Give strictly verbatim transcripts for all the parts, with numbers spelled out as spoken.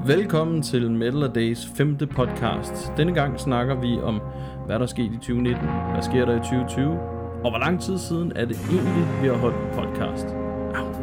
Velkommen til Metal A Days femte podcast. Denne gang snakker vi om, hvad der skete i tyve nitten, hvad sker der i tyve tyve, og hvor lang tid siden er det egentlig, vi har holdt en podcast. Au.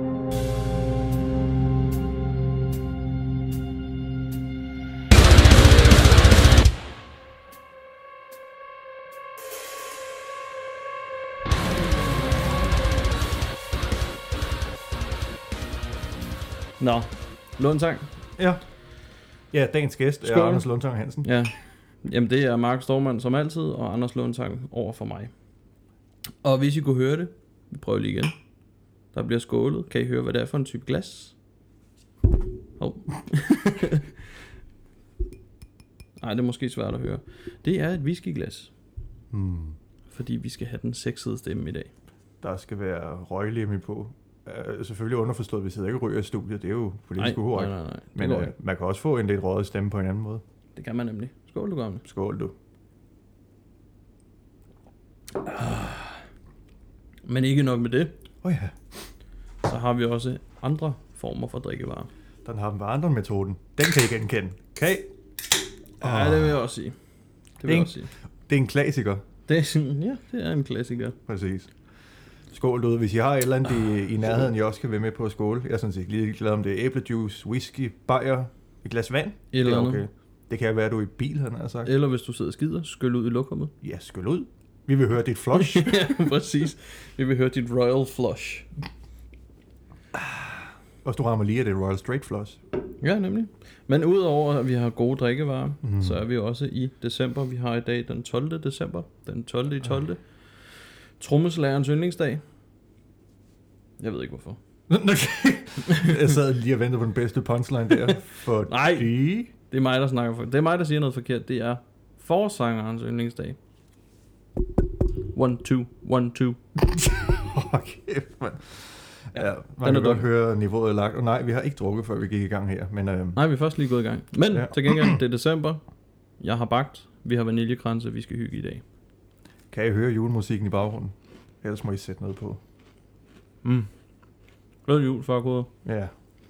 Nå, Lundtang. Ja. Ja, dagens gæst Skål. er Anders Lundtang Hansen. Ja, jamen det er Mark Stormand som altid, og Anders Lundtang over for mig. Og hvis I kunne høre det, vi prøver lige igen. Der bliver skålet. Kan I høre, hvad det er for en type glas? Hov. Nej, det er måske svært at høre. Det er et whiskyglas. Hmm. Fordi vi skal have den sexede stemme i dag. Der skal være røglemme på. Uh, selvfølgelig underforstået, vi sidder ikke og ryger i studiet. Det er jo politisk Nej, ukorrekt. nej, nej, nej. Men uh, man kan også få en lidt røget stemme på en anden måde. Det kan man nemlig. Skål, du gamle. Skål, du. Men ikke nok med det. Åh oh, ja. Så har vi også andre former for drikkevarer. Den har den andre metoden. Den kan I genkende. Kan I? Ja, Oh. det vil jeg også sige. Det vil jeg også sige. Det er en klassiker. Det er sådan, ja, det er en klassiker. Præcis. Skål derude. Hvis I har et eller andet i, i nærheden, I også kan være med på at skåle. Jeg er sådan set lige glad om det er æblejuice, whisky, bajer, et glas vand. Et eller Det er andet. okay. Det kan være, at du er i bil, han har sagt. Eller hvis du sidder og skider, skyld ud i lokummet. Ja, skyld ud. Vi vil høre dit flush. Ja, præcis. Vi vil høre dit Royal Flush. Og du rammer lige af det Royal Straight Flush. Ja, nemlig. Men udover at vi har gode drikkevarer, Mm. mm. så er vi også i december. Vi har i dag den tolvte december. Den tolvte i tolvte. Trommeslagerens yndlingsdag. Jeg ved ikke hvorfor. Jeg sad lige og ventede på den bedste punchline der. For Nej. de... Det er mig, der snakker for. Det er mig, der siger noget forkert. Det er forsangerens yndlingsdag. One, two, one, two. Okay, man. Ja, man den kan er godt dum. høre, niveauet er lagt. Og nej, vi har ikke drukket, før vi gik i gang her. Men øh, Nej, vi er først lige gået i gang. Men Ja. ja. til gengæld, det er december. Jeg har bagt. Vi har vaniljekranse, vi skal hygge i dag. kan I høre julemusikken i baggrunden? Ellers må I sætte noget på. Mm. Glædelig jul, farkoder. Ja.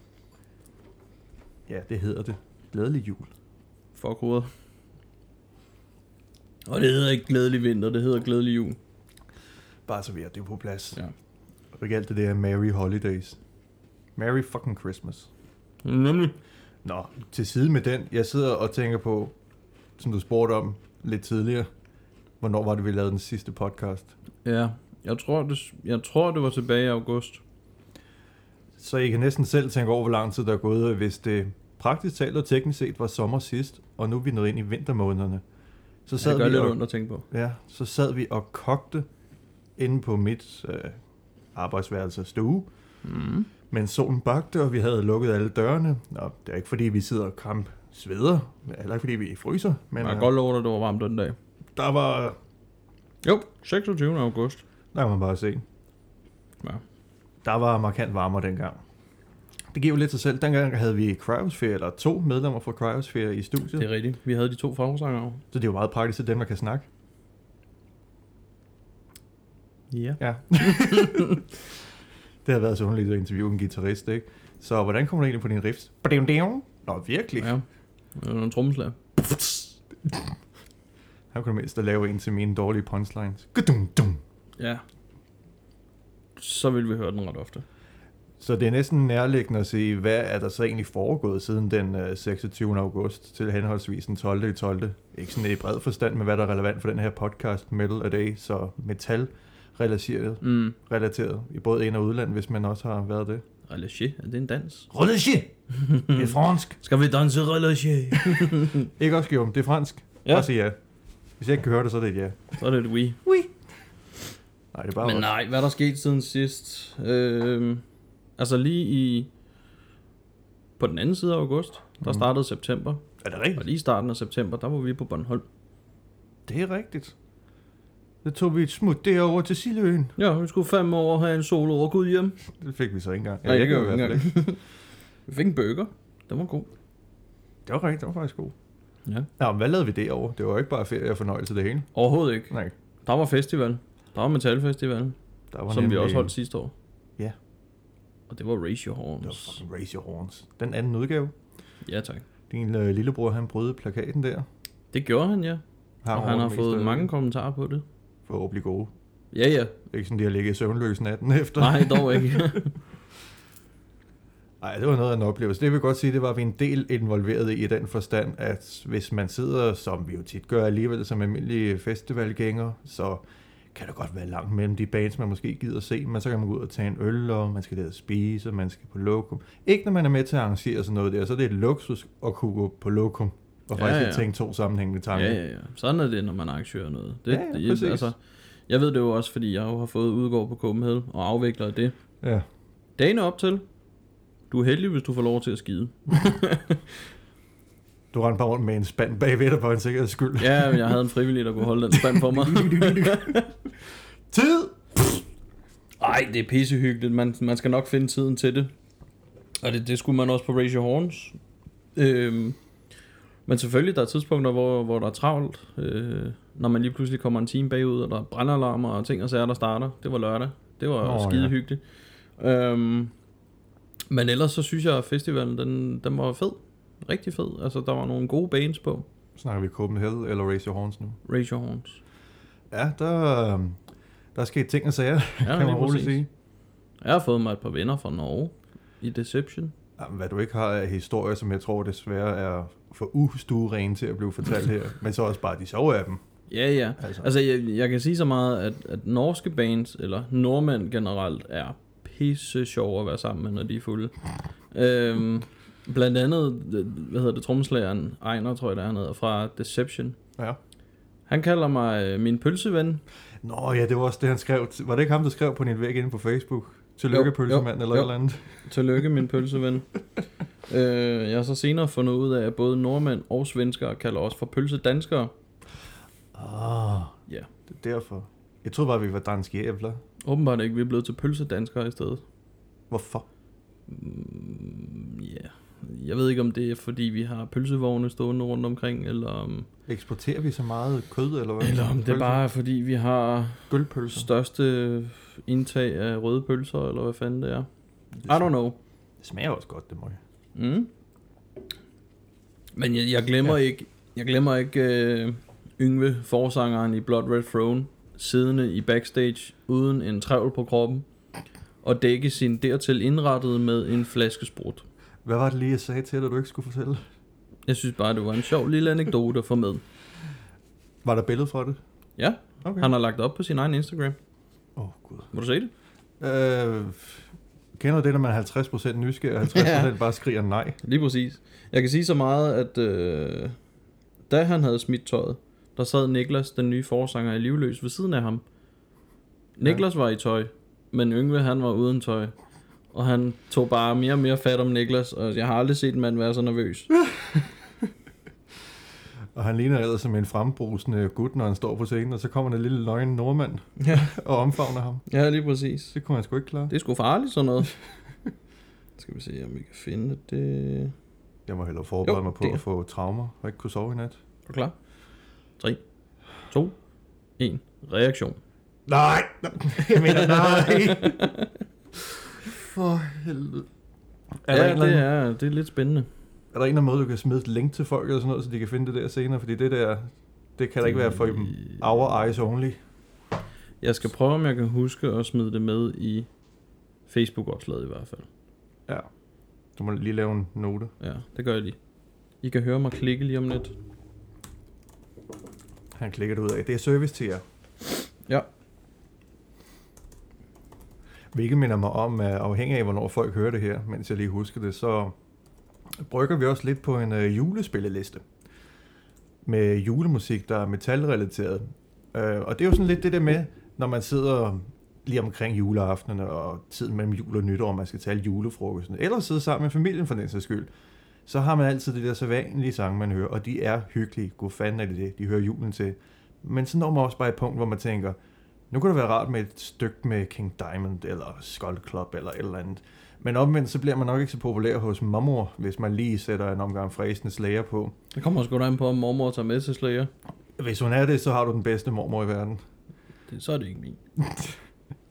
Ja, det hedder det. Glædelig jul. Farkoder. Og det hedder ikke glædelig vinter, det hedder glædelig jul. Bare så vi har det på plads. Ja. Og ikke alt det der Merry Holidays. Merry fucking Christmas. Nemlig. Nå, til side med den. Jeg sidder og tænker på, som du spurgte om lidt tidligere. Hvornår var det, vi lavede den sidste podcast? Ja, jeg tror, det, jeg tror, det var tilbage i august. Så I kan næsten selv tænke over, hvor lang tid der er gået, hvis det praktisk talt og teknisk set var sommer sidst, og nu er vi nået ind i vintermånederne. Så sad, Det gør vi lidt og, ondt at tænke på. ja, så sad vi og kogte inde på mit øh, arbejdsværelse stue, Mm. men solen bagte, og vi havde lukket alle dørene. Og det er ikke fordi, vi sidder og kramp sveder, eller ikke fordi, vi fryser, men Jeg kan øh, godt love dig, det var varmt den dag. der var, Jo, seksogtyvende august. der kan man bare se, Ja. der var markant varmere dengang. Det giver jo lidt sig selv. Dengang havde vi Cryosphere, eller to medlemmer fra Cryosphere i studiet. Det er rigtigt. Vi havde de to fagsangere. Så det er jo meget praktisk, at dem, der kan snakke. Ja. Ja. Det har været så underligt at interviewe en guitarist, ikke? Så hvordan kommer du egentlig på din riffs? Nå, virkelig? Ja. Det var en trommeslager. Han kunne mindst at lave en til mine dårlige punchlines. Gudum-dum. Ja. Så vil vi høre den ret ofte. Så det er næsten nærliggende at sige, hvad er der så egentlig foregået siden den uh, seksogtyvende august til henholdsvis den tolvte i tolvte Ikke sådan i bred forstand med, hvad der er relevant for den her podcast, Metal A Day, så metal-relateret, Mm. relateret i både ind- og udland, hvis man også har været det. Relâché, er det en dans? Relâché! Det er fransk. Skal vi danse relâché? Ikke også, Guillaume, det er fransk. Ja. Bare sig ja. Hvis jeg ikke kan høre det, så er det et ja. Så er det et oui. Oui. Nej, det er bare Men også. nej, hvad er der sket siden sidst? Øhm, altså lige i... På den anden side af august, der Mhm. startede september. Er det Og rigtigt? lige i starten af september, der var vi på Bornholm. Det er rigtigt. Så tog vi et smut derover til Siløen. Ja, vi skulle fem år have en solo over Gud hjem. Det fik vi så ikke engang. Nej, det gjorde gjorde vi ikke engang. Vi fik en burger. Den var god. Det var rigtigt, det var faktisk god. Ja. Nå, men hvad lavede vi derovre? Det var ikke bare ferie og fornøjelse det hele. Overhovedet ikke. Nej. Der var festival. Der var metalfestival, Der var som vi nemlig- også holdt sidste år. Ja. Og det var Raise Your Det var Horns. fucking Raise Your Horns. Den anden udgave. Ja, tak. Din øh, lillebror, han brød plakaten der. Det gjorde han, ja. Har og han har fået mange kommentarer på det. For at blive gode. Ja, ja. Ikke sådan, de har ligget i søvnløs natten efter. Nej, dog ikke. Nej, det var noget af en oplevelse. Det vil jeg godt sige, det var vi en del involveret i, i den forstand, at hvis man sidder, som vi jo tit gør alligevel, som almindelige festivalgængere, så kan der godt være langt mellem de bands, man måske gider se, men så kan man gå ud og tage en øl, og man skal ned og spise, og man skal på lokum. Ikke når man er med til at arrangere sådan noget der, så er det et luksus at kunne gå på lokum, og Ja, faktisk ja. tænke to sammenhængende tanker. Ja, ja, ja. Sådan er det, når man arrangerer noget. Det, Ja, ja, det, præcis. altså, jeg ved det jo også, fordi jeg jo har fået udgård på Copenhagen og afvikler det. Ja. Dagen op til. Du er heldig, hvis du får lov til at skide. Du rendte bare rundt med en spand bagved dig for en sikkerheds skyld. Ja, men jeg havde en frivillig, der kunne holde den spand for mig. Tid! Ej, det er pissehyggeligt. Man, man skal nok finde tiden til det. Og det, det skulle man også på Raise Your Horns. Øhm, men selvfølgelig, der er tidspunkter, hvor, hvor der er travlt. Øh, når man lige pludselig kommer en time bagud, og der er brandalarmer og ting og sager, der starter. Det var lørdag. Det var Nå, skide ja. hyggeligt. Øhm, men ellers så synes jeg, at festivalen, den, den var fed. Rigtig fed. Altså, der var nogle gode bands på. Snakker vi Copenhagen eller Raise Your Horns nu? Raise Your Horns. Ja, der, der er sket ting og sager, Ja, kan man lige roligt præcis. sige. Jeg har fået mig et par venner fra Norge i Deception. Jamen, hvad du ikke har af historier, som jeg tror desværre er for ustuerene til at blive fortalt her, men så også bare de sjove af dem. Ja, ja. Altså. Altså, jeg, jeg kan sige så meget, at, at norske bands, eller nordmænd generelt, er pisse sjov at være sammen med, når de er fulde. øhm, blandt andet, hvad hedder det, trommeslageren Ejner, tror jeg, der er noget fra Deception. Ja. Han kalder mig øh, min pølseven. Nå ja, det var også det, han skrev. Var det ikke ham, der skrev på din væg inde på Facebook? Tillykke, Jo, pølsemand, jo, eller jo. et eller andet. Tillykke, min pølseven. øh, jeg har så senere fundet ud af, at både nordmænd og svenskere kalder os for pølsedanskere. Ah, Ja. det er derfor. Jeg troede bare, vi var danske æbler. Åbenbart ikke, vi er blevet til pølsedanskere i stedet. Hvorfor? Mm, ja, jeg ved ikke, om det er, fordi vi har pølsevogne stående rundt omkring, eller om, Eksporterer vi så meget kød, eller hvad? eller om det bare er, fordi vi har Gølpølser. største indtag af røde pølser, eller hvad fanden det er. I don't know. Det smager også godt, det må jeg. Mm. Men jeg, jeg glemmer Ja. ikke, jeg glemmer ikke uh, Yngve, forsangeren i Blood Red Throne, siddende i backstage uden en trævl på kroppen, og dække sin dertil indrettede med en flaske sprut. Hvad var det lige, jeg sagde til dig, du ikke skulle fortælle? Jeg synes bare, det var en sjov lille anekdote at få med. Var der billede fra det? Ja, Okay. han har lagt op på sin egen Instagram. Åh, oh, gud. Må du se det? Øh, kender du det, når man er halvtreds procent nysgerrig, og halvtreds procent bare skriger nej? Lige præcis. Jeg kan sige så meget, at øh, da han havde smidt tøjet, der sad Niklas, den nye forsanger i Livløs, ved siden af ham. Niklas var i tøj, men Yngve, han var uden tøj. Og han tog bare mere og mere fat om Niklas, og jeg har aldrig set en mand være så nervøs. Og han ligner ellers som en frembrusende gut, når han står på scenen, og så kommer en lille nøgen nordmand Ja. og omfavner ham. Ja, lige præcis. Det kunne han sgu ikke klare. Det er sgu farligt, sådan noget. Skal vi se, om vi kan finde det. Jeg må hellere forberede Jo, mig på det er- at få traumer og ikke kunne sove i nat. Er du klar? tre, to, en. Reaktion. Nej! Jeg mener nej! For helvede. Er, der Ja, en det det er... er, det er lidt spændende. er der en eller anden måde, du kan smide et link til folk eller sådan noget, så de kan finde det der senere? Fordi det der, det kan da ikke være for our eyes only. Jeg skal prøve, om jeg kan huske at smide det med i Facebook-opslaget i hvert fald. Ja. Du må lige lave en note. Ja, det gør jeg lige. I kan høre mig klikke lige om lidt. Han klikker det ud af. Det er service til jer. Ja. Hvilket minder mig om, at afhængig af, hvornår folk hører det her, mens jeg lige husker det, så brygger vi også lidt på en øh, julespilleliste. Med julemusik, der er metalrelateret. Øh, og det er jo sådan lidt det der med, når man sidder lige omkring juleaftenerne og tiden mellem jul og nytår, og man skal tale julefrokosten, eller sidde sammen med familien for den sags skyld, så har man altid det der sædvanlige sange, man hører, og de er hyggelige. God fanden er det det, de hører julen til. Men så når man også bare et punkt, hvor man tænker, nu kunne det være rart med et stykke med King Diamond, eller Skull Club, eller et eller andet. Men omvendt, så bliver man nok ikke så populær hos mormor, hvis man lige sætter en omgang fræsende Slayer på. Det kommer sgu da an på, om mormor tager med til Slayer. Hvis hun er det, så har du den bedste mormor i verden. Det, så er det ikke min.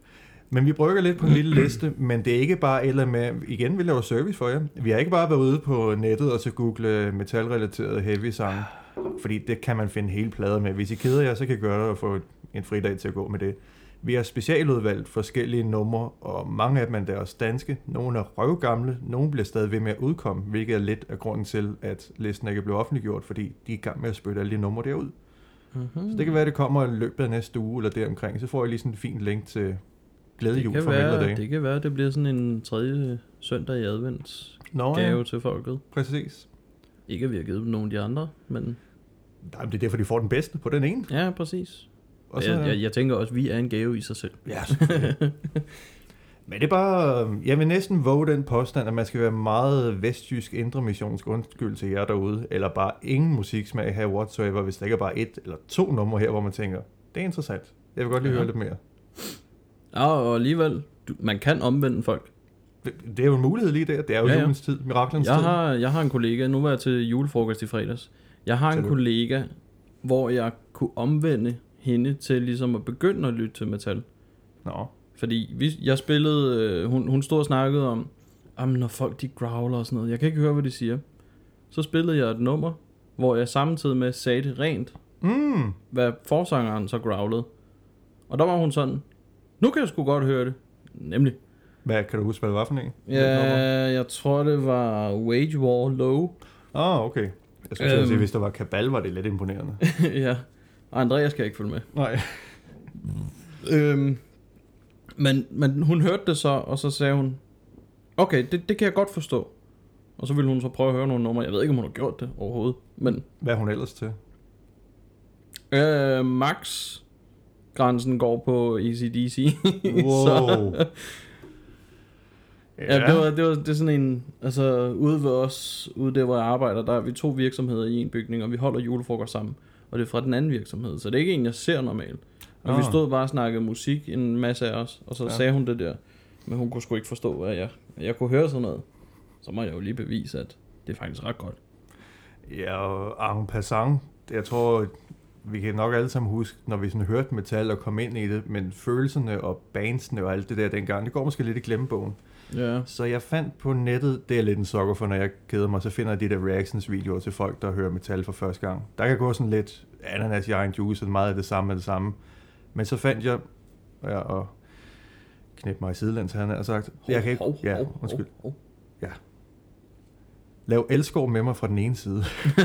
Men vi brygger lidt på en lille liste, men det er ikke bare eller med, igen, vi laver service for jer. Vi har ikke bare været ude på nettet og så google metalrelaterede heavy sange, fordi det kan man finde hele plader med. Hvis I keder jer, så kan I gøre det og få en fridag til at gå med det. Vi har specialudvalgt forskellige numre, og mange af dem er også danske. Nogle er røvgamle, nogle bliver stadig ved med at udkomme, hvilket er lidt af grunden til, at listen ikke er blevet offentliggjort, fordi de er i gang med at spytte alle de numre derud. Mm-hmm. Så det kan være, at det kommer i løbet af næste uge eller deromkring. Så får I lige sådan en fin link til glædejul for Melody. Det kan være, at det bliver sådan en tredje søndag i advents Nå, gave ja. til folket. Præcis. Ikke at vi har givet dem nogen af de andre, men... Nej, men det er derfor, de får den bedste på den ene. Ja, præcis. Og så, jeg, jeg, jeg tænker også, at vi er en gave i sig selv. Ja, men det er bare... Jeg vil næsten våge den påstand, at man skal være meget vestjysk indre missionsk undskyld til jer derude, eller bare ingen musiksmag her whatsoever, hvis der ikke er bare et eller to numre her, hvor man tænker, det er interessant. Jeg vil godt lige ja. høre lidt mere. Ja, og alligevel, du, man kan omvende folk. Det, det er jo en mulighed lige der. Det er jo ja, ja. julens tid, miraklernes jeg tid. Har, jeg har en kollega, nu var jeg til julefrokost i fredags. Jeg har en kollega, hvor jeg kunne omvende hende til ligesom at begynde at lytte til metal. Nå. Fordi vi, jeg spillede, øh, hun, hun stod og snakkede om, når folk de growler og sådan noget, jeg kan ikke høre, hvad de siger. Så spillede jeg et nummer, hvor jeg samtidig med sagde det rent, mm. hvad forsangeren så growlede. Og der var hun sådan, nu kan jeg sgu godt høre det. Nemlig. Hvad, kan du huske, hvad det var for en? Ja, jeg tror det var Wage War Low. Ah, okay. Jeg skulle øhm, sige, hvis der var Kabal, var det lidt imponerende. Ja. Og Andreas kan ikke følge med. Nej. øhm, men, men hun hørte det så, og så sagde hun, okay, det, det kan jeg godt forstå. Og så ville hun så prøve at høre nogle numre. Jeg ved ikke, om hun har gjort det overhovedet. Men hvad er hun ellers til? Øh, max grænsen går på A C D C. Wow. så, ja, det var, det var det er sådan en, altså ude ved os, ude der hvor jeg arbejder, der er vi to virksomheder i en bygning, og vi holder julefrokost sammen. Og det er fra den anden virksomhed, så det er ikke en, jeg ser normalt. Og ah. vi stod bare og snakkede musik, en masse af os, og så ja. sagde hun det der, men hun kunne sgu ikke forstå, at jeg, at jeg kunne høre sådan noget. Så må jeg jo lige bevise, at det er faktisk ret godt. Ja, og en passant, jeg tror, vi kan nok alle sammen huske, når vi sådan hørte metal og kom ind i det, men følelserne og bandsene og alt det der dengang, det går måske lidt i glemmebogen. Ja. Så jeg fandt på nettet, det er lidt en sukker for, når jeg keder mig, så finder jeg de der reactions-videoer til folk, der hører metal for første gang. Der kan gå sådan lidt ananas i egen juice, og meget af det samme af det samme. Men så fandt jeg, ja, og knæp mig i sidelæns, han har sagt, jeg kan ikke, ja, undskyld, ja. Lav elskov med mig fra den ene side.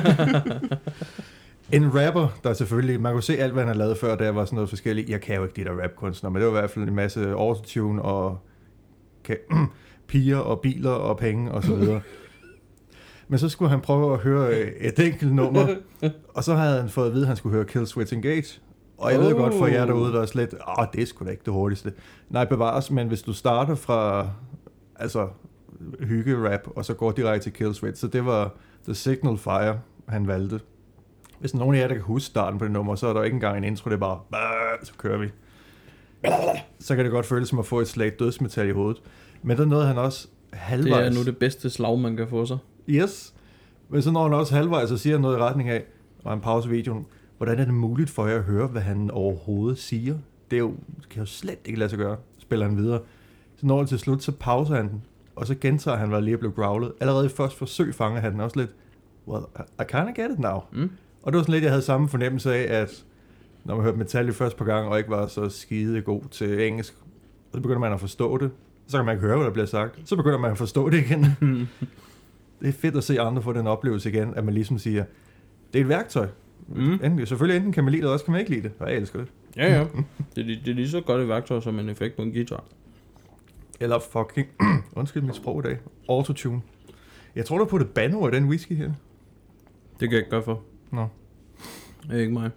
En rapper, der selvfølgelig, man kunne se alt, hvad han har lavet før, der var sådan noget forskelligt. Jeg kan jo ikke de der rapkunstnere, men det var i hvert fald en masse autotune og kan, piger og biler og penge og så videre. Men så skulle han prøve at høre et enkelt nummer, og så havde han fået at vide, at han skulle høre Kill Switch Engage. Og jeg oh. ved godt for jer derude, der er slet, åh, det er sgu da ikke det hurtigste. Nej, bevares, men hvis du starter fra, altså, hygge-rap, og så går direkte til Kill Switch, så det var The Signal Fire, han valgte. Hvis nogen af jer, der kan huske starten på det nummer, så er der ikke engang en intro, det er bare, så kører vi. Så kan det godt føles som at få et slag dødsmetal i hovedet. Men der nåede han også halvvejs. Det er nu det bedste slag, man kan få sig. Yes. Men så når han også halvvejs, så siger han noget i retning af, og han pauser videoen, hvordan er det muligt for jer at høre, hvad han overhovedet siger? Det, er jo, det kan jo slet ikke lade sig gøre, spiller han videre. Så når han til slut, så pauser han den, og så gentager han, hvad lige er blevet growlet. Allerede i første forsøg fanger han den også lidt, well, I kinda get it now. Mm. Og det var sådan lidt, jeg havde samme fornemmelse af, at når man hørte metal i første par gange, og ikke var så skide god til engelsk, så begynder man at forstå det. Så kan man ikke høre, hvad der bliver sagt. Så begynder man at forstå det igen. Det er fedt at se andre få den oplevelse igen, at man ligesom siger, det er et værktøj. Mm. Enten, selvfølgelig enten kan man lide det, eller også kan man ikke lide det. Og jeg elsker det. Ja, ja. Det, er, det er lige så godt et værktøj som en effekt på en guitar. Eller fucking, undskyld mit sprog i dag, autotune. Jeg tror, du har puttet banord i den whisky her. Det kan jeg ikke gøre for. Nå. Det er ikke mig.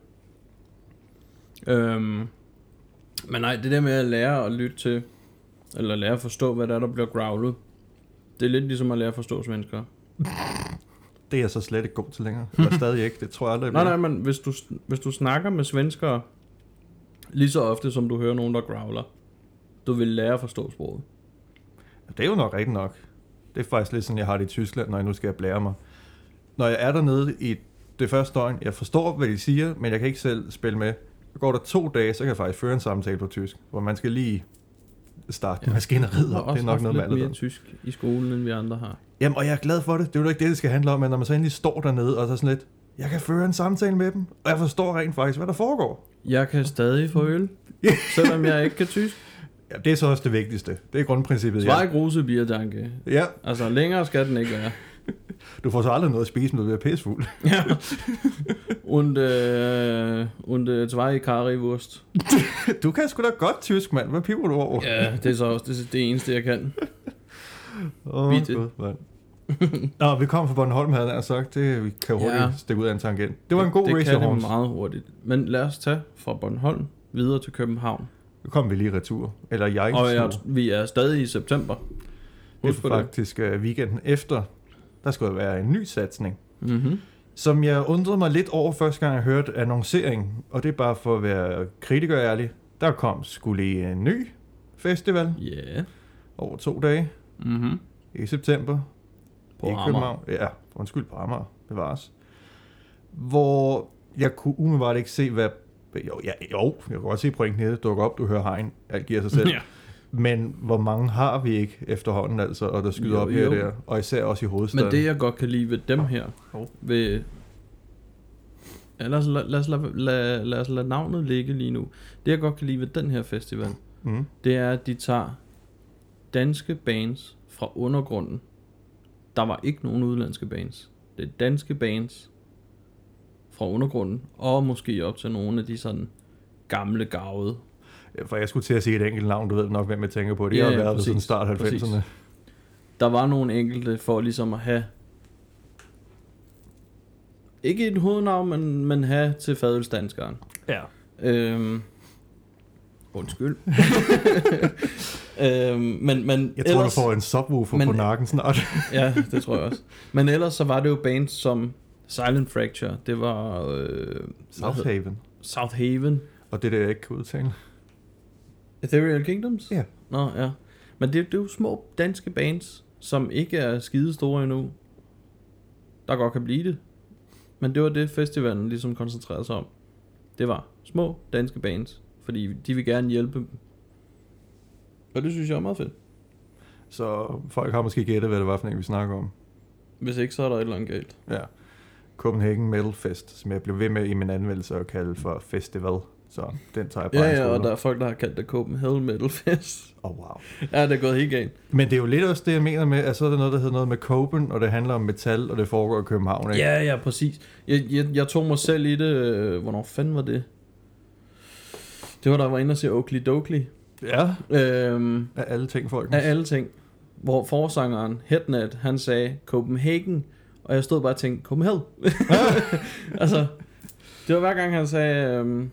Øhm, men nej, det der med at lære at lytte til, eller lære at forstå, hvad der er, der bliver growlet, det er lidt ligesom at lære at forstå svensker. Det er jeg så slet ikke god til længere. Eller stadig ikke, det tror jeg aldrig. Nej, nej, men hvis du, hvis du snakker med svenskere, lige så ofte som du hører nogen, der growler, du vil lære at forstå sproget. Det er jo nok rigtigt nok. Det er faktisk lidt sådan, jeg har det i Tyskland, når jeg nu skal blære mig. Når jeg er dernede i det første døgn, jeg forstår, hvad de siger, men jeg kan ikke selv spille med. Så går der to dage, så kan jeg faktisk føre en samtale på tysk, hvor man skal lige starte ja. maskineriet op. Det er nok noget med lidt mere tysk i skolen, end vi andre har. Jamen, og jeg er glad for det. Det er jo ikke det, det skal handle om, men når man så endelig står dernede, og så sådan lidt, jeg kan føre en samtale med dem, og jeg forstår rent faktisk, hvad der foregår. Jeg kan stadig få øl, selvom jeg ikke kan tysk. Ja, det er så også det vigtigste. Det er grundprincippet. Zwei große Bierdanke. Ja. Altså, længere skal den ikke være. Du får så aldrig noget at spise, når du er pissefuld. Ja. Und, øh, und øh, zwei Currywurst. Du kan sgu da godt tysk, mand. Hvad piver du over? Ja, det er så også det, det eneste, jeg kan. Åh, oh, god, mand. Nå, vi kom fra Bornholm, havde jeg sagt. Det vi kan hurtigt ja. stikke ud af en tangent. Det var en god det, race. Det kan det meget hurtigt. Men lad os tage fra Bornholm videre til København. Nu kom vi lige retur. Eller jeg. Og jeg, vi er stadig i september. Husk det er faktisk det. weekenden efter. Der skulle være en ny satsning. Mm-hmm. Som jeg undrede mig lidt over første gang, jeg hørte annonceringen. Og det er bare for at være kritiker ærlig. Der kom skulle lige en ny festival. Ja. Yeah. Over to dage. Mm-hmm. I september. På Amager. Ja, undskyld, på Amager. Bevares. Hvor jeg kunne umiddelbart ikke se, hvad... Jo, ja, jo jeg kan godt se pointen her. Dukke op, du hører hegn. Alt giver sig selv. Ja. Men hvor mange har vi ikke efterhånden, altså, og der skyder jo, op her og der, og især også i hovedstaden. Men det, jeg godt kan lide ved dem her, oh. ved... Ja, lad os lad, lad, lad, lad, lad os lade navnet ligge lige nu. Det, jeg godt kan lide ved den her festival, mm. det er, at de tager danske bands fra undergrunden. Der var ikke nogen udenlandske bands. Det er danske bands fra undergrunden, og måske op til nogle af de sådan gamle gavede. For jeg skulle til at sige et enkelt navn, du ved nok, hvem jeg tænker på. Det ja, har været sådan start halvfemserne. Der var nogle enkelte for ligesom at have, ikke et hovednavn, men, men have til fadølsdanskeren. Ja. Øhm, undskyld. øhm, men, men jeg tror, ellers, du får en subwoofer men, på nakken snart. Ja, det tror jeg også. Men ellers så var det jo bands som Silent Fracture. Det var... Øh, Southaven. Southaven. Og det der jeg ikke kan udtale. Ethereal Kingdoms? Ja. Nå, ja. Men det, det er jo små danske bands, som ikke er skide store endnu, der godt kan blive det. Men det var det, festivalen ligesom koncentrerede sig om. Det var små danske bands, fordi de vil gerne hjælpe dem. Og det synes jeg er meget fedt. Så folk har måske gættet, hvad det var for en, vi snakker om. Hvis ikke, så er der et eller andet galt. Ja. Copenhagen Metal Fest, som jeg blev ved med i min anmeldelse at kalde for festival. Så den tager jeg bare. Ja, ja, og der er folk, der har kaldt det Copenhagen Metal Fest. Åh, oh, wow. Ja, det er gået helt galt. Men det er jo lidt også det, jeg mener med, at så er der noget, der hedder noget med Copen, og det handler om metal, og det foregår i København, ikke? Ja, ja, præcis. Jeg, jeg, jeg tog mig selv i det. Hvornår fanden var det? Det var, der var inde og se Oakley Dokley. Ja, øhm, af alle ting, folkens. Af alle ting. Hvor forsangeren Headnet, han sagde Copenhagen, og jeg stod bare og tænkte, Copenhagen. Altså, det var hver gang han sagde... Um,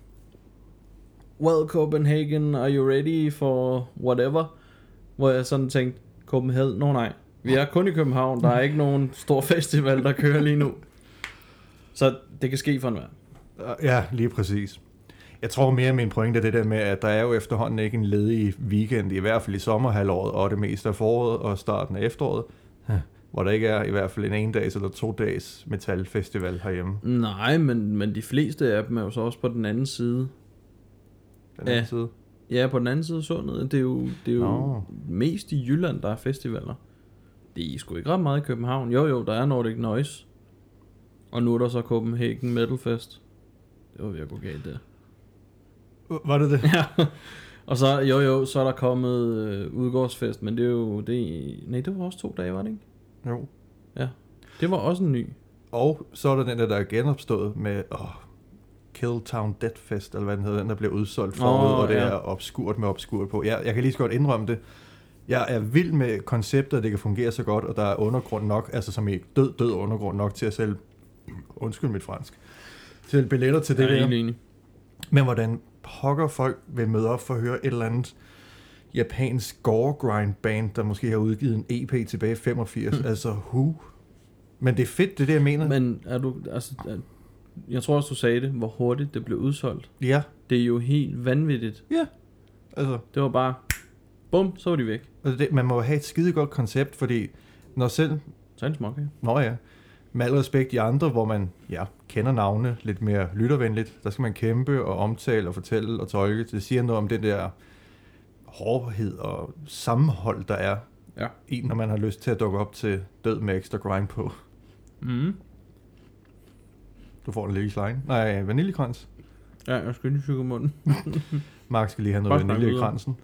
well, Copenhagen, are you ready for whatever? Hvor jeg sådan tænkte, Copenhagen, nå nej, vi er kun i København, der er ikke nogen stor festival, der kører lige nu. Så det kan ske for enhver. Ja, lige præcis. Jeg tror mere, min pointe er det der med, at der er jo efterhånden ikke en ledig weekend, i hvert fald i sommerhalvåret, og det meste af foråret og starten af efteråret, hvor der ikke er i hvert fald en en dags eller to dags metalfestival herhjemme. Nej, men, men de fleste af dem er jo så også på den anden side. Den anden ja. side? Ja, på den anden side af sundet. Det er jo, det er jo oh. mest i Jylland, der er festivaler. Det er sgu ikke ret meget i København. Jo, jo, der er Nordic Noise. Og nu er der så Copenhagen Metal Fest. Det var ved at gå galt der. Var det det? Ja. Og så, jo jo, så er der kommet øh, udgårdsfest, men det er jo, det, nej, det var også to dage, var det ikke? Jo. Ja, det var også en ny. Og så er der den der, der er genopstået med, åh, Killtown Death Fest, eller hvad den hedder, den der bliver udsolgt forud, oh, og det ja. er obskurt med obskurt på. Jeg, jeg kan lige så godt indrømme det. Jeg er vild med konceptet, at det kan fungere så godt, og der er undergrund nok, altså som i død, død undergrund nok til at sælge, undskyld mit fransk, til billetter til det der. der. Men hvordan pokker folk vil møde op for at høre et eller andet japansk gore grind band, der måske har udgivet en E P tilbage i femogfirs, mm. altså who? Men det er fedt, det er det, jeg mener. Men er du, altså, jeg tror også, du sagde det, hvor hurtigt det blev udsolgt. Ja. Det er jo helt vanvittigt. Ja. Altså. Det var bare, bum, så var de væk. Altså det, man må have et skide godt koncept, fordi når selv... Så en smuk, ja. Nå ja. Med al respekt de andre, hvor man ja, kender navne lidt mere lyttervenligt, der skal man kæmpe og omtale og fortælle og tolke. Det siger noget om den der hårdhed og sammenhold, der er Ja. i, når man har lyst til at dukke op til død med ekstra grind på. Mm. Du får en lille slime. Nej, vaniljekrans. Ja, jeg skal lige tykke i munden. Mark skal lige have noget Bare vanilje i kransen.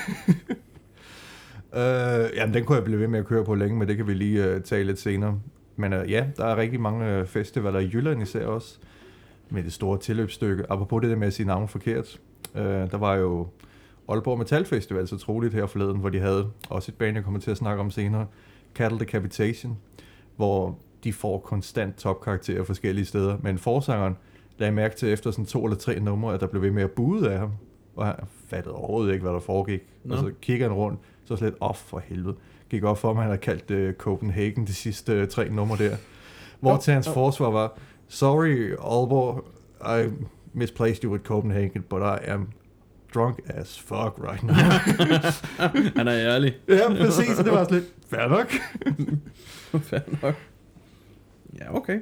øh, jamen, den kunne jeg blive ved med at køre på længe, men det kan vi lige uh, tale lidt senere. Men uh, ja, der er rigtig mange festivaler i Jylland især også, med det store tilløbsstykke. Apropos det der med at sige navnet forkert. Uh, der var jo Aalborg Metal Festival så troligt her forleden, hvor de havde også et band, jeg kommer til at snakke om senere, Cattle Decapitation, hvor de får konstant topkarakterer forskellige steder. Men forsangeren lagde mærke til efter sådan to eller tre numre, at der blev ved med at bude af ham. Og han fattede overhovedet ikke, hvad der foregik. No. Og så kigger han rundt, så slet off for helvede. Gik op for, at han havde kaldt uh, Copenhagen de sidste uh, tre numre der. Hvor oh, til hans oh. forsvar var, sorry Aalborg, I misplaced you with Copenhagen, but I am drunk as fuck right now. Han er ærlig. Ja, præcis. Det var også lidt fair nok. Fair nok. Ja, okay.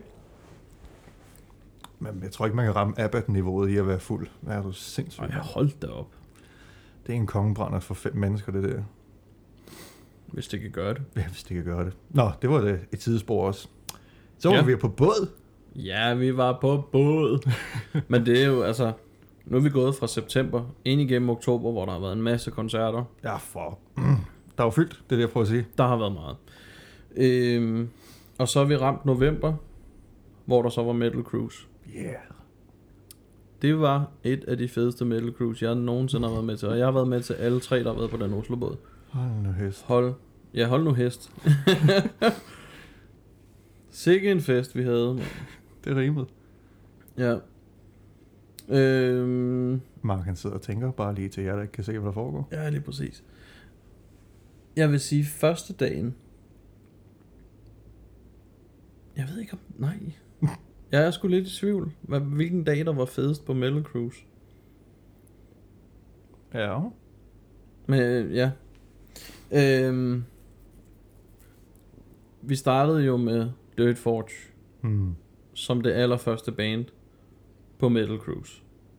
Men jeg tror ikke, man kan ramme Abbat-niveauet i at være fuld. Hvad er du sindssygt? Ej, hold da op. Det er en kongebrænder for fem mennesker, det der. Hvis det kan gøre det. Ja, hvis det kan gøre det. Nå, det var det et tidespor også. Så var ja. vi på båd. Ja, vi var på båd. Men det er jo, altså... Nu er vi gået fra september ind igennem oktober, hvor der har været en masse koncerter. Ja, for... Der var fyldt, det er det, jeg prøver at sige. Der har været meget. Øhm, og så har vi ramt november, hvor der så var Metal Cruise. Yeah. Det var et af de fedeste Metal Cruise, jeg nogensinde har været med til. Og jeg har været med til alle tre, der har været på den Oslo-båd. Hold nu hest. Hold. Ja, hold nu hest. Sikke en fest, vi havde. Det er rimet. Ja. Øhm, Mark han sidder og tænker bare lige til jer, der ikke kan se, hvad der foregår. Ja, lige præcis. Jeg vil sige, første dagen... Jeg ved ikke om... Nej. Jeg er sgu lidt i tvivl. Hvad, hvilken dag, der var fedest på Metal Cruise? Ja. Men ja. Øhm, vi startede jo med Dirt Forge. Hmm. Som det allerførste band på Metal Cruise.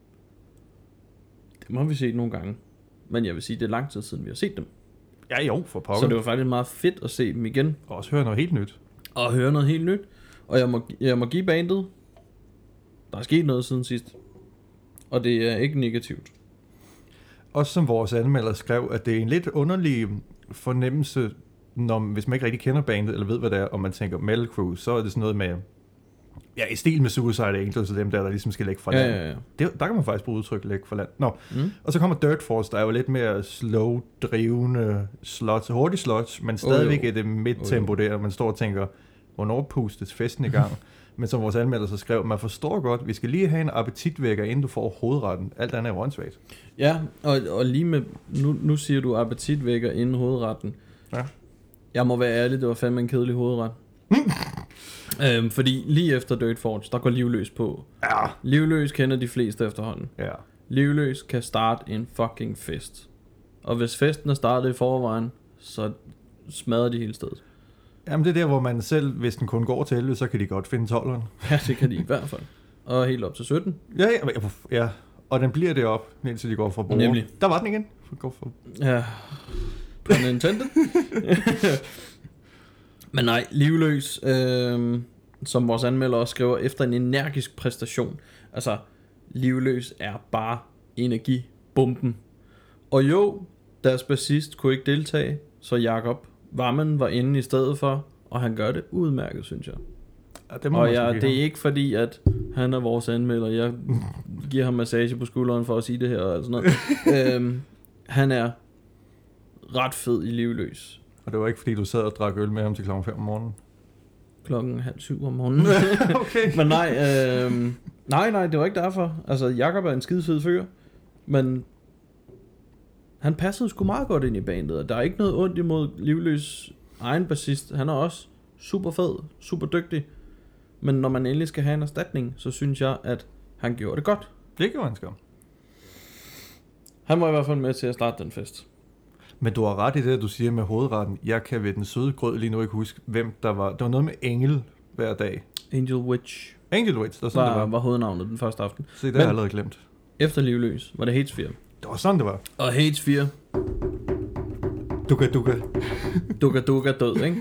Det må vi se nogle gange. Men jeg vil sige, det er lang tid siden, vi har set dem. Ja jo, for pokker. Så det var faktisk meget fedt at se dem igen. Og også høre noget helt nyt. Og høre noget helt nyt. Og jeg må, jeg må give bandet, der er sket noget siden sidst. Og det er ikke negativt. Også som vores anmelder skrev, at det er en lidt underlig fornemmelse, når, hvis man ikke rigtig kender bandet, eller ved, hvad det er, og man tænker Metal Cruise, så er det sådan noget med, ja, i stil med Suicide Angels og dem der, der ligesom skal lægge fra land. Ja, ja, ja. Det, der kan man faktisk bruge udtryk lægge fra land. Nå. Mm. Og så kommer Dirt Force, der er jo lidt mere slow drivende slots, hurtige slots, men stadigvæk oh, er det midt-tempo oh, der, man står og tænker, hvornår pustes festen i gang? Men som vores anmelder så skrev, man forstår godt, vi skal lige have en appetitvækker, inden du får hovedretten. Alt andet er åndssvagt. Ja, og, og lige med, nu, nu siger du appetitvækker inden hovedretten. Ja. Jeg må være ærlig, det var fandme en kedelig hovedret. øhm, fordi lige efter Dirt Forge, der går Livløs på. Ja. Livløs kender de fleste efterhånden. Ja. Livløs kan starte en fucking fest. Og hvis festen er startet i forvejen, så smadrer de hele stedet. Jamen det er der, hvor man selv, hvis den kun går til elleve, så kan de godt finde tolveren. Ja, det kan de i hvert fald. Og helt op til sytten. Ja, ja, ja. Og den bliver det op, indtil de går fra bordet. Nemlig. Der var den igen. Går fra... Ja. På Nintendo. Men nej, Livløs, øh, som vores anmelder også skriver, efter en energisk præstation. Altså, Livløs er bare energibomben. Og jo, deres bassist kunne ikke deltage, så Jakob Vammen var inde i stedet for, og han gør det udmærket, synes jeg. Ja, det må og jeg, det er ikke fordi, at han er vores anmelder. Jeg giver ham massage på skulderen for at sige det her og sådan noget. øhm, han er ret fed i Livløs. Og det var ikke fordi, du sad og drak øl med ham til klokken fem om morgenen? Klokken halv syv om morgenen. Okay. Men nej, øh, nej, nej, det var ikke derfor. Altså, Jakob er en skide fed fyr, men han passede sgu meget godt ind i bandet, og der er ikke noget ondt imod Livløs egen bassist. Han er også super fed, super dygtig. Men når man endelig skal have en erstatning, så synes jeg, at han gjorde det godt. Det gjorde han skam. Han var i hvert fald med til at starte den fest. Men du har ret i det, du siger med hovedretten. Jeg kan ved den søde grød lige nu ikke huske, hvem der var. Der var noget med engel hver dag. Angel Witch. Angel Witch, der sådan var, det var. var hovednavnet den første aften. Se, det har jeg allerede glemt. Efter Livløs var det Hatesphere. Det var sådan, det var. Og Hatesphere, Duga Duga. Duga Duga død, ikke?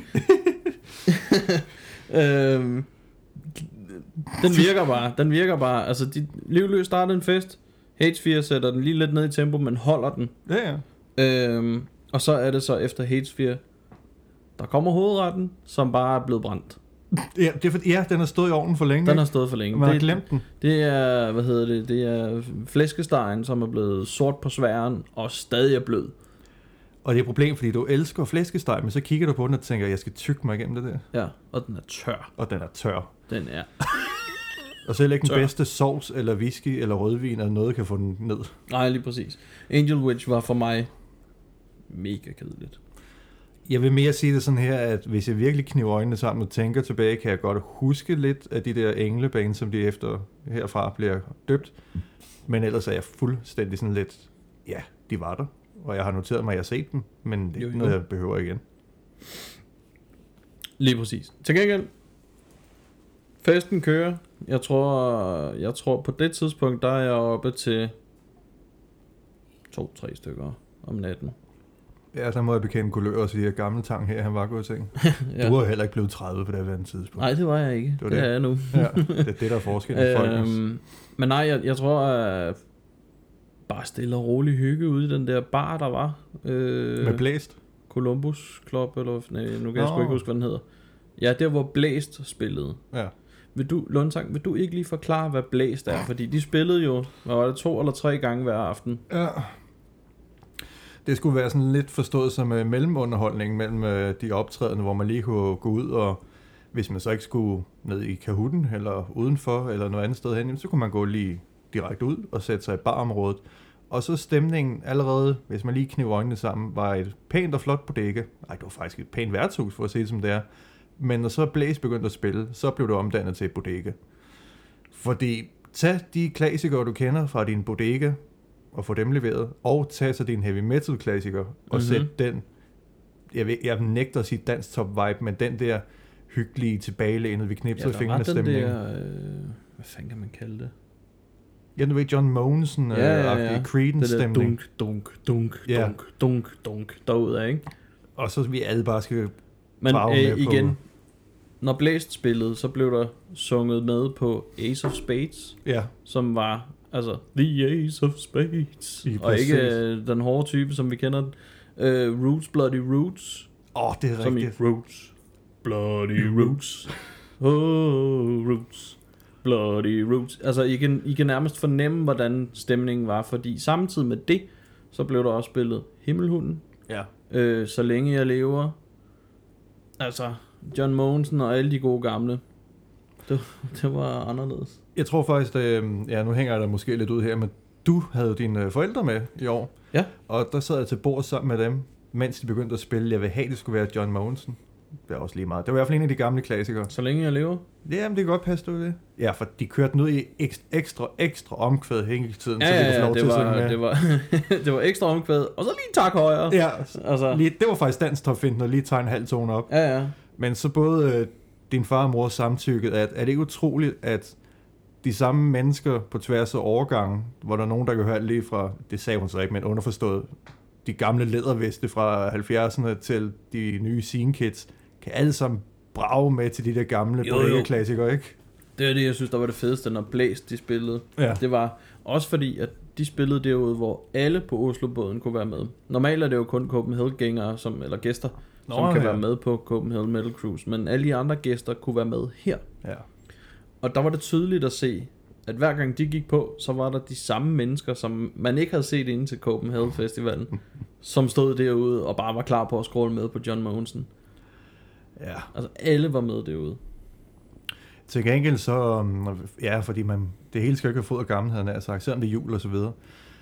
øhm, den virker bare, den virker bare. Altså, de livløs starter en fest. Hades fire sætter den lige lidt ned i tempo, men holder den. Ja, ja. Øhm, og så er det så efter Hades fire, der kommer hovedretten, som bare er blevet brændt. Ja, det er for, ja, den har stået i ovnen for længe. Den har stået for længe. Man har det, glemt den. Det er, hvad hedder det, det er flæskestegen, som er blevet sort på sværen, og stadig er blød. Og det er et problem, fordi du elsker flæskesteg, men så kigger du på den og tænker, jeg skal tygge mig igennem det der. Ja, og den er tør. Og den er tør. Den er Og så er det ikke den tør. bedste sovs, eller whisky, eller rødvin, eller noget, kan få den ned. Nej, lige præcis. Angel Witch var for mig mega kedeligt. Jeg vil mere sige det sådan her, at hvis jeg virkelig kniver øjnene sammen og tænker tilbage, kan jeg godt huske lidt af de der englebane, som de efter herfra bliver døbt. Men ellers er jeg fuldstændig sådan lidt, ja, de var der. Og jeg har noteret mig, at jeg har set dem, men det er Jo, ikke jo. noget, jeg behøver igen. Lige præcis. Til gengæld, festen kører. Jeg tror, jeg tror på det tidspunkt, der er jeg oppe til to-tre stykker om natten. Ja, der må jeg bekende kulør til de her gamle tang her, han var gået ting. Ja. Du har heller ikke blevet tredive på det her tidspunkt. Nej, det var jeg ikke. Det Det, var det det. er jeg nu. Ja, det er det, der er forskellen. øhm, men nej, jeg, jeg tror, at bare stille og rolig hygge ude i den der bar, der var. Øh, Med blæst? Columbus Club, eller nej, nu kan jeg sgu Nå. ikke huske, hvad den hedder. Ja, der hvor Blæst spillede. Ja. Vil du, Lundtang, vil du ikke lige forklare, hvad Blæst er? Fordi de spillede jo, hvad var det, to eller tre gange hver aften. Ja. Det skulle være sådan lidt forstået som uh, mellemunderholdning mellem uh, de optrædende, hvor man lige kunne gå ud, og hvis man så ikke skulle ned i Kahooten, eller udenfor, eller noget andet sted hen, så kunne man gå lige direkte ud og sætte sig i barområdet. Og så stemningen allerede, hvis man lige kniver øjnene sammen, var et pænt og flot bodega. Nej, det var faktisk et pænt værtshus, for at se det som det er. Men når så Blæs begyndte at spille, så blev det omdannet til et bodega. Fordi tag de klassikere, du kender fra din bodega, og få dem leveret, og tag så din heavy metal klassiker, og Mhm. sæt den, jeg, ved, jeg nægter at sige dansk top vibe, men den der hyggelige tilbagelænet, vi knipser ja, der fingrene var den stemning. der, øh, hvad fanden kan man kalde det? Ja, du ved, John Mogensen, Ja, ja, ja. øh, Det Creedence der stemning. dunk, dunk, dunk, Ja. dunk, dunk, dunk, derudad, ikke? Og så vi alle bare skal Men drage med øh, igen, på. når Blæst spillede, så blev der sunget med på Ace of Spades, Ja, som var, altså, The Ace of Spades, I og præcis. ikke øh, den hårde type, som vi kender den. Øh, Roots, Bloody Roots, åh, oh, det er som i rigtigt. Roots, Bloody Roots, oh, Roots, Bloody Roots. Altså, I kan, I kan nærmest fornemme, hvordan stemningen var, fordi samtidig med det, så blev der også spillet Himmelhunden, Ja. øh, Så længe jeg lever, altså, John Mogensen og alle de gode gamle. Det, det var anderledes. Jeg tror faktisk, at, ja, nu hænger jeg der måske lidt ud her, men du havde jo dine forældre med i år. Ja. Og der sad jeg til bord sammen med dem, mens de begyndte at spille. Jeg vil have, det skulle være John Mogensen. Det er også lige meget. Det var i hvert fald en af de gamle klassikere. Så længe jeg lever. Ja, men det kan godt passe, du det. Ja, for de kørte den ud i ekstra, ekstra, ekstra omkvæd hele tiden, Ja, så vi kunne få ja, lov det til at synge var, med. det var, det var ekstra omkvæd, og så lige en tak højere. Ja, Altså, lige, det var faktisk danstopfinden at lige tage en halv tone op. ja, ja. Men så både øh, din far og mor samtykkede, at er det ikke utroligt, at de samme mennesker på tværs af årgangen, hvor der er nogen, der kan høre alt lige fra, det sagde hun så ikke, men underforstået, de gamle læderveste fra halvfjerdserne til de nye scene kids, kan alle sammen brage med til de der gamle Jo, jo. bodega-klassikere, ikke? Det er det, jeg synes, der var det fedeste, når Blæst de spillede. Ja. Det var også fordi, at de spillede derude, hvor alle på Oslo-båden kunne være med. Normalt er det jo kun Copenhagen-gængere, som, eller gæster, Nå, som kan ja. være med på Copenhagen Metal Cruise. Men alle de andre gæster kunne være med her. Ja. Og der var det tydeligt at se, at hver gang de gik på, så var der de samme mennesker, som man ikke havde set inde til Copenhagen Festivalen, som stod derude og bare var klar på at scrolle med på John Mogensen. Ja. Altså alle var med derude. Til gengæld så, um, ja, fordi man, det hele skal jo ikke have fod og gammel, havde han sagt, selvom det er jul og så videre.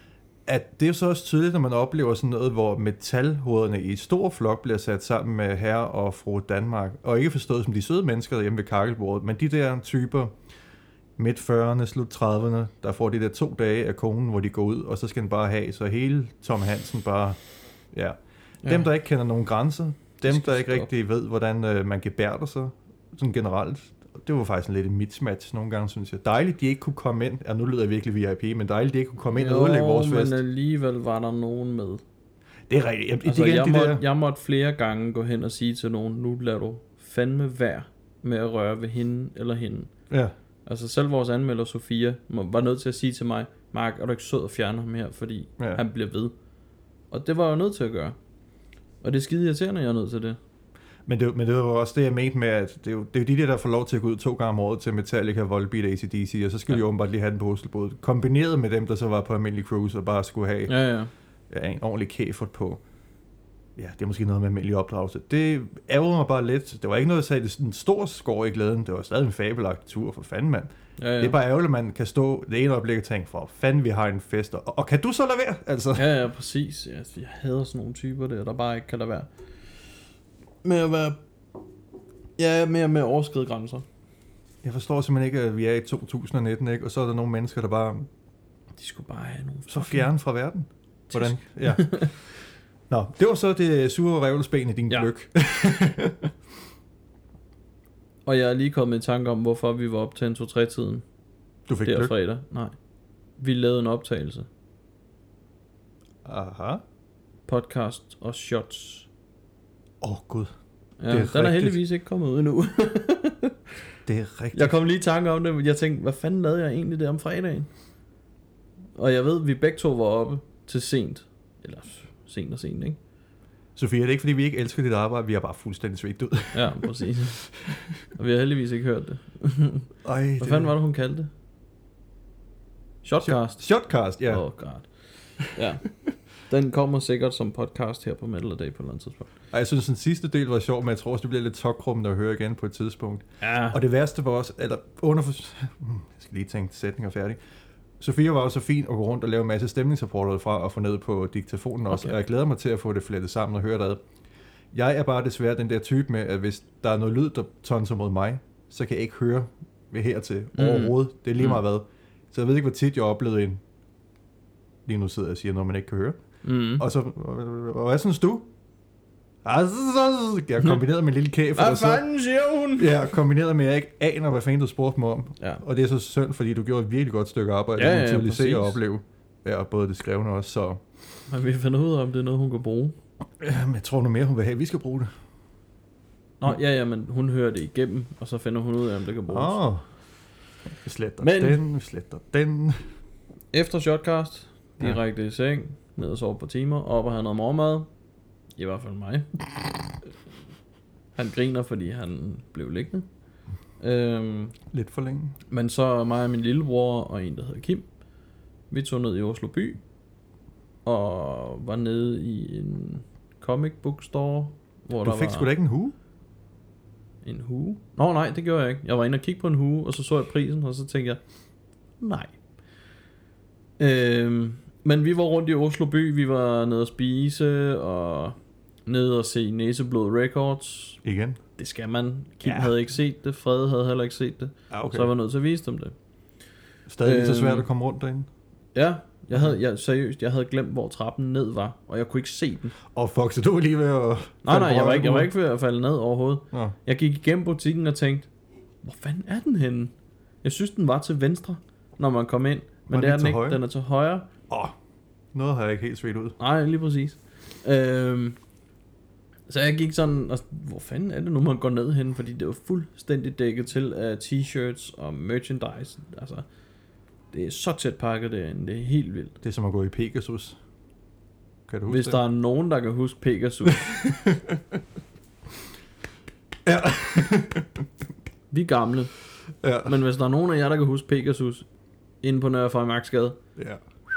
At det er jo så også tydeligt, når man oplever sådan noget, hvor metalhovederne i stor flok bliver sat sammen med herre og fru Danmark, og ikke forstået som de søde mennesker derhjemme ved kakkelbordet, men de der typer midt fyrrerne, slut trediverne, der får de der to dage af konen, hvor de går ud, og så skal den bare have, så hele Tom Hansen bare, ja. Dem, Ja. der ikke kender nogen grænser, dem, skal der ikke stoppe. rigtig ved, hvordan øh, man gebærder sig, sådan generelt. Det var faktisk en lidt en mismatch nogle gange, synes jeg. Dejligt, de ikke kunne komme ind. Ja, nu lyder jeg virkelig V I P, men dejligt, de ikke kunne komme ind og ødelægge vores men fest. alligevel var der nogen med. Det er rigtigt. Jeg, Altså, det jeg, de måtte, der... jeg måtte flere gange gå hen og sige til nogen, nu lader du fandme være med at røre ved hende eller hende. Ja. Altså selv vores anmelder Sofia var nødt til at sige til mig, Mark, er du ikke sød at fjerne ham her, fordi ja. han bliver ved. Og det var jeg nødt til at gøre. Og det er skide irriterende, jeg er nødt til det. Men det, men det var også det, jeg mente med, at det er, jo, det er jo de der, der får lov til at gå ud to gange om året til Metallica, Volbeat, A C D C, og så skal ja. vi jo åbenbart lige have den på Oslo-bådet. Kombineret med dem, der så var på almindelig cruise og bare skulle have ja, ja. Ja, en ordentlig kæfert på. Ja, det er måske noget med almindelig opdragelse. Det ærgerede mig bare lidt. Det var ikke noget, jeg sagde, det er en stor skår i glæden. Det var stadig en fabelagtig tur for fanden, mand. Ja, ja. Det er bare ærgerligt, at man kan stå det ene øjeblik og tænke, for fanden, vi har en fest. Og, og kan du så lade være? Altså. Ja, ja, præcis. Ja, jeg hader sådan nogle typer der, der bare ikke kan lade være. Med at være... Ja, mere med at overskride grænser. Jeg forstår simpelthen ikke, at vi er i to tusind nitten, ikke? Og så er der nogle mennesker, der bare... De skulle bare have nogle... Så fjerne fra verden. Hvordan? Ja. Nå, det var så det sure revlespæn i din ja. gløk. Og jeg er lige kommet i tanke om, hvorfor vi var op til en to tre tiden. Du fik der gløk? Fredag. Nej. Vi lavede en optagelse. Aha. Podcast og shots. Åh, oh, gud. Ja, er den rigtigt. Er heldigvis ikke kommet ud endnu. Det er rigtigt. Jeg kom lige i tanke om det. Jeg tænkte, hvad fanden lavede jeg egentlig der om fredagen? Og jeg ved, vi begge to var oppe til sent. Eller sent og sent, ikke? Sofia, det er ikke fordi, vi ikke elsker dit arbejde. Vi er bare fuldstændig svedt ud. Ja, præcis. Og vi har heldigvis ikke hørt det. Ej, hvad det fanden var det, hun kaldte det? Shotcast. Shotcast, ja. Oh god. Ja. Den kommer sikkert som podcast her på Metal A Day på et eller andet tidspunkt. Ej, jeg synes, den sidste del var sjov, men jeg tror også, det bliver lidt tokrummende at høre igen på et tidspunkt. Ja. Og det værste var også, eller under... Jeg skal lige tænke sætninger færdig. Sofia var også så fin at gå rundt og lave en masse stemningsrapporter fra og få ned på diktafonen også, okay. Og jeg glæder mig til at få det flettet sammen og høre det. Jeg er bare desværre den der type med, at hvis der er noget lyd, der tonser mod mig, så kan jeg ikke høre ved hertil mm. overhovedet. Det er lige meget mm. hvad. Så jeg ved ikke, hvor tit jeg oplevede en... Lige nu sidder jeg og siger noget, man ikke kan høre. Mm. Og så, hvad synes du? Jeg kombineret med en lille kæf. Hvad fanden siger hun? Ja, kombineret med, at jeg ikke aner, hvad fanden du spurgte mig om. Ja. Og det er så synd, fordi du gjorde et virkelig godt stykke arbejde. Ja, ja, til at se og præcis. opleve. Ja, og både det skrevne også, så... Men vi finder ud af, om det er noget, hun kan bruge. Ja, men jeg tror nu mere, hun vil have, at vi skal bruge det. Nå, ja, ja, men hun hører det igennem, og så finder hun ud af, om det kan bruges. Åh, oh, vi sletter men, den, vi sletter den. Efter shotcast, direkte ja. i seng, ned og sove på timer, op og have noget morgenmad. I hvert fald mig. Han griner, fordi han blev liggende. Øhm, Lidt for længe. Men så mig og min lillebror og en, der hedder Kim, vi tog ned i Oslo by, og var nede i en comic book store, hvor du der fik var... sgu da ikke en hue? En hue? Nå nej, det gjorde jeg ikke. Jeg var inde og kigge på en hue, og så så jeg prisen, og så tænkte jeg, nej. Øhm, men vi var rundt i Oslo by, vi var nede at spise, og nede og se Næseblod Records. Igen? Det skal man. Kim ja. havde ikke set det, Fred havde heller ikke set det. Ah, okay. Så jeg var nødt til at vise dem det. Stadig øhm, så svært at komme rundt derinde? Ja, jeg havde, jeg, seriøst, jeg havde glemt, hvor trappen ned var, og jeg kunne ikke se den. Og oh, fuck, så du var lige ved at... Nej, nej, jeg var, ikke, jeg var ikke ved at falde ned overhovedet. Ja. Jeg gik igennem butikken og tænkte, hvor fanden er den henne? Jeg synes, den var til venstre, når man kom ind. Men det er den ikke, højre? Den er til højre. Åh, oh, noget har jeg ikke helt svedt ud. Nej, lige præcis. Øhm, så jeg gik sådan, og hvor fanden er det nu, man går ned hen? Fordi det var fuldstændig dækket til af t-shirts og merchandise. Altså, det er så tæt pakket derinde, det er helt vildt. Det er som at gå i Pegasus. Kan du huske Hvis det? der er nogen, der kan huske Pegasus. Ja. Vi er gamle. Ja. Men hvis der er nogen af jer, der kan huske Pegasus, inde på Nørre Frederiksmarksgade. Ja.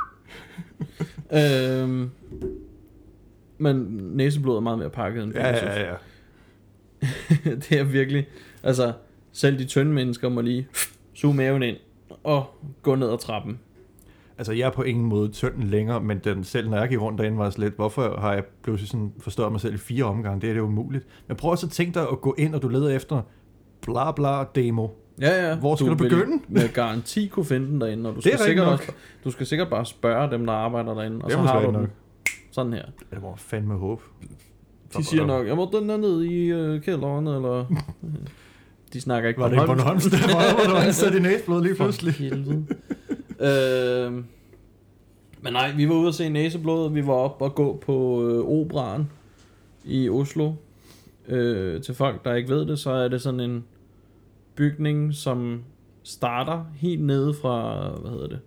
øhm, men næseblod er meget mere pakket end Pegasus. Ja, ja, ja. Det er virkelig, altså selv de tynde mennesker må lige suge maven ind og gå ned ad trappen. Altså jeg er på ingen måde tynd længere, men den, selv når jeg gik rundt derinde var det lidt, hvorfor har jeg pludselig sådan forstået mig selv i fire omgange? Det er det umuligt. Men prøv også at tænke dig at gå ind, og du leder efter bla bla demo. Ja, ja. Hvor skal du, du begynde? Med garanti kunne finde den derinde, og du skal, sikkert også, du skal sikkert bare spørge dem, der arbejder derinde, og så har du den sådan her. Det var fandme håb. De siger nok, jeg må den der ned i øh, kælderen, eller... De snakker ikke var det Bornholms. Var det ikke Bornholms? Hvor du ansat i næsblod lige pludselig? øh, Men nej, vi var ude at se Næseblod. Vi var op og gå på øh, Operaen i Oslo. Øh, til folk, der ikke ved det, så er det sådan en bygning, som starter helt nede fra, hvad hedder det?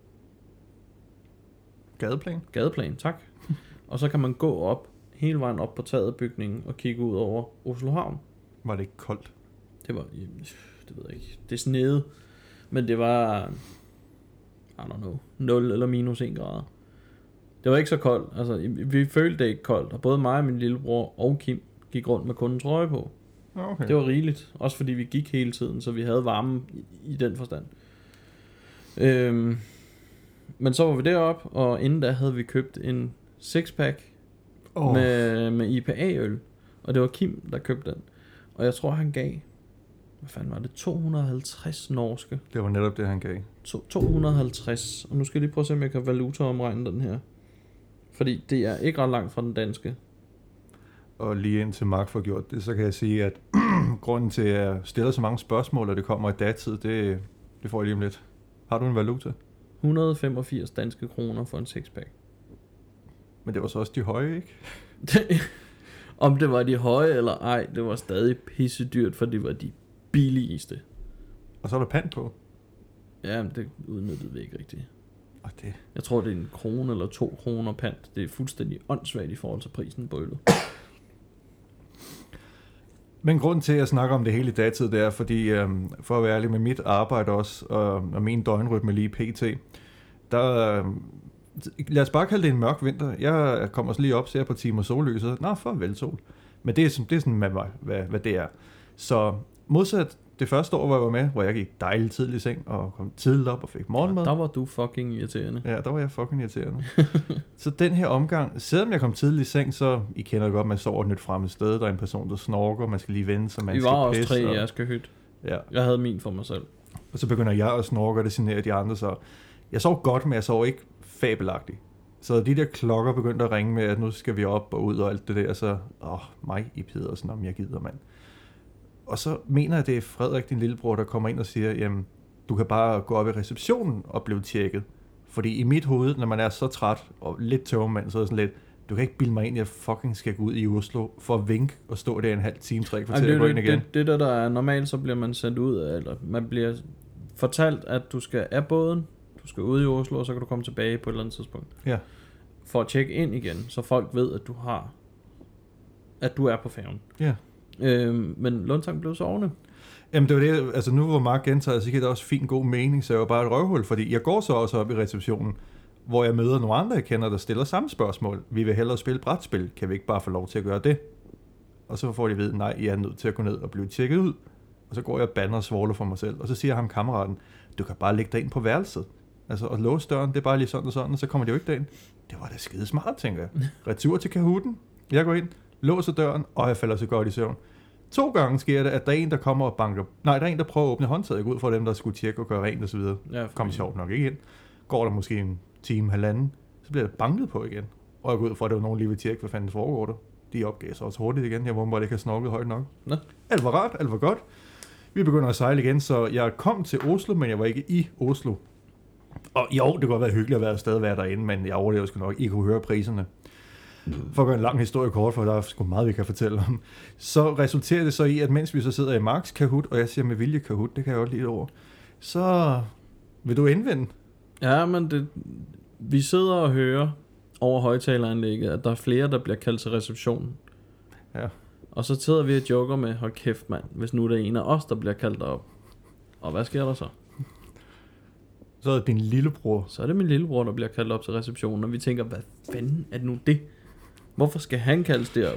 Gadeplan? Gadeplan, tak. Og så kan man gå op, hele vejen op på taget af bygningen og kigge ud over Oslo Havn. Var det ikke koldt? Det var, det ved jeg ikke, det snede, men det var, I don't know, nul eller minus en grader. Det var ikke så koldt, altså vi følte det ikke koldt, og både mig og min lillebror og Kim gik rundt med kun en trøje på. Okay. Det var rigeligt, også fordi vi gik hele tiden, så vi havde varme i, i den forstand. Øhm, men så var vi deroppe, og inden da havde vi købt en sixpack oh. med, med I P A-øl, og det var Kim, der købte den. Og jeg tror, han gav, hvad fanden var det, to hundrede og halvtreds norske. Det var netop det, han gav. To, to hundrede og halvtreds, og nu skal jeg lige prøve at se, om jeg kan valuta omregne den her. Fordi det er ikke ret langt fra den danske. Og lige indtil Mark får gjort det, så kan jeg sige, at grunden til, at jeg stiller så mange spørgsmål, og det kommer i datid, det, det får jeg lige om lidt. Har du en valuta? et hundrede og femogfirs danske kroner for en sixpack. Men det var så også de høje, ikke? Om det var de høje eller ej, det var stadig pisse dyrt, for det var de billigste. Og så er der pant på. Ja, men det udnyttede vi ikke rigtigt. Og det... Jeg tror, det er en krone eller to kroner pant. Det er fuldstændig åndssvagt i forhold til prisen på øllet. Men grunden til, at jeg snakker om det hele i datid, det er, fordi øhm, for at være ærlig med mit arbejde også, og, og min døgnrytme lige pt., der... Øhm, lad os bare kalde det en mørk vinter. Jeg kommer så lige op, ser på timer sollyset. Nå, farvel sol. Men det er, sådan, det er sådan, hvad, hvad, hvad det er. Så modsat det første år, hvor jeg var med, hvor jeg gik dejligt tidligt i seng, og kom tidligt op og fik morgenmad. Ja, der var du fucking irriterende. Ja, der var jeg fucking irriterende. Så den her omgang, selvom jeg kom tidligt i seng, så I kender godt, man sover et nyt fremmed sted. Der er en person, der snorker, man skal lige vende, så man Vi skal var pisse. også tre i og... jeres hyt. Ja. Jeg havde min for mig selv. Og så begynder jeg at snorke, og det signerer de andre, så jeg sov godt, men jeg sov ikke fabelagtigt. Så de der klokker begyndte at ringe med, at nu skal vi op og ud og alt det der, så åh, mig i Pedersen, om jeg gider, mand. Og så mener jeg, det er Frederik, din lillebror, der kommer ind og siger, jamen, du kan bare gå op i receptionen og blive tjekket. Fordi i mit hoved, når man er så træt og lidt tømmermand, så er det sådan lidt, du kan ikke bilde mig ind, at jeg fucking skal gå ud i Oslo for at vinke og stå der en halv time, tre kvarter og gå ind igen. Det, det der, der er normalt, så bliver man sendt ud, eller man bliver fortalt, at du skal af båden, du skal ud i Oslo, og så kan du komme tilbage på et eller andet tidspunkt. Ja. For at tjekke ind igen, så folk ved, at du har, at du er på færgen. Ja. Øhm, men Lundtang blev sovende. Jamen det var det, altså nu hvor Mark gentager, så giver det også fin god mening, så jeg var bare et røvhul, fordi jeg går så også op i receptionen, hvor jeg møder nogle andre, jeg kender, der stiller samme spørgsmål. Vi vil hellere spille brætspil, kan vi ikke bare få lov til at gøre det? Og så får de at vide, nej, I er nødt til at gå ned og blive tjekket ud. Og så går jeg og bander og svåler for mig selv, og så siger ham kammeraten, du kan bare lægge dig ind på værelset. Altså at låse døren, det er bare lige sådan og sådan, og så kommer de jo ikke derind. Det var da skide smart, tænker jeg. Retur til Kahooten. Jeg går ind, låser døren, og jeg falder så godt i søvn. To gange sker det, at der er en, der kommer og banker. Nej, der er en, der prøver at åbne håndtaget. Jeg går ud fra dem, der skulle tjekke og gøre rent og så videre. Ja, kommer sjovt nok ikke ind. Går der måske en time, halvanden, så bliver der banket på igen. Og jeg går ud fra, at det var nogen lige ved tjekke, hvad fanden foregår der. De opgav sig også hurtigt igen. Jeg må bare ikke have snorket højt nok. Nå. Alt var rart, alt var godt. Vi begynder at sejle igen, så jeg kom til Oslo, men jeg var ikke i Oslo. Og jo, det kunne have været hyggeligt at være stadig være derinde, men jeg overlevede sgu nok. I kunne høre priserne. For at gøre en lang historie kort, for der er sgu meget, vi kan fortælle om. Så resulterer det så i, at mens vi så sidder i Marks Kahoot, og jeg siger med vilje Kahoot, det kan jeg godt lide over, så vil du indvende? Ja, men det, vi sidder og hører over højtaleranlægget, at der er flere, der bliver kaldt til receptionen. Ja. Og så sidder vi og joker med, hold kæft mand, hvis nu der er en af os, der bliver kaldt op. Og hvad sker der så? Så er det din lillebror. Så er det min lillebror, der bliver kaldt op til receptionen, og vi tænker, hvad fanden er det nu det? Hvorfor skal han kaldes derop?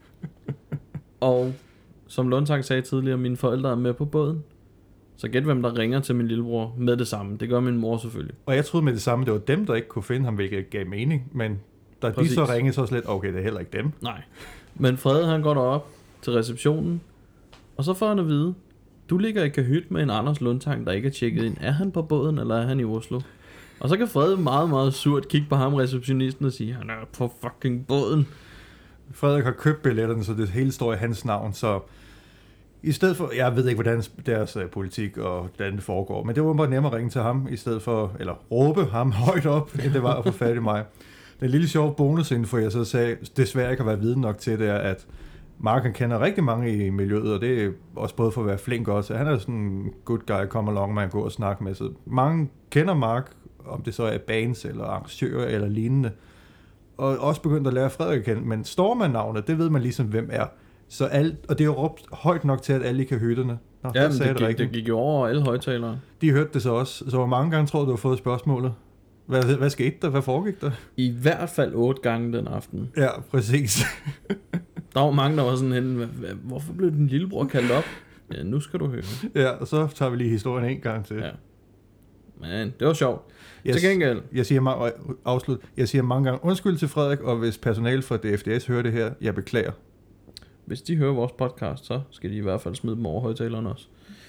Og som Lundtang sagde tidligere, mine forældre er med på båden. Så gæt hvem der ringer til min lillebror med det samme. Det gør min mor selvfølgelig. Og jeg troede med det samme, det var dem, der ikke kunne finde ham, hvilket gav mening. Men da de så ringede, så var slet, okay, det er heller ikke dem. Nej. Men Frede, han går derop til receptionen, og så får han at vide, du ligger i kahyt med en Anders Lundtang, der ikke er tjekket ind. Er han på båden, eller er han i Oslo? Og så kan Frede meget, meget surt kigge på ham, receptionisten, og sige, han er på fucking båden. Frederik har købt billetterne, så det hele står i hans navn, så I stedet for, jeg ved ikke, hvordan deres uh, politik og hvordan det foregår, men det var bare nemmere at ringe til ham, i stedet for, eller råbe ham højt op, end det var at få fat i mig. Den lille sjove bonusinfo, jeg så sagde, desværre ikke har været viden nok til, det er, at Mark han kender rigtig mange i miljøet, og det er også både for at være flink også. Han er sådan en good guy, come along, man går og snakke med. Så mange kender Mark, om det så er bands eller arrangører eller lignende, og også begyndt at lære Frederik at kende. Men står man navnet, det ved man ligesom, hvem er. Så alt, og det er jo råbt højt nok til, at alle kan høre det. Nå, ja, men det, det, gik, det gik jo over alle højtalere. De hørte det så også. Så hvor mange gange tror du, du har fået spørgsmålet? Hvad, hvad skete der? Hvad foregik der? I hvert fald otte gange den aften. Ja, præcis. Der var mange, der var sådan hen, hvorfor blev din lillebror kaldt op? Ja, nu skal du høre. Ja, og så tager vi lige historien en gang til. Ja. Men det var sjovt. Jeg, til gengæld. Jeg siger, ma- afslut, jeg siger mange gange undskyld til Frederik, og hvis personale fra D F D S hører det her, jeg beklager. Hvis de hører vores podcast, så skal de i hvert fald smide dem over højtalerne også.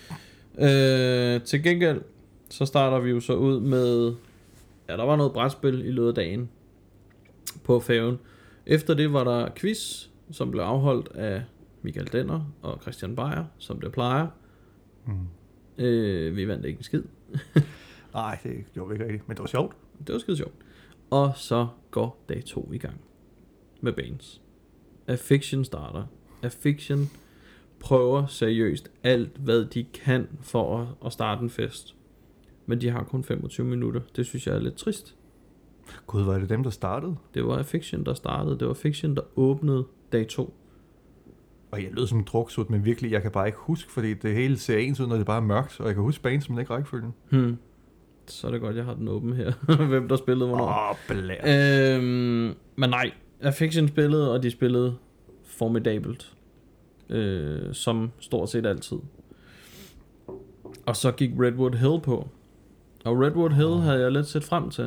Øh, til gengæld, så starter vi jo så ud med, ja, der var noget brætspil i løbet af dagen på færgen. Efter det var der quiz, som blev afholdt af Michael Denner og Christian Beyer, som det plejer. Mm. Øh, vi vandt ikke en skid. Nej, det gjorde vi ikke rigtigt, men det var sjovt. Det var skide sjovt. Og så går dag to i gang med bands. Affliction starter. Affliction prøver seriøst alt, hvad de kan for at, at starte en fest. Men de har kun femogtyve minutter. Det synes jeg er lidt trist. Gud, var det dem, der startede? Det var Affliction, der startede. Det var Affliction, der åbnede dag to. Og jeg lød som en druksud, men virkelig, jeg kan bare ikke huske, fordi det hele ser ens ud, når det bare er mørkt, og jeg kan huske bands, men ikke rækkefølgen. Hmm. Så er det godt, jeg har den åben her. Hvem der spillede hvornår. Åh, oh, blært. Øhm, men nej, Affliction spillede, og de spillede formidabelt. Øh, som stort set altid. Og så gik Redwood Hill på. Og Redwood Hill oh. havde jeg lidt set frem til.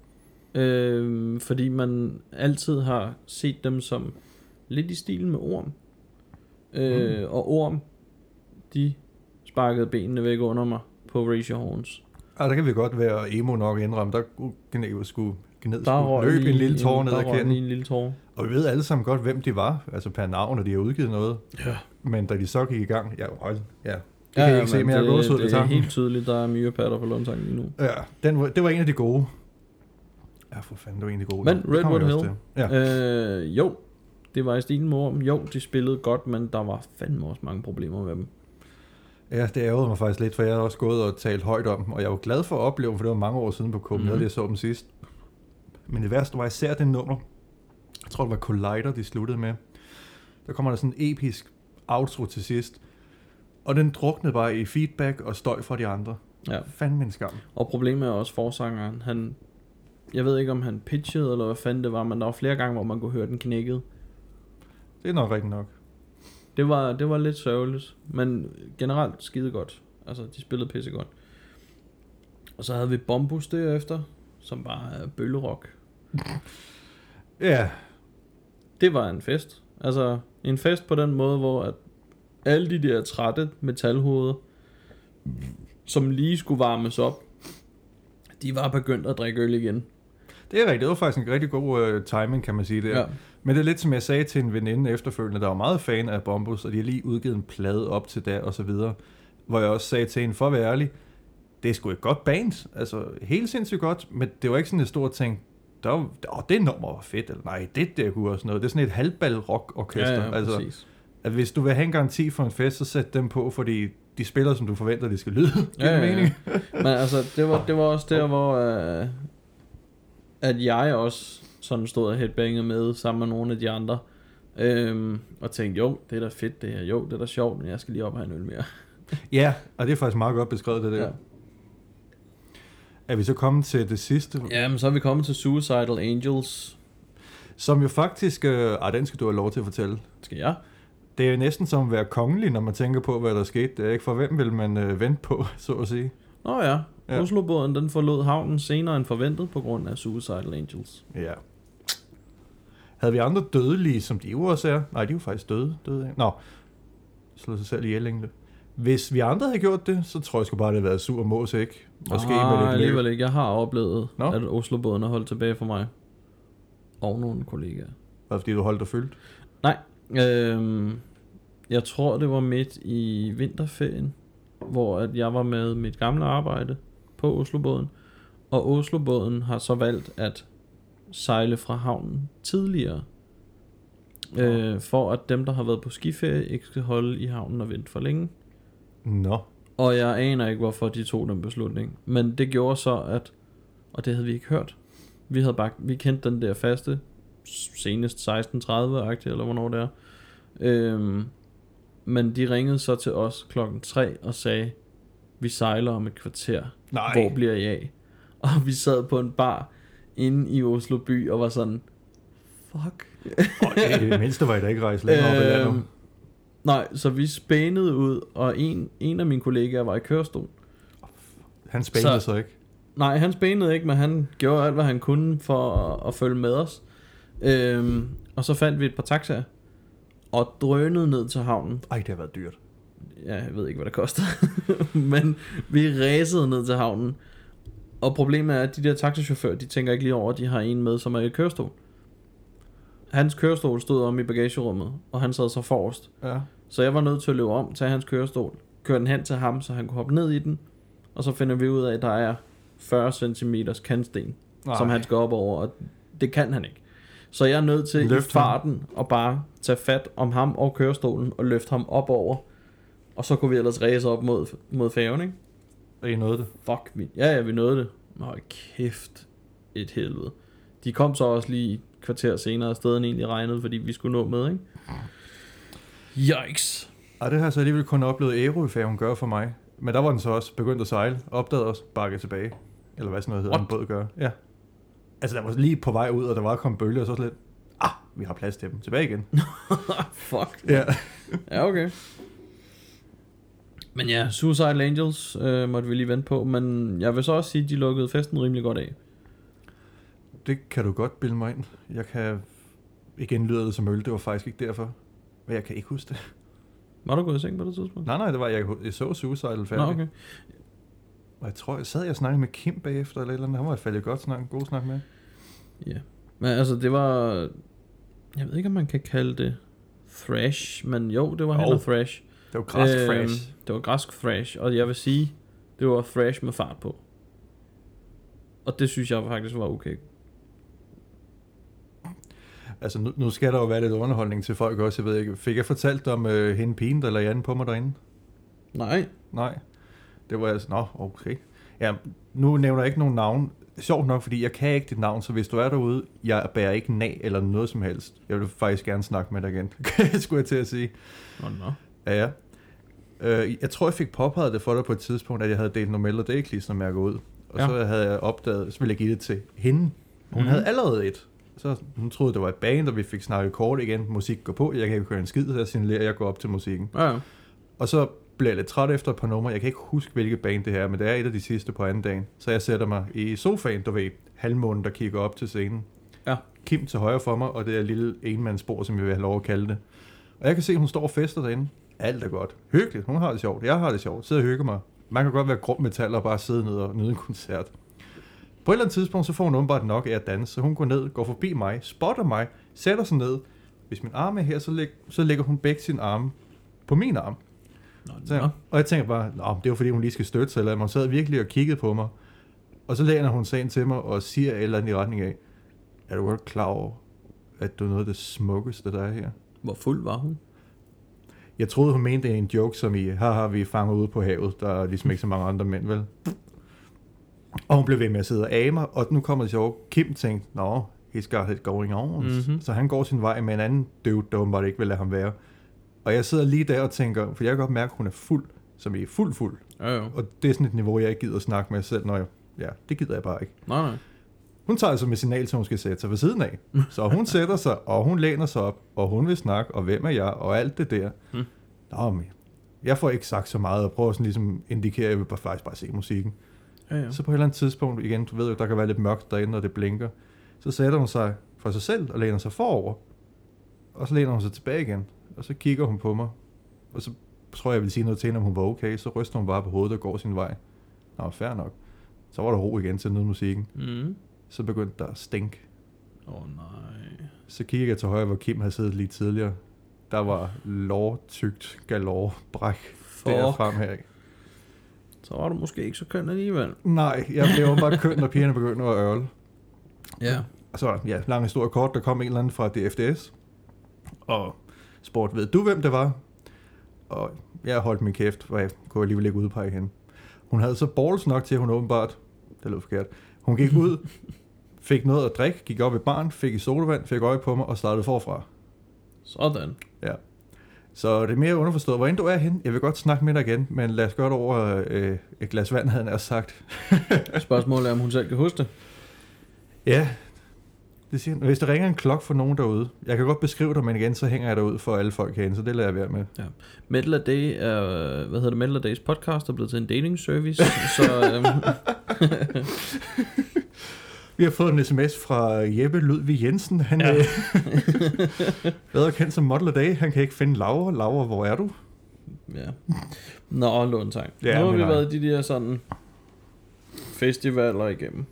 Øh, fordi man altid har set dem som lidt i stil med Orm. Øh, mm. Og Orm, de sparkede benene væk under mig på Raise Your Horns. Ja, der kan vi godt være emo nok indrømme. Der kunne skulle ned, skulle løbe en lille tår ned ad kænden. en lille tår. Og vi ved alle sammen godt, hvem de var, altså per navn, og de har udgivet noget. Ja. Men da de så gik i gang, ja, hold, ja. Det ja, kan jeg ikke se, men jeg er gås ud det, det er helt tydeligt, der er myrepatter på Lundtangen lige nu. Ja, den var, det var en af de gode. Ja, for fanden, det var en af de gode. Men Redwood Hill, ja. øh, jo, det var i stilen med Orm. Jo, de spillede godt, men der var fandme også mange problemer med dem. Ja, det ærgerede mig faktisk lidt, for jeg har også gået og talt højt om dem, og jeg var glad for at opleve dem, for det var mange år siden på Copenhagen, mm-hmm. jeg så dem sidst. Men det værste var især det nummer. Jeg tror, det var Collider, de sluttede med. Der kommer der sådan en episk outro til sidst. Og den druknede bare i feedback og støj fra de andre. Ja. Fandme en skam. Og problemet er også forsangeren. Han, jeg ved ikke, om han pitchede, eller hvad fanden det var, men der var flere gange, hvor man kunne høre den knækkede. Det er nok rigtigt nok. Det var, det var lidt sørgeligt, men generelt skide godt. Altså, de spillede pisse godt. Og så havde vi Bombus derefter, som bare er bøllerock. Ja. Yeah. Det var en fest. Altså, en fest på den måde, hvor at alle de der trætte metalhoveder, som lige skulle varmes op, de var begyndt at drikke øl igen. Det er rigtigt. Det var faktisk en rigtig god uh, timing, kan man sige det. Ja. Men det er lidt som jeg sagde til en veninde efterfølgende, der var meget fan af Bombus, og de har lige udgivet en plade op til der og så videre, hvor jeg også sagde til hende, for at være ærlig, det er sgu et godt band, altså helt sindssygt godt, men det var ikke sådan et stort ting, der var, åh, det nummer var fedt, eller nej, det der kunne også noget, det er sådan et halvbal rock orkester, ja, ja, altså, at hvis du vil have en garanti for en fest, så sæt dem på, fordi de spiller, som du forventer, de skal lyde. Ja, ja, ja. Mening. Men altså, det var, det var også der, hvor uh, at jeg også sådan stod og headbangede med sammen med nogle af de andre, øhm, og tænkte, jo, det er da fedt det her, jo, det er da sjovt, men jeg skal lige op og have en øl mere. Ja, og det er faktisk meget godt beskrevet, det der. Ja. Er vi så kommet til det sidste? Ja, men så er vi kommet til Suicidal Angels. Som jo faktisk, øh, ah, den skal du have lov til at fortælle. Skal jeg? Det er jo næsten som at være kongelig, når man tænker på, hvad der skete. Det er ikke for hvem vil man øh, vente på, så at sige. Nå ja, ja. Oslobåden den forlod havnen senere end forventet på grund af Suicidal Angels. Ja. Havde vi andre dødelige, som de jo også er? Nej, de er jo faktisk døde. døde Nå, slå sig selv ihjel egentlig. Hvis vi andre havde gjort det, så tror jeg sgu bare, det havde været sur mås, ikke? Måske ah, med lidt alligevel ikke. Jeg har oplevet, Nå? at Oslobåden har holdt tilbage for mig. Og nogle kollegaer. Var det fordi, du holdt dig fyldt? Nej. Øhm, Jeg tror, det var midt i vinterferien, hvor at jeg var med mit gamle arbejde på Oslobåden. Og Oslobåden har så valgt at sejle fra havnen tidligere. Øh, for at dem, der har været på skiferie, ikke skal holde i havnen og vente for længe. Nå. Og jeg aner ikke, hvorfor de tog den beslutning. Men det gjorde så, at... Og det havde vi ikke hørt. Vi havde bare... Vi kendte den der faste... Senest seksten tredive-agtigt, eller hvornår det er. Øhm, men de ringede så til os klokken tre og sagde... Vi sejler om et kvarter. Nej. Hvor bliver I af? Og vi sad på en bar inde i Oslo by og var sådan... Fuck. Og i det mindste var I da ikke rejst længere op i landet. Øhm, Nej, så vi spænede ud, og en, en af mine kollegaer var i kørestol. Han spænede så, så ikke? Nej, han spænede ikke, men han gjorde alt, hvad han kunne for at, at følge med os. Øhm, og så fandt vi et par taxaer, og drønede ned til havnen. Ej, det har været dyrt. Ja, jeg ved ikke, hvad det koster. Men vi ræsede ned til havnen. Og problemet er, at de der taxachauffører, de tænker ikke lige over, at de har en med, som er i kørestol. Hans kørestol stod om i bagagerummet, og han sad så forrest. Ja. Så jeg var nødt til at løbe om, tage hans kørestol, køre den hen til ham, så han kunne hoppe ned i den, og så finder vi ud af, at der er fyrre centimeter kantsten, Ej. som han skal op over, og det kan han ikke. Så jeg er nødt til løft i farten ham. Og bare tage fat om ham og kørestolen, og løfte ham op over, og så kunne vi ellers ræse op mod, mod færgen, ikke? Og I nåede det? Fuck, vi, ja, ja, vi nåede det. Nå, kæft, et helvede. De kom så også lige et kvarter senere afsted, end egentlig regnede, fordi vi skulle nå med, ikke? Yikes. Og det har så alligevel kun oplevet Ærøfærgen gøre for mig. Men der var den så også begyndt at sejle, opdagede os, bakket tilbage. Eller hvad sådan noget hedder, en båd gør. Ja. Altså, der var lige på vej ud, og der var kommet bølger, og så lidt, ah, vi har plads til dem. Tilbage igen. Fuck. Ja. Ja, okay. Men ja, Suicidal Angels øh, måtte vi lige vente på, men jeg vil så også sige, at de lukkede festen rimelig godt af. Det kan du godt bilde mig ind. Jeg kan... Igen lyder det som øl, det var faktisk ikke derfor. Men jeg kan ikke huske det. Var du gået i seng på det tidspunkt? Nej, nej, det var, jeg, jeg så Suicidal færdig. Nå, okay. Og jeg tror, jeg sad og snakkede med Kim bagefter, eller et eller andet. Han var i hvert fald godt snak, god snak med. Ja, men altså det var... Jeg ved ikke, om man kan kalde det thrash, men jo, det var heller oh. thrash. Det var græsk øh, thrash. Det var græsk thrash, og jeg vil sige, det var thrash med fart på. Og det synes jeg faktisk var okay. Altså, nu, nu skal der jo være lidt underholdning til folk også, jeg ved ikke. Fik jeg fortalt om øh, hende pigen, der lagde an på mig derinde? Nej. Nej. Det var altså, nå, okay. Ja, nu nævner jeg ikke nogen navn. Sjovt nok, fordi jeg kan ikke dit navn, så hvis du er derude, jeg bærer ikke nag eller noget som helst. Jeg vil faktisk gerne snakke med dig igen, skulle jeg til at sige. Nå, nå. Ja, ja. Øh, jeg tror, jeg fik påpeget det for dig på et tidspunkt, at jeg havde delt Nomella Day-klistermærker ud. Og ja. Så havde jeg opdaget, så ville jeg give det til hende. Hun mm-hmm. havde allerede et. Så hun troede, det var et band, og vi fik snakket kort igen. Musik går på, jeg kan ikke høre en skid, så jeg signalerer, at jeg går op til musikken. Ja, ja. Og så blev jeg lidt træt efter et par numre. Jeg kan ikke huske, hvilket band det er, men det er et af de sidste på anden dagen. Så jeg sætter mig i sofaen, du ved, halvmånen, der kigger op til scenen. Ja. Kim til højre for mig, og det er et lille enmandsbord, som jeg vil have lov at kalde det. Og jeg kan se, at hun står og fester derinde. Alt er godt. Hyggeligt. Hun har det sjovt. Jeg har det sjovt. Sidder og hygger mig. Man kan godt være grum metal og bare sidde ned og nyde en koncert. På et eller andet tidspunkt, så får hun åbenbart nok af at danse, så hun går ned, går forbi mig, spotter mig, sætter sig ned. Hvis min arm er her, så, læg, så lægger hun begge sine arme på min arm. Nå, så, og jeg tænker bare, nå, det var fordi, hun lige skal støtte sig, eller hun sad virkelig og kiggede på mig. Og så læner hun sig ind til mig og siger et eller andet i retning af, er du godt klar over, at du er noget af det smukkeste, der er her? Hvor fuld var hun? Jeg troede, hun mente en joke, som i, haha, vi er fanget ude på havet, der er ligesom ikke så mange andre mænd, vel? Og hun blev ved med at sidde og af mig, og nu kommer det sjovt. Kim tænkte, nå, he's got it going on. Mm-hmm. Så han går sin vej med en anden dude, der åbenbart ikke vil lade ham være. Og jeg sidder lige der og tænker, for jeg kan godt mærke, at hun er fuld, som i fuld fuld. Ja, ja. Og det er sådan et niveau, jeg ikke gider at snakke med selv, når jeg, ja, det gider jeg bare ikke. Nej, nej. Hun tager altså med signal, så hun skal sætte sig ved siden af. Så hun sætter sig, og hun læner sig op, og hun vil snakke, og hvem er jeg, og alt det der. Hmm. Nå, men jeg får ikke sagt så meget, og prøver sådan ligesom indikere, at jeg vil bare, faktisk bare se musikken. Ja, ja. Så på et eller andet tidspunkt, igen, du ved jo, der kan være lidt mørkt derinde, når det blinker, så sætter hun sig for sig selv og læner sig forover, og så læner hun sig tilbage igen, og så kigger hun på mig, og så tror jeg, jeg vil sige noget til hende, om hun var okay, så ryster hun bare på hovedet og går sin vej. Nå, fair nok. Så var der ro igen til at nyde musikken. Mm. Så begyndte der at stink. Åh oh, nej. Så kigger jeg til højre, hvor Kim havde siddet lige tidligere. Der var lårtygt galore bræk derfrem her. Så var du måske ikke så køn alligevel. Nej, jeg blev jo bare køn, når pigerne begyndte at ørle. Ja. Så ja, lang historie kort, der kom en eller anden fra D F D S, og spurgte, ved du hvem det var? Og jeg holdt min kæft, for jeg kunne alligevel ikke udpege hende. Hun havde så balls nok til, at hun åbenbart, det lød forkert, hun gik ud, fik noget at drikke, gik op i baren, fik i sodavand, fik øje på mig og startede forfra. Sådan. Ja. Så det er mere underforstået. Hvor end du er henne, jeg vil godt snakke med dig igen, men lad os gøre det over øh, et glas vand, havde han sagt. Spørgsmålet er, om hun selv kan huske det. Ja, det siger han. Hvis der ringer en klok for nogen derude, jeg kan godt beskrive dig, men igen, så hænger jeg derud for alle folk herinde, så det lader jeg være med. Ja. Metal A Day er, hvad hedder det, Metal A Days podcast er blevet til en dating service, så... Øhm. Vi har fået en sms fra Jeppe Ludvig Jensen. Han ja. er bedre kendt som Model A Day. Han kan ikke finde Laura. Laura, hvor er du? Ja. Nå, Lundtang. Ja, nu har vi nej. været de der sådan festivaler igennem.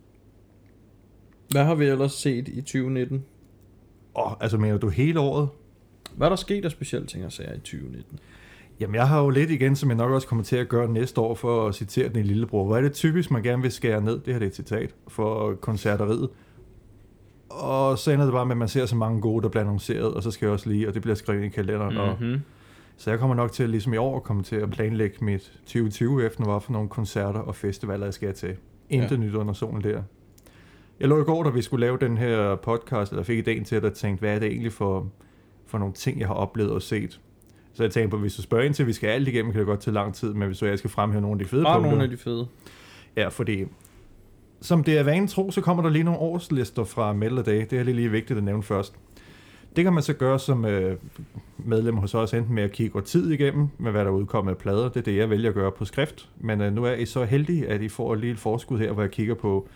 Hvad har vi ellers set i tyve nitten? Åh, oh, altså mener du hele året? Hvad er der sket af specielle ting at sige i tyve nitten? Jamen, jeg har jo lidt igen, som jeg nok også kommer til at gøre næste år, for at citere den i lillebror. Hvor er det typisk, man gerne vil skære ned, det her det er et citat, for koncerteriet. Og så ender det bare med, at man ser så mange gode, der bliver annonceret, og så skal jeg også lige, og det bliver skrevet i kalenderen. Mm-hmm. Og så jeg kommer nok til, ligesom i år, komme til at planlægge mit tyve tyve efter, hvad for nogle koncerter og festivaler, jeg skal til. Intet ja. nyt under solen der. Jeg lå i går, da vi skulle lave den her podcast, eller fik idéen til, at jeg tænkte, hvad er det egentlig for, for nogle ting, jeg har oplevet og set. Så jeg tænkte på, hvis du spørger ind til, at vi skal alt igennem, kan det godt tage lang tid, men hvis jeg skal fremhæve nogle af de fede Bare punkter. nogle af de fede. Ja, fordi som det er vanen tro, så kommer der lige nogle årslister fra Metal A Day. Det er lige, lige vigtigt at nævne først. Det kan man så gøre som øh, medlem hos os, enten med at kigge tid igennem, med hvad der er udkommet af plader. Det er det, jeg vælger at gøre på skrift. Men øh, nu er I så heldige, at I får lige et forskud her, hvor jeg kigger på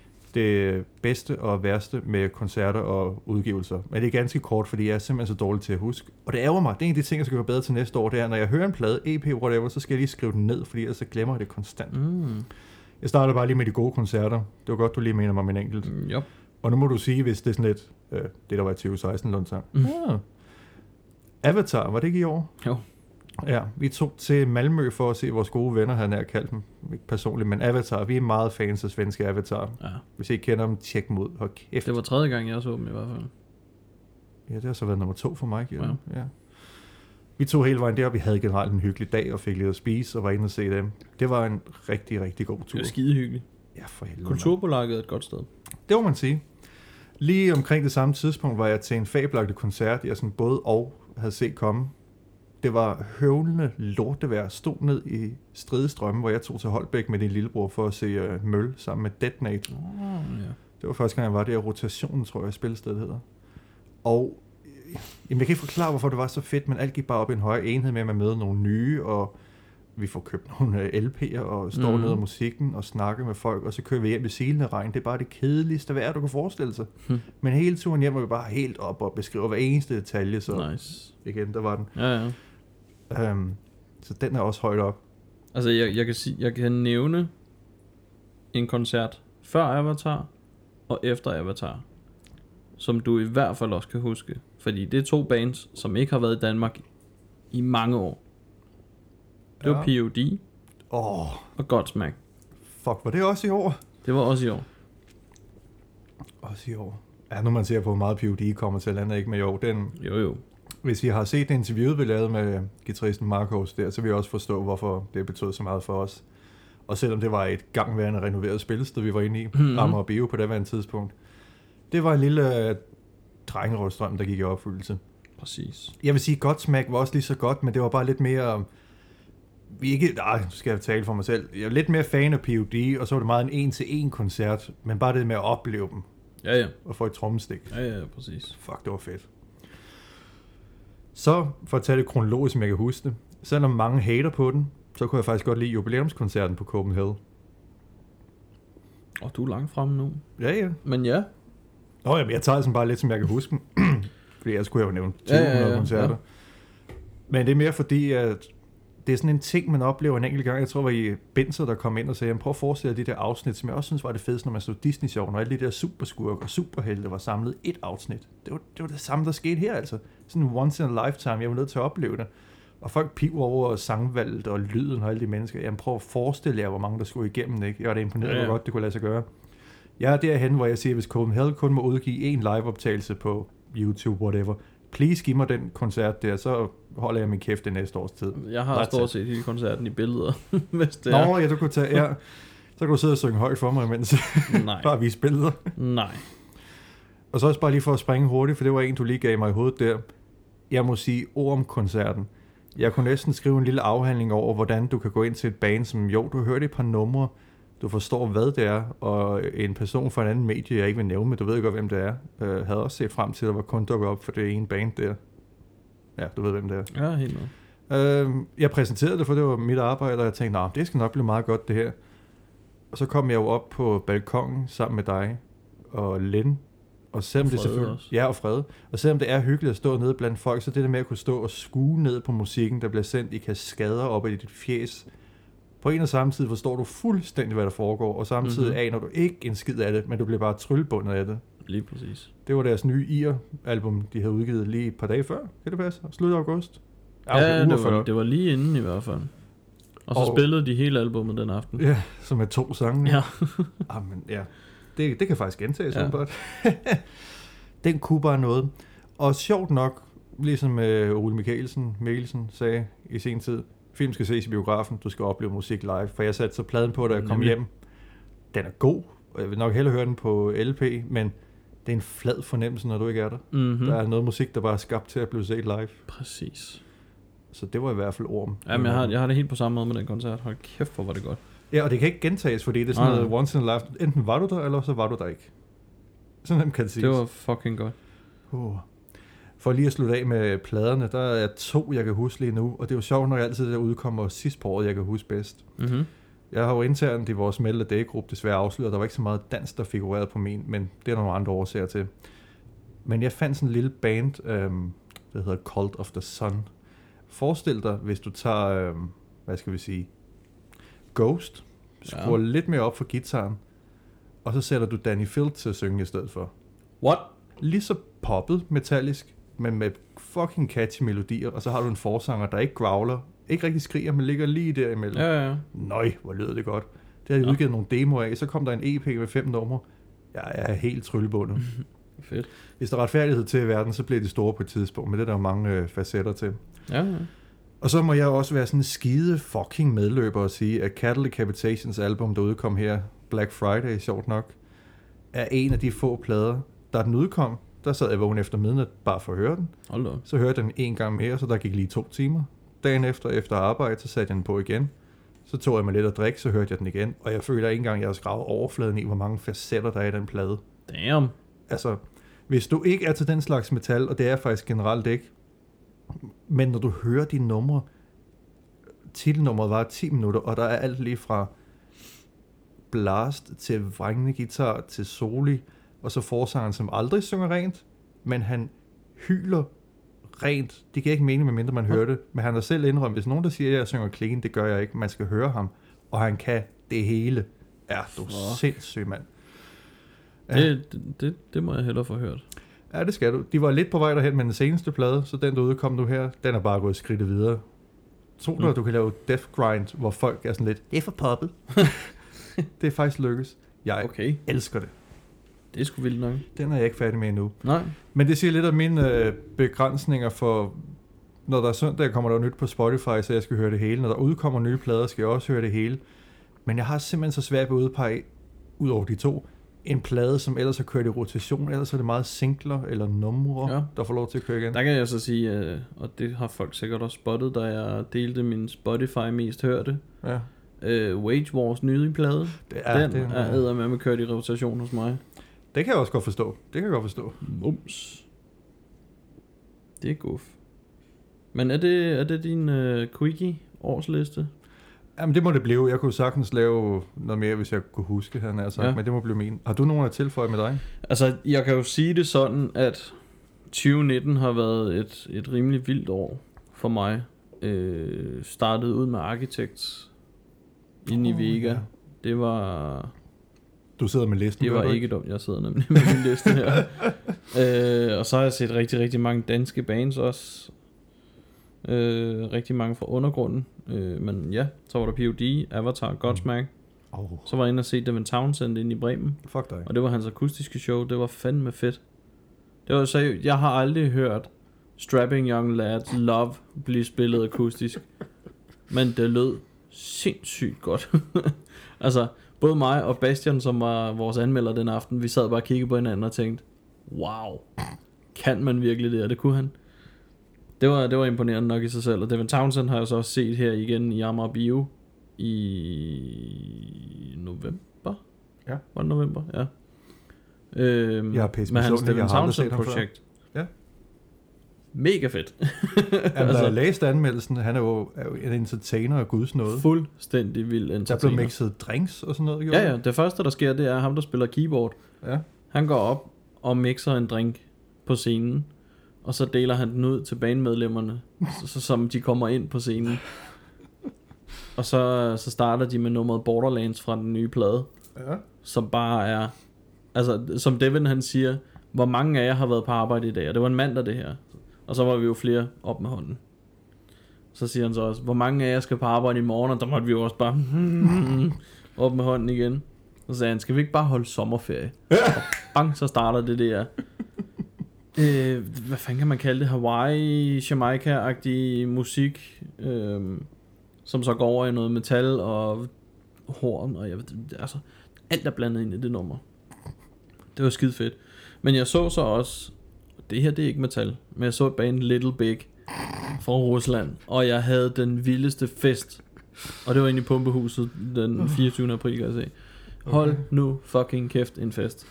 det bedste og værste med koncerter og udgivelser. Men det er ganske kort, fordi jeg er simpelthen så dårlig til at huske. Og det ærger mig. Det er en af de ting, jeg skal gøre bedre til næste år. Det er, når jeg hører en plade, E P, whatever, så skal jeg lige skrive den ned, fordi ellers så glemmer jeg det konstant. Mm. Jeg starter bare lige med de gode koncerter. Det var godt, du lige mener mig om en enkelt. Mm, jo. Og nu må du sige, hvis det er sådan lidt, øh, det der var i tyve seksten, Lundtang. Mm. Ja. Avatar, var det ikke i år? Jo. Ja, vi tog til Malmø for at se vores gode venner, han er kaldt dem, ikke personligt, men Avatar. Vi er meget fans af svenske Avatar. Ja. Hvis I ikke kender dem, tjek dem ud. Hold kæft. Det var tredje gang, jeg så dem i hvert fald. Ja, det har så været nummer to for mig. Ja. Ja. Ja. Vi tog hele vejen der, og vi havde generelt en hyggelig dag, og fik lidt at spise, og var inde og se dem. Det var en rigtig, rigtig god tur. Det var skide hyggeligt. Ja, for helvede. Kulturbolaget er et godt sted. Det må man sige. Lige omkring det samme tidspunkt var jeg til en fabelagtig koncert, jeg sådan både og havde set komme. Det var høvlende lortevejr, stod ned i stridestrømme, hvor jeg tog til Holbæk med din lillebror for at se uh, Møl sammen med Detonate. Oh, yeah. Det var første gang, jeg var der. Rotationen, tror jeg, spillestedet hedder. Og jamen, jeg kan ikke forklare, hvorfor det var så fedt, men alt gik bare op i en højere enhed med, at man møder nogle nye, og vi får købt nogle L P'er, og står mm. ned af musikken og snakker med folk, og så kører vi hjem i silende regn. Det er bare det kedeligste vejr, du kan forestille sig. Hmm. Men hele turen hjem var vi bare helt op og beskriver hver eneste detalje, så nice. Igen, der var den. Ja, ja. Um, så den er også højt op. Altså, jeg, jeg, kan sige, jeg kan nævne en koncert før Avatar og efter Avatar, som du i hvert fald også kan huske. Fordi det er to bands, som ikke har været i Danmark i mange år. Det ja. var P O D oh. og Godsmack. Fuck, var det også i år? Det var også i år. Også i år. Ja, nu man ser på, hvor meget P O D kommer til landet, ikke med i år. Den, jo, jo. Hvis I har set det interview, vi lavede med guitaristen Marcos der, så vil I også forstå, hvorfor det betød så meget for os. Og selvom det var et gangværende renoveret spillested, vi var inde i, mm-hmm. Amager Bio på det daværende tidspunkt, det var en lille uh, drengerøvstrøm, der gik i opfyldelse. Præcis. Jeg vil sige, Godsmack var også lige så godt, men det var bare lidt mere... Vi ikke, nej, skal jeg tale for mig selv. Jeg er lidt mere fan af P O D, og så var det meget en en-til-en koncert, men bare det med at opleve dem. Ja, ja. Og få et trommestik. Ja, ja, præcis. Fuck, det var fedt. Så, for at tage det kronologisk, som jeg kan huske det, selvom mange hater på den, så kunne jeg faktisk godt lide jubilæumskoncerten på Copenhagen. Og du er langt fremme nu. Ja, ja. Men ja. Nå, jamen, jeg tager det sådan bare lidt, som jeg kan huske den. Fordi jeg skulle jo nævne tyve hundrede ja, ja, ja, koncerter. Ja. Men det er mere fordi, at det er sådan en ting, man oplever en enkelt gang. Jeg tror, det var i Benzer, der kom ind og sagde, prøv at forestille dig de der afsnit, som jeg også synes var det fedeste, når man så Disney-show, når alle de der superskurk og superhelte var samlet et afsnit. Det var, det var det samme, der skete her altså. Sådan en once in a lifetime, jeg var nødt til at opleve det. Og folk piver over sangvalget og lyden og alle de mennesker. Jamen prøv at forestille jer, hvor mange der skulle igennem, ikke? Jeg var da imponeret, ja, ja. hvor godt det kunne lade sig gøre. Jeg er derhen, hvor jeg siger, hvis Copenhagen kun må udgive en liveoptagelse på YouTube, whatever, please giv mig den koncert der, så holder jeg min kæft det næste års tid. Jeg har stort set hele koncerten i billeder, hvis det Nå, er. ja, du kunne tage, ja. Så kan du sidde og synge højt for mig, mens Nej. bare vise billeder. Nej. Og så også bare lige for at springe hurtigt, for det var en, du lige gav mig i hovedet der. Jeg må sige ord om koncerten. Jeg kunne næsten skrive en lille afhandling over, hvordan du kan gå ind til et band, som jo, du har hørt et par numre, du forstår, hvad det er, og en person fra en anden medie, jeg ikke vil nævne, men du ved godt, hvem det er, øh, havde også set frem til, at der var kun dukket op for det ene band der. Ja, du ved, hvem det er. Ja, helt noget. Øh, jeg præsenterede det, for det var mit arbejde, og jeg tænkte, nej, det skal nok blive meget godt, det her. Og så kom jeg jo op på balkongen sammen med dig og Len, og selvom og det selvfølgelig, også. ja, og Fred. Og selvom det er hyggeligt at stå nede blandt folk, så det der med at kunne stå og skue ned på musikken, der bliver sendt i kaskader op i dit fjes. På en og samme tid forstår du fuldstændig, hvad der foregår, og samtidig mm-hmm. aner du ikke en skid af det, men du bliver bare tryllebundet af det. Lige præcis. Det var deres nye I R-album, de havde udgivet lige et par dage før, kan det passe? Slut august? Ja, okay, det, var, det var lige inden i hvert fald. Og så og, spillede de hele albumet den aften. Ja, som er to sange. Ja. ah, men, ja. Det, det kan faktisk gentage sådan ja. godt. Den kunne bare noget. Og sjovt nok, ligesom uh, Ole Mikkelsen, Mikkelsen sagde i sin tid, film skal ses i biografen, du skal opleve musik live. For jeg satte så pladen på, da jeg kom Nemlig. hjem. Den er god, og jeg vil nok hellere høre den på L P, men det er en flad fornemmelse, når du ikke er der. Mm-hmm. Der er noget musik, der bare er skabt til at blive set live. Præcis. Så det var i hvert fald orm. Jamen, jeg har, jeg har det helt på samme måde med den koncert. Hold kæft, hvor var det godt. Ja, og det kan ikke gentages, fordi det er sådan ah, noget once in a lifetime. Enten var du der, eller så var du der ikke. Sådan nemt kan det siges. Det var fucking godt. Uh. For lige at slutte af med pladerne, der er to, jeg kan huske lige nu. Og det er jo sjovt, når jeg altid der udkommer sidst på året, jeg kan huske bedst. Mm-hmm. Jeg har jo internt i vores Metal A Day-gruppe desværre afsløret, der var ikke så meget dans, der figurerede på min, men det er der nogle andre årsager til. Men jeg fandt sådan en lille band, øhm, der hedder Cult of the Sun. Forestil dig, hvis du tager, øhm, hvad skal vi sige, Ghost, skruer ja. lidt mere op for guitaren, og så sætter du Danny Field til at synge i stedet for. What? Lige så poppet, metallisk, men med fucking catchy melodier, og så har du en forsanger, der ikke growler, ikke rigtig skriger, men ligger lige derimellem. Ja, ja. Nøj, hvor lyder det godt. Det har de ja. udgivet nogle demoer af, så kom der en E P med fem numre. Jeg er helt tryllebundet. Fedt. Hvis der er retfærdighed til i verden, så bliver de store på et tidspunkt, men det er der jo mange øh, facetter til. Ja, ja. Og så må jeg også være sådan en skide fucking medløber og sige, at Cattle Decapitations album, der udkom her, Black Friday, sjovt nok, er en af de få plader, da den udkom, der sad jeg vågen efter midnat bare for at høre den. Hold da. Så hørte jeg den en gang mere, så der gik lige to timer. Dagen efter, efter arbejde, så satte jeg den på igen. Så tog jeg mig lidt at drikke, så hørte jeg den igen. Og jeg føler ikke engang, at jeg har skravet overfladen i, hvor mange facetter der er i den plade. Damn. Altså, hvis du ikke er til den slags metal, og det er jeg faktisk generelt ikke, men når du hører de numre, titelnummeret var ti minutter, og der er alt lige fra blast til vrængende guitar til soli, og så forsangeren, som aldrig synger rent, men han hyler rent. Det giver ikke mening, medmindre man hører det, men han har selv indrømt, hvis nogen der siger, at jeg synger clean, det gør jeg ikke. Man skal høre ham, og han kan det hele. Ja, du er oh. sindssyg, mand. Ja. Det, det, det må jeg hellere få hørt. Ja, det skal du. De var lidt på vej derhen med den seneste plade, så den, der udkom nu her, den er bare gået skridtet videre. Tro dig, mm. du kan lave death grind, hvor folk er sådan lidt, det er for poppet. Det er faktisk lykkes. Jeg okay. elsker det. Det er sgu vildt nok. Den er jeg ikke færdig med endnu. Nej. Men det siger lidt af mine øh, begrænsninger for, når der er søndag, kommer der nyt på Spotify, så jeg skal høre det hele. Når der udkommer nye plader, skal jeg også høre det hele. Men jeg har simpelthen så svært ved at udpege, ud over de to, en plade, som ellers har kørt i rotation, ellers er det meget singler eller numre, ja. der får lov til at køre igen. Der kan jeg så sige, og det har folk sikkert også spottet, da jeg delte min Spotify mest hørte. Ja. Uh, Wage Wars nye plade, det er, den det er eddermame kørt i rotation hos mig. Det kan jeg også godt forstå. Det kan jeg godt forstå. Mums. Det er guf. Men er det, er det din uh, quickie årsliste? Jamen det må det blive. Jeg kunne sagtens lave noget mere, hvis jeg kunne huske, han er sagt, ja. Men det må blive min. Har du nogen at tilføje med dig? Altså, jeg kan jo sige det sådan, at tyve nitten har været et, et rimelig vildt år for mig. øh, startede ud med Architects inde i Åh, Vega. ja. Det var... Du sidder med listen. Det gør var du ikke dumt, jeg sidder nemlig med min liste her. øh, og så har jeg set rigtig, rigtig mange danske bands også. Øh, rigtig mange fra undergrunden. Øh, men ja, så var der P O D, Avatar, Godsmack. Oh, Så var jeg inde og se Devin Townsend inde i Bremen. fuck dig. Og det var hans akustiske show. Det var fandme fedt. Det var seriøst. Jeg har aldrig hørt Strapping Young Lads Love blive spillet akustisk. Men det lød sindssygt godt. Altså, både mig og Bastian, som var vores anmelder den aften, vi sad bare og kiggede på hinanden og tænkte, wow, kan man virkelig det? Og det kunne han. Det var, det var imponerende nok i sig selv. Og Devin Townsend har jeg så også set her igen i Amager Bio i november. Ja. Var det november? Ja. Øhm, Jeg er pisse med hans misundelig, Devin jeg har aldrig set Townsend ham før. projekt. Ja. Mega fedt. Jamen, altså, da jeg læste anmeldelsen, han er jo, er jo en entertainer af guds nåde. Fuldstændig vild Der entertainer. blev mixet drinks og sådan noget. Gjorde Ja, ja. Det første, der sker, det er ham, der spiller keyboard. ja. Han går op og mixer en drink på scenen, og så deler han den ud til bandmedlemmerne, så, som de kommer ind på scenen. Og så, så starter de med nummeret Borderlands fra den nye plade, Ja. som bare er, altså som Devin han siger, hvor mange af jer har været på arbejde i dag, og det var en mandag det her, og så var vi jo flere op med hånden. Så siger han så også, hvor mange af jer skal på arbejde i morgen, og der måtte vi jo også bare op med hånden igen. Så sagde han, skal vi ikke bare holde sommerferie? Og bang, så starter det der. Øh, hvad fanden kan man kalde det? Hawaii, Jamaica-agtig musik, øh, som så går over i noget metal og horn, og jeg ved, altså, alt er blandet ind i det nummer. Det var skide fedt. Men jeg så så også, det her det er ikke metal, men jeg så et band Little Big fra Rusland, og jeg havde den vildeste fest. Og det var inde i Pumpehuset den fireogtyvende april, kan jeg se. Hold okay. nu fucking kæft en fest.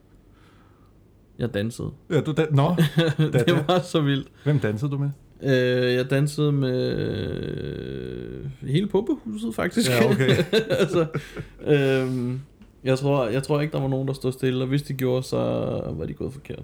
Jeg dansede. Ja, du dan- Nå, det var så vildt. Hvem dansede du med? Øh, jeg dansede med øh, hele Pumpehuset faktisk. Ja, okay. altså, øh, jeg, tror, jeg tror ikke, der var nogen, der stod stille, og hvis de gjorde, så var de gået forkert.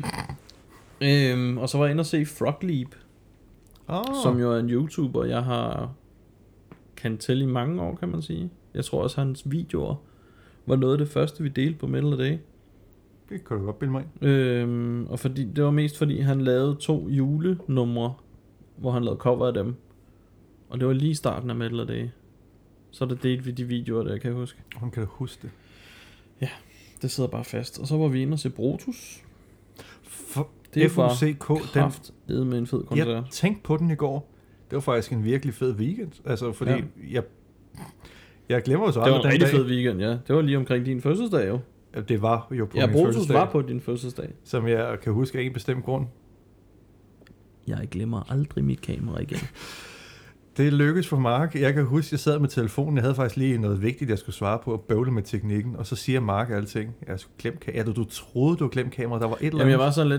øh, og så var jeg inde og se Frog Leap, Oh. som jo er en YouTuber, jeg har kendt til i mange år, kan man sige. Jeg tror også, hans videoer var noget af det første, vi delte på Metal A Day. Det kan du godt bilde mig ind. Øhm, og fordi, det var mest fordi, han lavede to julenumre, hvor han lavede cover af dem. Og det var lige starten af Metal A Day. Så der delte vi de videoer der, kan jeg huske. Hvordan kan du huske det? Ja, det sidder bare fast. Og så var vi inde og se Brutus. For Det F U C K, var den, kraft med en fed koncert. jeg tænkte på den i går. Det var faktisk en virkelig fed weekend. Altså, fordi Ja. jeg, jeg glemmer jo så Det var aldrig en den rigtig dag. fed weekend, ja. Det var lige omkring din fødselsdag jo. Det var jo på Ja, min Brutus fødselsdag, var på din fødselsdag. som jeg kan huske af en bestemt grund. Jeg glemmer aldrig mit kamera igen. Det lykkedes for Mark. Jeg kan huske, jeg sad med telefonen. Jeg havde faktisk lige noget vigtigt, jeg skulle svare på og bøvle med teknikken. Og så siger Mark alting. Jeg skulle glemme kameraet. Ja, du, du troede, du havde glemt kameraet. Der var et eller Jamen andet. jeg var sådan lidt,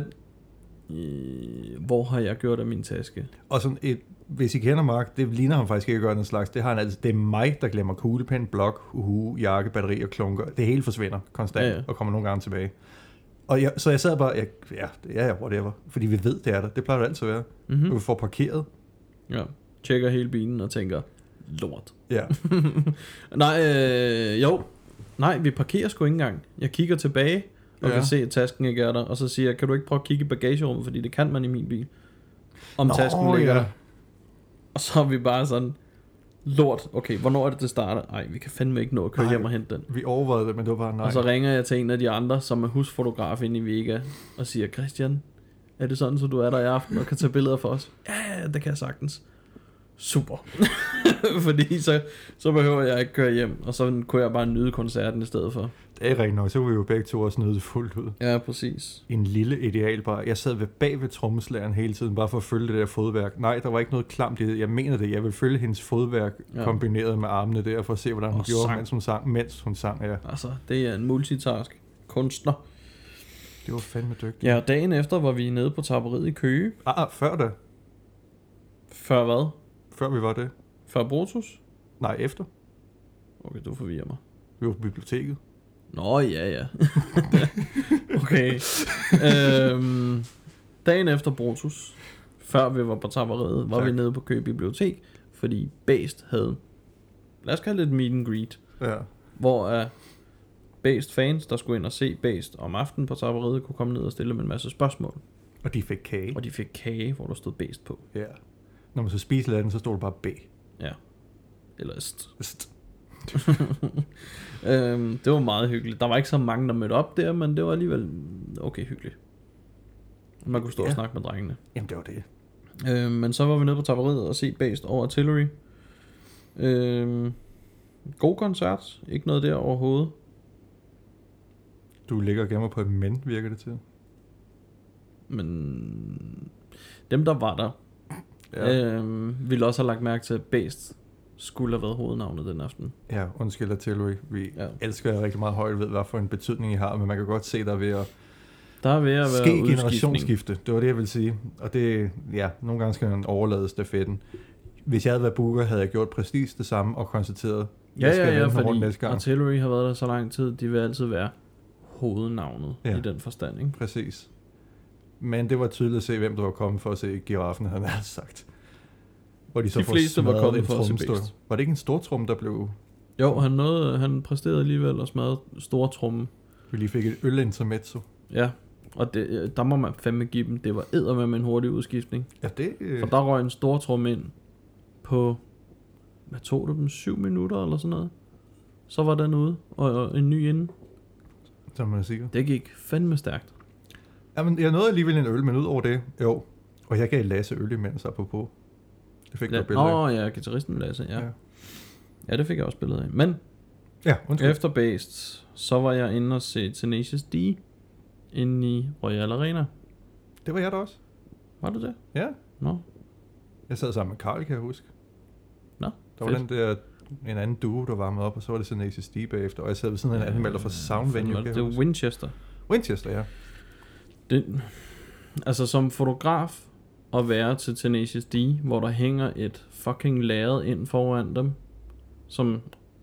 øh, hvor har jeg gjort af min taske? Og sådan et, hvis I kender Mark, det ligner ham faktisk ikke at gøre den slags. Det har han altså. Det er mig, der glemmer kuglepen, blok, uhu, jakke, batteri og klunker. Det hele forsvinder konstant Ja, ja. og kommer nogle gange tilbage. Og jeg, så jeg sad bare, jeg, ja, ja, ja, whatever. Fordi vi ved, det er der. Det plejer det altid at være. Mm-hmm. Og vi får parkeret. Ja, tjekker hele bilen og tænker, lort. Ja. Nej, øh, jo. Nej, vi parkerer sgu ikke engang. Jeg kigger tilbage og Ja. kan se, at tasken ikke er der. Og så siger jeg, kan du ikke prøve at kigge i bagagerummet, fordi det kan man i min bil. Om Nå, tasken ligger ja. der. Og så er vi bare sådan, lort, okay, hvornår er det, det starter? Ej, vi kan fandme ikke nå at køre Nej. hjem og hente den. Vi overvejede det, men det var bare nej. Og så ringer jeg til en af de andre, som er husfotograf inde i Vega, og siger, Christian, er det sådan, så du er der i aften og kan tage billeder for os? Ja, ja, det kan jeg sagtens. Super. Fordi så, så behøver jeg ikke køre hjem, og så kunne jeg bare nyde koncerten i stedet for. Det er rigtig nok, så kunne vi jo begge to også nyde det fuldt ud. Ja, præcis. En lille idealbar. Jeg sad ved bag ved trommeslageren hele tiden, bare for at følge det der fodværk. Nej, der var ikke noget klamt i det. Jeg mener det. Jeg vil følge hendes fodværk Ja. kombineret med armene der, for at se, hvordan hun Og gjorde, sang. mens hun sang. Mens hun sang, ja. Altså, det er en multitask kunstner. Det var fandme dygtigt. Ja, og dagen efter var vi nede på tapperiet i Køge. Ah, ah, før da. Før hvad? Før vi var det. Før Brutus? Nej, efter. Okay, du forvirrer mig. Vi var på biblioteket. Nå, ja, ja. Okay. øhm, dagen efter Brutus før vi var på tapperiet, var tak. vi nede på Køge Bibliotek, fordi Based havde, lad os kalde det et meet and greet, Ja. hvor uh, Based fans, der skulle ind og se Based om aftenen på tapperiet, kunne komme ned og stille dem en masse spørgsmål. Og de fik kage. Og de fik kage, hvor der stod Based på. Ja. Når man så spiste lidt af den, så stod der bare B. Ja. Eller est. St. øhm, det var meget hyggeligt. Der var ikke så mange, der mødte op der, men det var alligevel okay hyggeligt. Man kunne stå ja. og snakke med drengene. Jamen, det var det. Øhm, men så var vi nede på tapperiet og se Based over Artillery. Øhm, god koncert. Ikke noget der overhovedet. Du ligger og gemmer på et men, virker det til. Men dem, der var der, Ja. øhm, ville også have lagt mærke til, at Based skulle have været hovednavnet den aften. Ja, undskyld Artillery. Vi Ja. elsker jer rigtig meget højt, ved hvad for en betydning I har, men man kan godt se, der er ved at Der er ved at være ske udskiftning. generationsskifte. Det var det, jeg ville sige. Og det, ja, nogle gange skal man overlade stafetten. Hvis jeg havde været booker, havde jeg gjort præcis det samme og konstateret, Ja, jeg skal ja, ja, vende mig rundt fordi næste gang. Artillery har været der så lang tid, de vil altid være hovednavnet Ja. i den forstand, ikke? Præcis. Men det var tydeligt at se, hvem der var kommet for at se giraffen, havde han sagt. Hvor de så De får fleste var smadret kommet en for at se trommestok. Based. Var det ikke en stor tromme, der blev... Jo, han, nåede, han præsterede alligevel og smadrede store tromme. Vi lige fik et øl-intermezzo. Ja, og det, der må man fandme give dem. Det var eddermame med en hurtig udskiftning. Ja, det... Øh... For der røg en stor tromme ind på, hvad tog det dem, syv minutter eller sådan noget. Så var den ude, og, og en ny inde. Så er man sikker. Det gik fandme stærkt. Jamen, jeg nåede alligevel en øl, men ud over det, jo. Og jeg gav Lasse øl imens apropos. Det fik Ja, du billeder af. Åh ja, guitaristen Lasse, ja. Ja. ja. Ja, det fik jeg også billeder af. Men Ja, undskyld. efter Based, så var jeg inde og se Tenacious D inde i Royal Arena. Det var jeg da også. Var det det? Ja. Nå. Jeg sad sammen med Karl, kan jeg huske. Nå, Der var den der, en anden duo, der varmede op, og så var det Tenacious D bagefter. Og jeg sad ved sådan en Ja, anmelder fra Sound Venue, kan det, jeg det var huske. Winchester. Winchester, ja. Det, altså som fotograf at være til Tenacious D, hvor der hænger et fucking lærred ind foran dem, som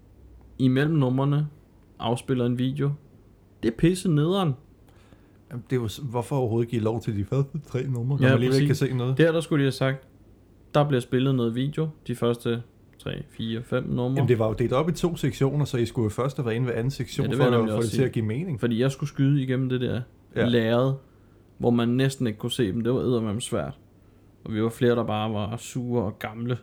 imellem numrene afspiller en video. Det er pisse nederen. Jamen, det er jo, s- hvorfor overhovedet give lov til de første tre numre, når Ja, man alligevel ikke kan præcis. se noget? Der der skulle de have sagt, der bliver spillet noget video, de første tre, fire, fem numre. Jamen, det var jo delt op i to sektioner, så I skulle jo først have været inde ved anden sektion, Ja, det ja, vil for jeg at nemlig få det også til sige. at give mening. Fordi jeg skulle skyde igennem det der Ja. ja. lærred, hvor man næsten ikke kunne se dem. Det var eddermame svært. Og vi var flere, der bare var sure og gamle.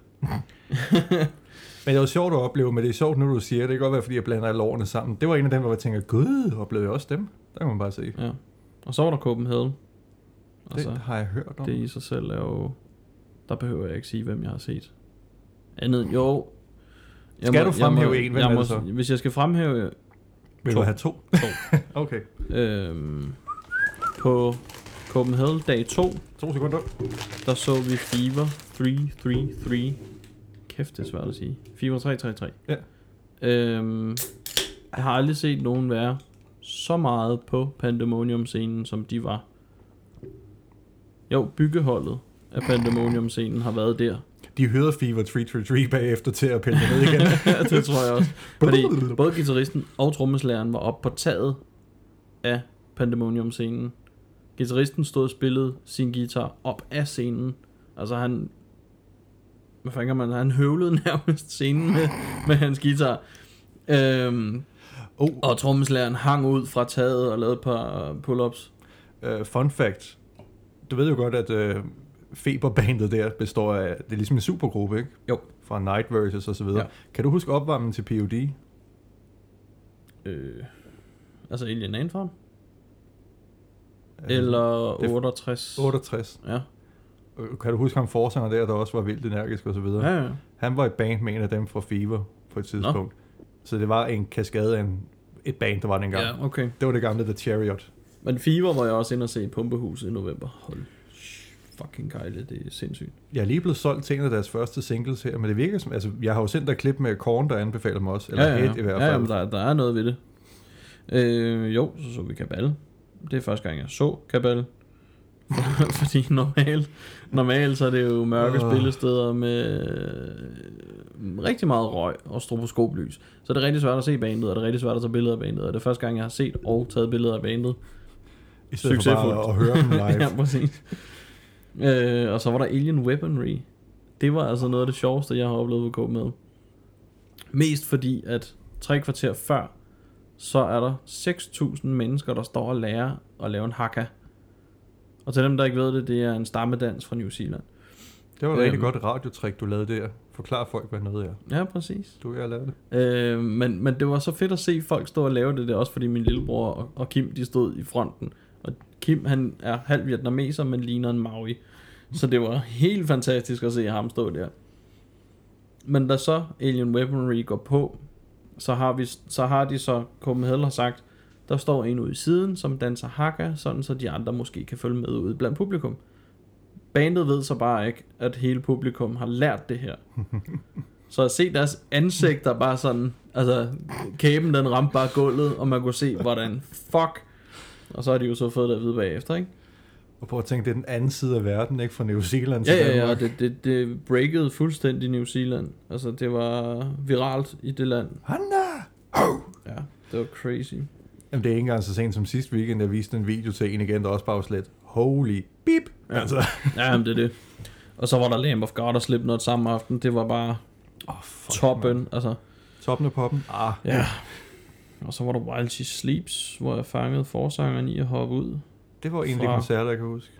Men det var sjovt at opleve, men det er sjovt, når du siger, det kan godt være, fordi jeg blander alle årene sammen. Det var en af dem, hvor jeg tænker, gud, oplevede jeg også dem? Der kan man bare se. Ja. Og så var der Copenhagen. Det Altså, har jeg hørt om. det i sig selv er jo... Der behøver jeg ikke sige, hvem jeg har set. Andet end- jo... Jeg Skal du fremhæve en? Hvem jeg er må, det så? Hvis jeg skal fremhæve Vil to. du have to? to. Okay. øhm, på Copenhagen dag to, To sekunder. der så vi Fever tre tre tre. Kæft, det er svært at sige. Fever tre tre tre. Ja. Øhm, jeg har aldrig set nogen være så meget på Pandemonium-scenen, som de var. Jo, byggeholdet af Pandemonium-scenen har været der. De hørte Fever tre tre tre bagefter til at pille det ned igen. Det tror jeg også. Fordi både guitaristen og trommeslageren var oppe på taget af Pandemonium-scenen. Guitaristen stod og spillede sin guitar op af scenen. Altså han... Hvad fanden kan man... Han høvlede nærmest scenen med, med hans guitar. Øhm, oh, og trommeslageren hang ud fra taget og lavede et par pull-ups. uh, fun fact. Du ved jo godt, at uh, Feber-bandet der består af... Det er ligesom en supergruppe, ikke? Jo. Fra Night Versus og så videre. Ja. Kan du huske opvarmningen til P O D? Øh, altså Alien Ant-Farm? Eller det er otteogtres? otteogtres. Ja. Øh, Kan du huske ham forsanger der, der også var vildt energisk og så videre? Ja, ja. Han var i band med en af dem fra Fever på et tidspunkt. Nå. Så det var en kaskade af en, et band, der var dengang. Ja, okay. Det var det gamle The Chariot. Men Fever var jeg også inde og se i Pumpehuset i november. Hold fucking kejle, det er sindssygt. Jeg er lige blevet solgt til en af deres første singles her, men det virker som... Altså, jeg har jo sendt dig et klip med Korn, der anbefaler mig også. Eller Ja, ja, et i hvert ja, fald. ja, men der, der er noget ved det. Øh, jo, så så vi Kabal. Det er første gang, jeg så Kabal. Fordi normalt, normalt så er det jo mørke Åh. spillesteder med øh, rigtig meget røg og stroboskoplys. Så det er rigtig svært at se bandet, og det er rigtig svært at tage billeder af bandet. Og det er første gang, jeg har set og taget billeder af bandet. I stedet for bare at, at høre dem live. Ja, præcis. Øh, og så var der Alien Weaponry. Det var altså noget af det sjoveste, jeg har oplevet at gå med. Mest fordi, at tre kvarter før, så er der seks tusind mennesker, der står og lærer at lave en haka. Og til dem, der ikke ved det, det er en stammedans fra New Zealand. Det var et øhm. rigtig godt radiotrik, du lavede der. Forklar folk, hvad noget er. Ja, præcis. Du er lavet det. Øh, men, men det var så fedt at se folk stå og lave det der, også fordi min lillebror og, og Kim, de stod i fronten. Og Kim, han er halv vietnameser, men ligner en Maui. Så det var helt fantastisk at se ham stå der. Men da så Alien Weaponry går på, så har, vi, så har de så, Copenhagen har sagt, der står en ude i siden, som danser haka, sådan så de andre måske kan følge med ude blandt publikum. Bandet ved så bare ikke, at hele publikum har lært det her. Så at se deres ansigter bare sådan, altså kæben den ramte bare gulvet, og man kunne se, hvordan fuck. Og så har de jo så fået det at vide bagefter, ikke? Og prøv at tænke, det er den anden side af verden, ikke? Fra New Zealand til ja, Danmark. Ja, ja, det, det, det breakede fuldstændig New Zealand. Altså, det var viralt i det land. Hanna! Oh! Ja, det var crazy. Jamen, det er ikke engang så sent som sidste weekend, jeg viste en video til en igen, der også bare var slet, holy beep! Ja, altså. Ja, men det er det. Og så var der Lamb of God og Slipknot samme aften. Det var bare oh, toppen. Man. Altså. Toppen af poppen? Ah. Ja. Og så var der While She Sleeps, hvor jeg fangede forsangeren i at hoppe ud. Det var egentlig fra... koncerter, jeg kan huske.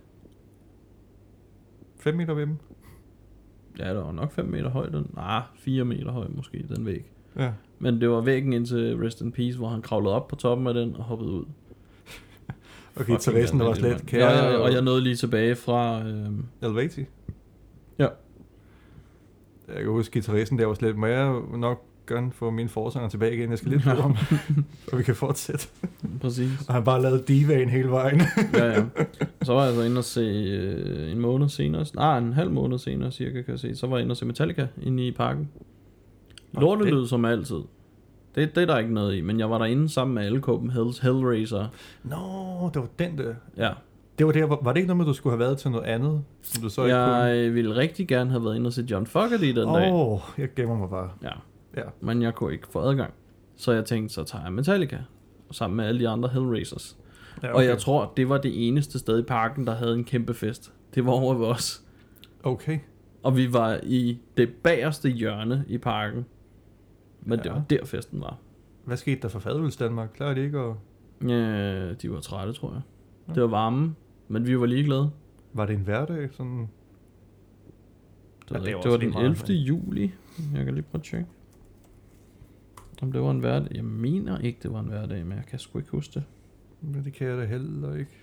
fem meter ved dem? Ja, det var nok fem meter høj. Den. Nej, fire meter høj måske, den væg. Ja. Men det var væggen ind til Rest in Peace, hvor han kravlede op på toppen af den og hoppede ud. Okay, Theresen, der var slet kære. Ja, ja, og jeg nåede lige tilbage fra... Øhm... Elvati? Ja. Jeg kan huske, at Theresen der var slet, må jeg nok gerne få mine forsanger tilbage igen. Jeg skal lidt på ham, så vi kan fortsætte. Præcis. Og han bare lavede divaen hele vejen. Ja, ja. Så var jeg så inde og se øh, en måned senere, nej, en halv måned senere cirka, kan jeg se. Så var jeg inde og se Metallica inde i parken. Lortelyd som altid. Det, det er der ikke noget i, men jeg var derinde sammen med alle Copenhagen's Hellraiser. Nå, det var den der. Ja. Det var, det, var, var det ikke noget med, at du skulle have været til noget andet? Som du så ikke jeg kunne? Ville rigtig gerne have været inde og se John Fogerty den oh, dag. Åh, jeg gemmer mig bare. Ja. Ja. Men jeg kunne ikke få adgang. Så jeg tænkte, så tager jeg Metallica. Sammen med alle de andre Hellraisers. Ja, okay. Og jeg tror, det var det eneste sted i parken, der havde en kæmpe fest. Det var over ved os. Okay. Og vi var i det bagerste hjørne i parken. Men ja. Det var der festen var. Hvad skete der for Fadøls Danmark? Klarer de ikke at... Ja, de var trætte, tror jeg. Ja. Det var varme, men vi var ligeglade. Var det en hverdag? Sådan... Det, ja, det, var, det var den ellevte juli. Jeg kan lige prøve at tjekke. Om det var en hverdag. Jeg mener ikke, det var en hverdag, men jeg kan sgu ikke huske det. Men det kan jeg da heller ikke.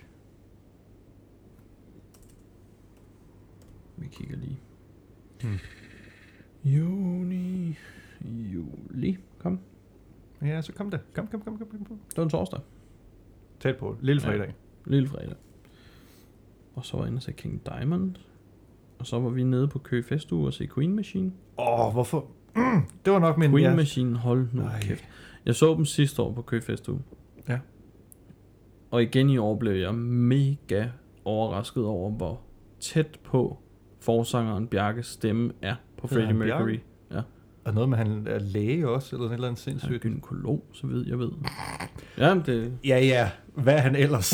Vi kigger lige. Hmm. Juni... Juli. Kom. Ja, så kom det. Kom, kom, kom, kom, kom. Det var en torsdag. Tæt på. Lille fredag. Ja, lille fredag. Og så var jeg inde og se King Diamond. Og så var vi nede på Køge Festuge og se Queen Machine. Åh, oh, hvorfor? Mm, det var nok min... Queen ja. Machine, hold nu Ej. kæft. Jeg så dem sidste år på Køge Festuge. Ja. Og igen i år blev jeg mega overrasket over, hvor tæt på forsangeren Bjarkes stemme er på Freddie Mercury. Ja. Og noget med, han er læge også, eller sådan et eller andet sindssygt. Han er gynekolog, så ved jeg ved. Ja, det... Ja, ja. Hvad er han ellers?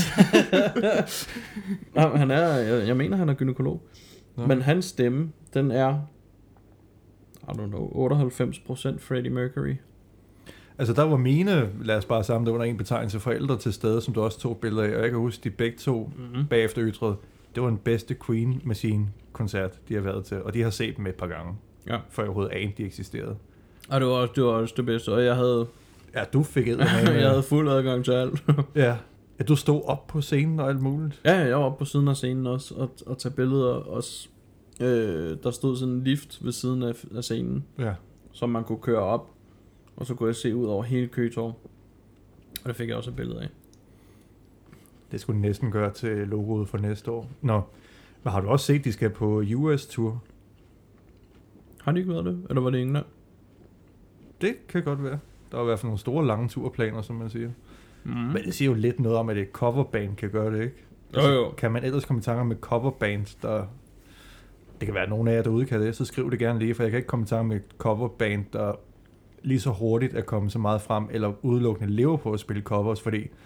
Nej, han er, jeg, jeg mener, han er gynekolog. Nå. Men hans stemme, den er, I don't know, otteoghalvfems procent Freddie Mercury. Altså, der var mine, lad os bare sammen, der under en betegnelse forældre til stede, som du også tog billeder af, og jeg kan huske, de begge to mm-hmm. bagefter ytrede, det var den bedste Queen Machine-koncert, de har været til, og de har set dem et par gange. Ja. Før jeg overhovedet anede, de eksisterede. Og det var også det, var også det bedste, og jeg havde... Ja, du fik et jeg havde fuld adgang til alt. Ja. Ja, du stod op på scenen og alt muligt. Ja, jeg var oppe på siden af scenen også, og, og tage billeder også. Øh, der stod sådan en lift ved siden af, af scenen, ja. Som man kunne køre op, og så kunne jeg se ud over hele Køgetorv. Og det fik jeg også et billede af. Det skulle de næsten gøre til logoet for næste år. Nå, men har du også set, de skal på U S-tur? Har de ikke været det? Eller var det England? Det kan godt være. Der er i hvert fald nogle store, lange turplaner, som man siger. Mm. Men det siger jo lidt noget om, at et coverband kan gøre det, ikke? Altså, jo, jo. Kan man ellers komme i tanker med coverband, der... Det kan være, at nogen af jer derude kan det, så skriv det gerne lige, for jeg kan ikke komme i tanker med et coverband, der lige så hurtigt er kommet så meget frem, eller udelukkende lever på at spille covers, fordi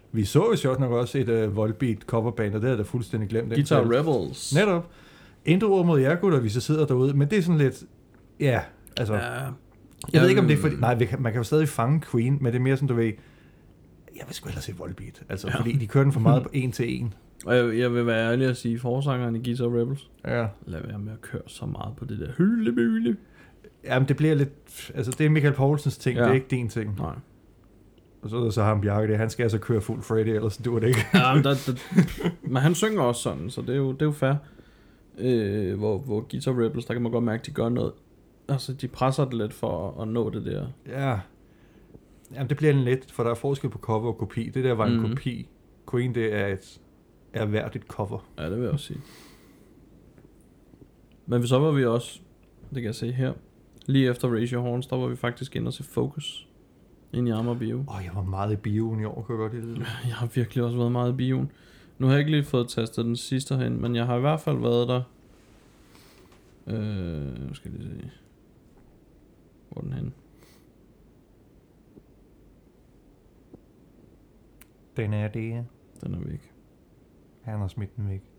Vi så jo sjovt nok også et uh, Volbeat coverband, og det havde jeg da fuldstændig glemt. Guitar Rebels. Netop. Introet mod jer, gutter, vi så sidder derude, men det er sådan lidt, ja, altså, Ja. jeg Ja, ved ikke om det er fordi, nej, vi kan, man kan jo stadig fange Queen, men det er mere sådan, du ved, jeg vil sgu hellere se Volbeat, altså, Ja. fordi de kører den for meget på en til en. Og jeg, jeg vil være ærlig at sige, forsangeren i Guitar Rebels, Ja. lad være med at køre så meget på det der hyldebyle. Jamen, det bliver lidt, altså, det er Michael Poulsens ting, Ja. det er ikke din ting. Nej. Og så er der så ham Bjarke, det, han skal altså køre fuld Freddy, ellers duer det ikke. Ja, men, der, der, men han synger også sådan, så det er jo, det er jo fair. Øh, hvor, hvor Guitar Rebels, der kan man godt mærke, at de gør noget. Altså, de presser det lidt for at, at nå det der. Ja. Jamen, det bliver lidt, for der er forskel på cover og kopi. Det der var en Mhm. kopi. Queen, det er et erhverdigt cover. Ja, det vil jeg også sige. Men så var vi også, det kan jeg se her, lige efter Raise Your Horns, der var vi faktisk inde og se Focus ind i Amager Bio. Åh, oh, jeg var meget i bioen i år, kan jeg godt lide det. Jeg har virkelig også været meget i bioen. Nu har jeg ikke lige fået tastet den sidste hen, men jeg har i hvert fald været der. Øh, nu skal jeg lige se. Hvor er den henne? Den er det. Den er væk. Han har smidt den væk.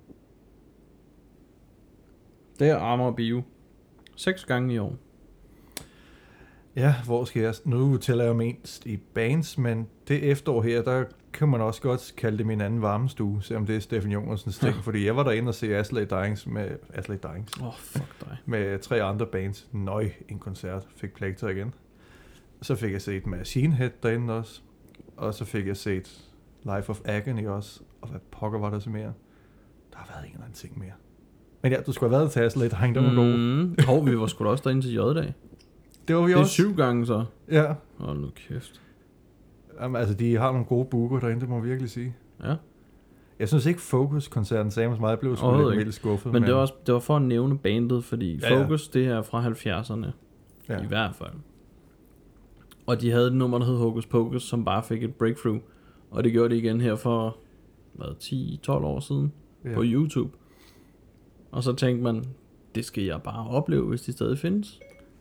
Det er Amager Bio. Seks gange i år. Ja, hvor skal jeg... Nu tæller jeg mest i bands, men det efterår her, der kan man også godt kalde det min anden varmestue, selvom det er Steffen Jungersens ting, Ja. fordi jeg var derinde og se Asley Dines med Asley Dines Åh, oh, fuck dig. med tre andre bands. Nøj, en koncert. Fik Plekter igen. Så fik jeg set Machine Head derinde også. Og så fik jeg set Life of Agony også. Og hvad pokker var der så mere? Der har været en eller anden ting mere. Men ja, du skulle have været til Asley Dines, der var god. Mm, hov, vi var sgu da også derinde til J-dag. Det var vi Det er også. syv gange så. Ja. Hold nu kæft. Jamen, altså, de har nogle gode booker derinde, det må jeg virkelig sige. Ja. Jeg synes ikke, Focus-koncerten sagde mig så meget. Jeg blev sgu Overhovedet lidt ikke. vildt skuffet. Men det var, også, det var for at nævne bandet, fordi Ja, ja. Focus, det er fra halvfjerdserne. Ja. I hvert fald. Og de havde et nummer, der hed Hocus Pocus, som bare fik et breakthrough. Og det gjorde de igen her for, hvad, ti tolv år siden, Ja. på YouTube. Og så tænkte man, det skal jeg bare opleve, hvis de stadig findes.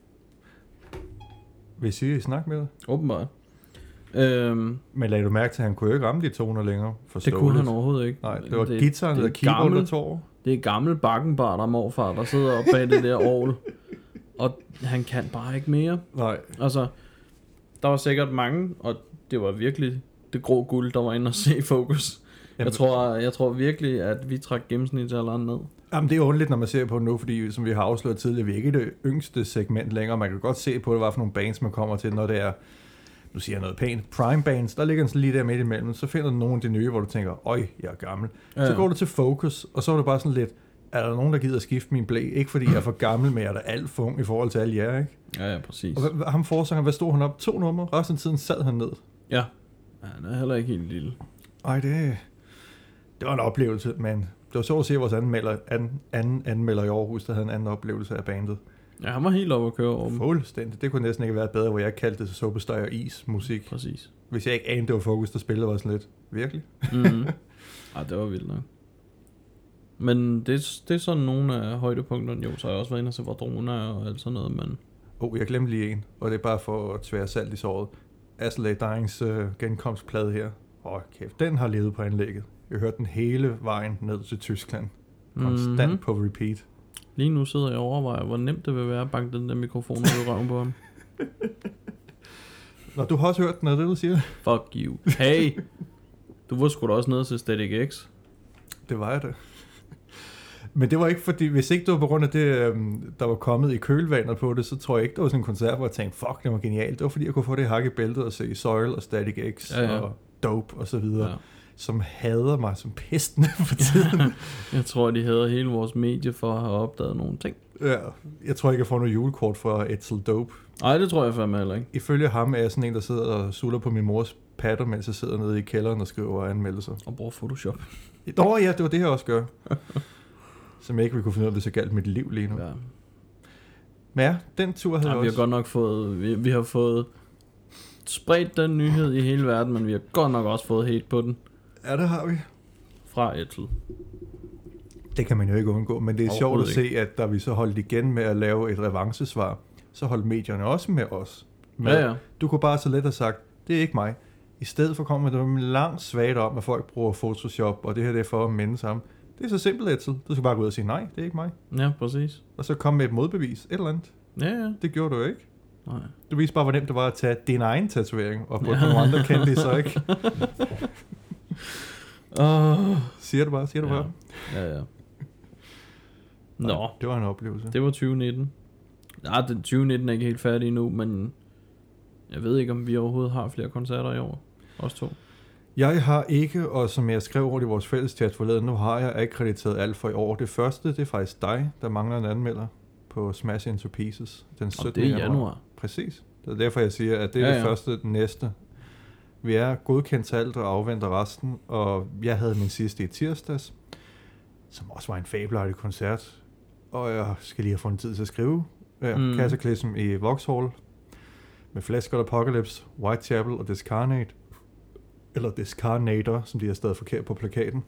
Vil I snakke med dig? Åbenbart. Øhm, Men lagde du mærke til, at han kunne jo ikke ramme de toner længere? det kunne han overhovedet ikke. Nej, det var det, guitaren det eller er keyboard, gammel- der tog over. Det er gammel bakkenbart og morfar, der sidder oppe bag det der orgel. Og han kan bare ikke mere. Nej. Altså, der var sikkert mange, og det var virkelig det grå guld, der var inde og se Focus. Jamen, Jeg tror, jeg tror virkelig, at vi trak gennemsnitsalderen ned. Jamen, det er underligt, når man ser på det nu, fordi som vi har afsløret tidligere, vi er ikke det yngste segment længere. Man kan godt se på, hvad for nogle bands, man kommer til, når det er, nu siger jeg noget pænt, prime bands, der ligger den sådan lige der midt imellem. Så finder du nogle af de nye, hvor du tænker, øj, jeg er gammel. Ja. Så går du til Focus, og så er du bare sådan lidt, er der nogen, der gider at skifte min blæ? Ikke fordi jeg er for gammel, men jeg er da alt for ung i forhold til alle jer, ikke? Ja, ja, præcis. Og hvad, ham forsanger, hvad stod han op? To numre? Resten af tiden sad han ned. Ja, han er heller ikke helt lille. Ej, det, det var en oplevelse, men det var så at se vores anmelder, an, anden anmelder i Aarhus, der havde en anden oplevelse af bandet. Ja, han var helt oppe at køre over dem. Fuldstændig. Det kunne næsten ikke have været bedre, hvor jeg kaldte det såbesteg og is musik. Præcis. Hvis jeg ikke anede, det var Focus, der spillede, var sådan lidt. Virkelig? Mm-hmm. Ej, det var vildt nok. Men det, det er sådan nogle af højdepunkterne. Jo, så har jeg også været inde og se Vardrona og alt sådan noget, men... Oh, jeg glemte lige en, og det er bare for at tvære salt i såret. Asley Dines øh, genkomstplade her. Åh, oh, kæft, den har levet på anlægget. Jeg hørte den hele vejen ned til Tyskland. Konstant Mhm. mm-hmm. på repeat. Lige nu sidder jeg og overvejer, hvor nemt det vil være at banke den der mikrofon ud i røven på ham. Nå, du har også hørt den, er det, du siger? Fuck you. Hey! Du var sgu da også nede til Static X. Det var jeg da. Men det var ikke fordi, hvis ikke det var på grund af det, øhm, der var kommet i kølvandet på det, så tror jeg ikke, det var sådan en koncert, hvor jeg tænkte, fuck, det var genialt. Det var fordi, jeg kunne få det hak i bæltet og se Soil og Static X Ja, ja. og Dope og så videre, Ja. som hader mig som pesten for tiden. Jeg tror, de havde hele vores medie for at have opdaget nogle ting. Ja, jeg tror ikke, jeg får noget julekort fra Edsel Dope. Nej, det tror jeg fandme heller ikke. Ifølge ham er jeg sådan en, der sidder og sutter på min mors patter, mens jeg sidder nede i kælderen og skriver anmeldelser. Og bruger Photoshop. Nå ja, det var det, jeg også gør. Som jeg ikke ville kunne finde ud af, hvis jeg galt mit liv lige nu. Ja. Men ja, den tur havde Ja, jeg vi har også. godt nok fået... Vi, vi har fået spredt den nyhed i hele verden, men vi har godt nok også fået hate på den Ja, det har vi. fra Edsel. Det kan man jo ikke undgå, men det er sjovt at Overhovedet se, at da vi så holdt igen med at lave et revancesvar, så holdt medierne også med os. Men Ja, ja. du kunne bare så let have sagt, det er ikke mig. I stedet for kommer man langt svagt om, at folk bruger Photoshop, og det her det er for at minde sammen. Det er så simpelt, Edsel. Du skal bare gå ud og sige, nej, det er ikke mig. Ja, præcis. Og så komme med et modbevis, et eller andet. Ja, ja. Det gjorde du ikke. Nej. Du viste bare, hvor nemt det var at tage din egen tatovering, og på ja. nogle andre kendte så ikke. oh. Siger du bare, siger du ja. bare. Ja, ja. Nå. Nej, det var en oplevelse. Det var tyve nitten. Nej, den tyve nitten er ikke helt færdig endnu, men jeg ved ikke, om vi overhovedet har flere koncerter i år. Os to. Jeg har ikke, og som jeg skrev over i vores fælles chat forleden, nu har jeg akkrediteret alt for i år. Det første, det er faktisk dig, der mangler en anmelder på Smash Into Pieces. Den syttende Og det er i januar. Præcis. Det er derfor, jeg siger, at det er ja, det ja. første, den næste. Vi er godkendt til alt og afventer resten, og jeg havde min sidste i tirsdags, som også var en fabelagtig koncert. Og jeg skal lige have fundet tid til at skrive. Ja, mm. Cataclysm i Vauxhall med Fleshgod Apocalypse, Whitechapel og Discarnate. Eller Discarnator, som de har stadig forkert på plakaten.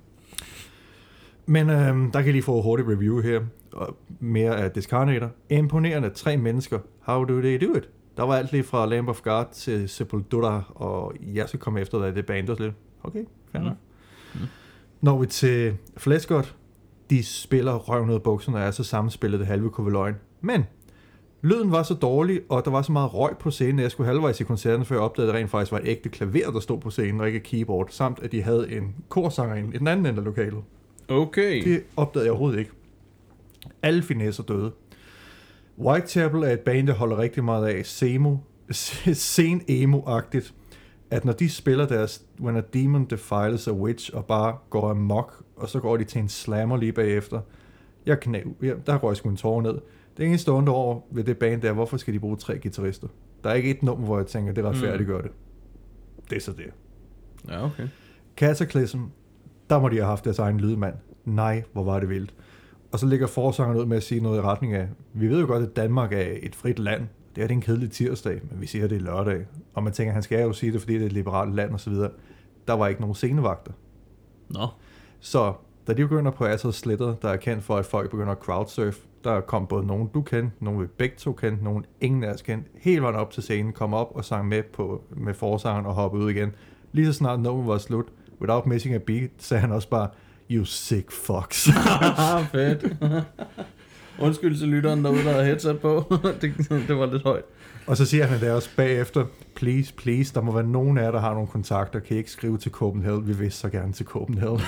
Men øhm, der kan jeg lige få et hurtigt review her. Og mere af Discarnator. Imponerende tre mennesker. How do they do it? Der var alt lige fra Lamb of God til Sepultura, og jeg skal komme efter dig i det band også lidt. Okay, fair nok. Mm. Mm. Når vi til Fleshgod, de spiller røven ud af bukserne, og er så sammenspillet det halve kunne Men lyden var så dårlig, og der var så meget røg på scenen, at jeg skulle halvvejs i koncerten, før jeg opdagede, at det rent faktisk var et ægte klaver, der stod på scenen, og ikke et keyboard, samt at de havde en korsanger i den anden ende af lokalet. Okay. Det opdagede jeg overhovedet ikke. Alle finesser døde. Whitechapel er et band, der holder rigtig meget af semo, sen emo-agtigt, at når de spiller deres When a Demon Defiles a Witch, og bare går amok, og så går de til en slammer lige bagefter. Jeg knæ, jeg, der går jeg sgu en tårer ned. Det eneste undre over ved det band, der er, hvorfor skal de bruge tre guitarister? Der er ikke et nummer, hvor jeg tænker, det retfærdiggør det. Det er så det. Ja, okay. Cataclysm, der må de have haft deres egen lydmand. Nej, hvor var det vildt. Og så ligger forsangeren ud med at sige noget i retning af, vi ved jo godt, at Danmark er et frit land. Det er det en kedelig tirsdag, men vi siger, at det er lørdag. Og man tænker, han skal jo sige det, fordi det er et liberalt land og så videre. Der var ikke nogen scenevagter. Nå. Så da de begynder på Acid Slitter, der er kendt for, at folk begynder at crowdsurf, der kom både nogen, du kendte, nogen vi begge to kendte, nogen ingen af os kendte. Helt vejen op til scenen, kom op og sang med på, med forsangeren og hoppede ud igen. Lige så snart nummeret var slut, without missing a beat, sagde han også bare, you sick fucks. Fedt. Undskyld til lytteren derude, der har headset på. det, det var lidt højt. Og så siger han der også bagefter, please, please, der må være nogen af jer, der har nogle kontakter, kan I ikke skrive til Copenhagen? Vi vil så gerne til Copenhagen.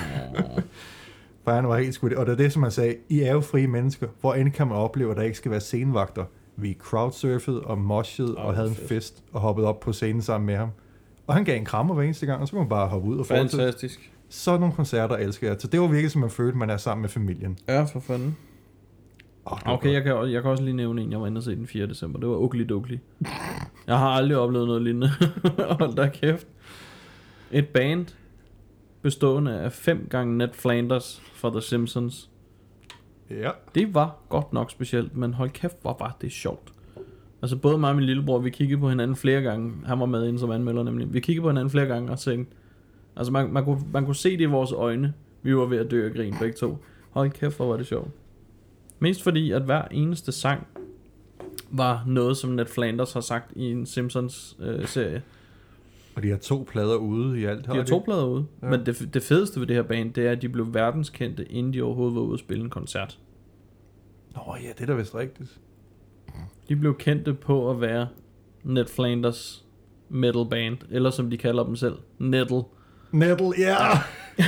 For han var helt skudt. Og det er det, som han sagde, I er jo frie mennesker. Hvor end kan man opleve, at der ikke skal være scenevagter? Vi crowdsurfede og moshede oh, og havde fedt. en fest og hoppede op på scenen sammen med ham. Og han gav en krammer hver eneste gang, og så kunne man bare hoppe ud og fortsætte. Fantastisk. Sådan nogle koncerter elsker jeg. Så det var virkelig, som man følte, man er sammen med familien. Ja, for fanden. Oh, okay, jeg kan, jeg kan også lige nævne en, jeg var inde og se den fjerde december. Det var Ugly Dugly. Jeg har aldrig oplevet noget lignende. Hold da kæft. Et band bestående af fem gange Ned Flanders fra The Simpsons. Ja. Det var godt nok specielt, men hold kæft, hvor var det sjovt. Altså både mig og min lillebror, vi kiggede på hinanden flere gange. Han var med inde som anmelder nemlig. Vi kiggede på hinanden flere gange og tænkte, altså man, man, kunne, man kunne se det i vores øjne. Vi var ved at dø af grin begge to. Hold kæft, hvor var det sjovt. Mest fordi, at hver eneste sang var noget, som Ned Flanders har sagt i en Simpsons-serie. Øh, og de har to plader ude i alt. De har to plader ude. Ja. Men det, det fedeste ved det her band, det er, at de blev verdenskendte, inden de overhovedet var ude at spille en koncert. Nå ja, det er da vist rigtigt. De blev kendte på at være Ned Flanders metal band, eller som de kalder dem selv, Nettle. Nettle, ja! Yeah.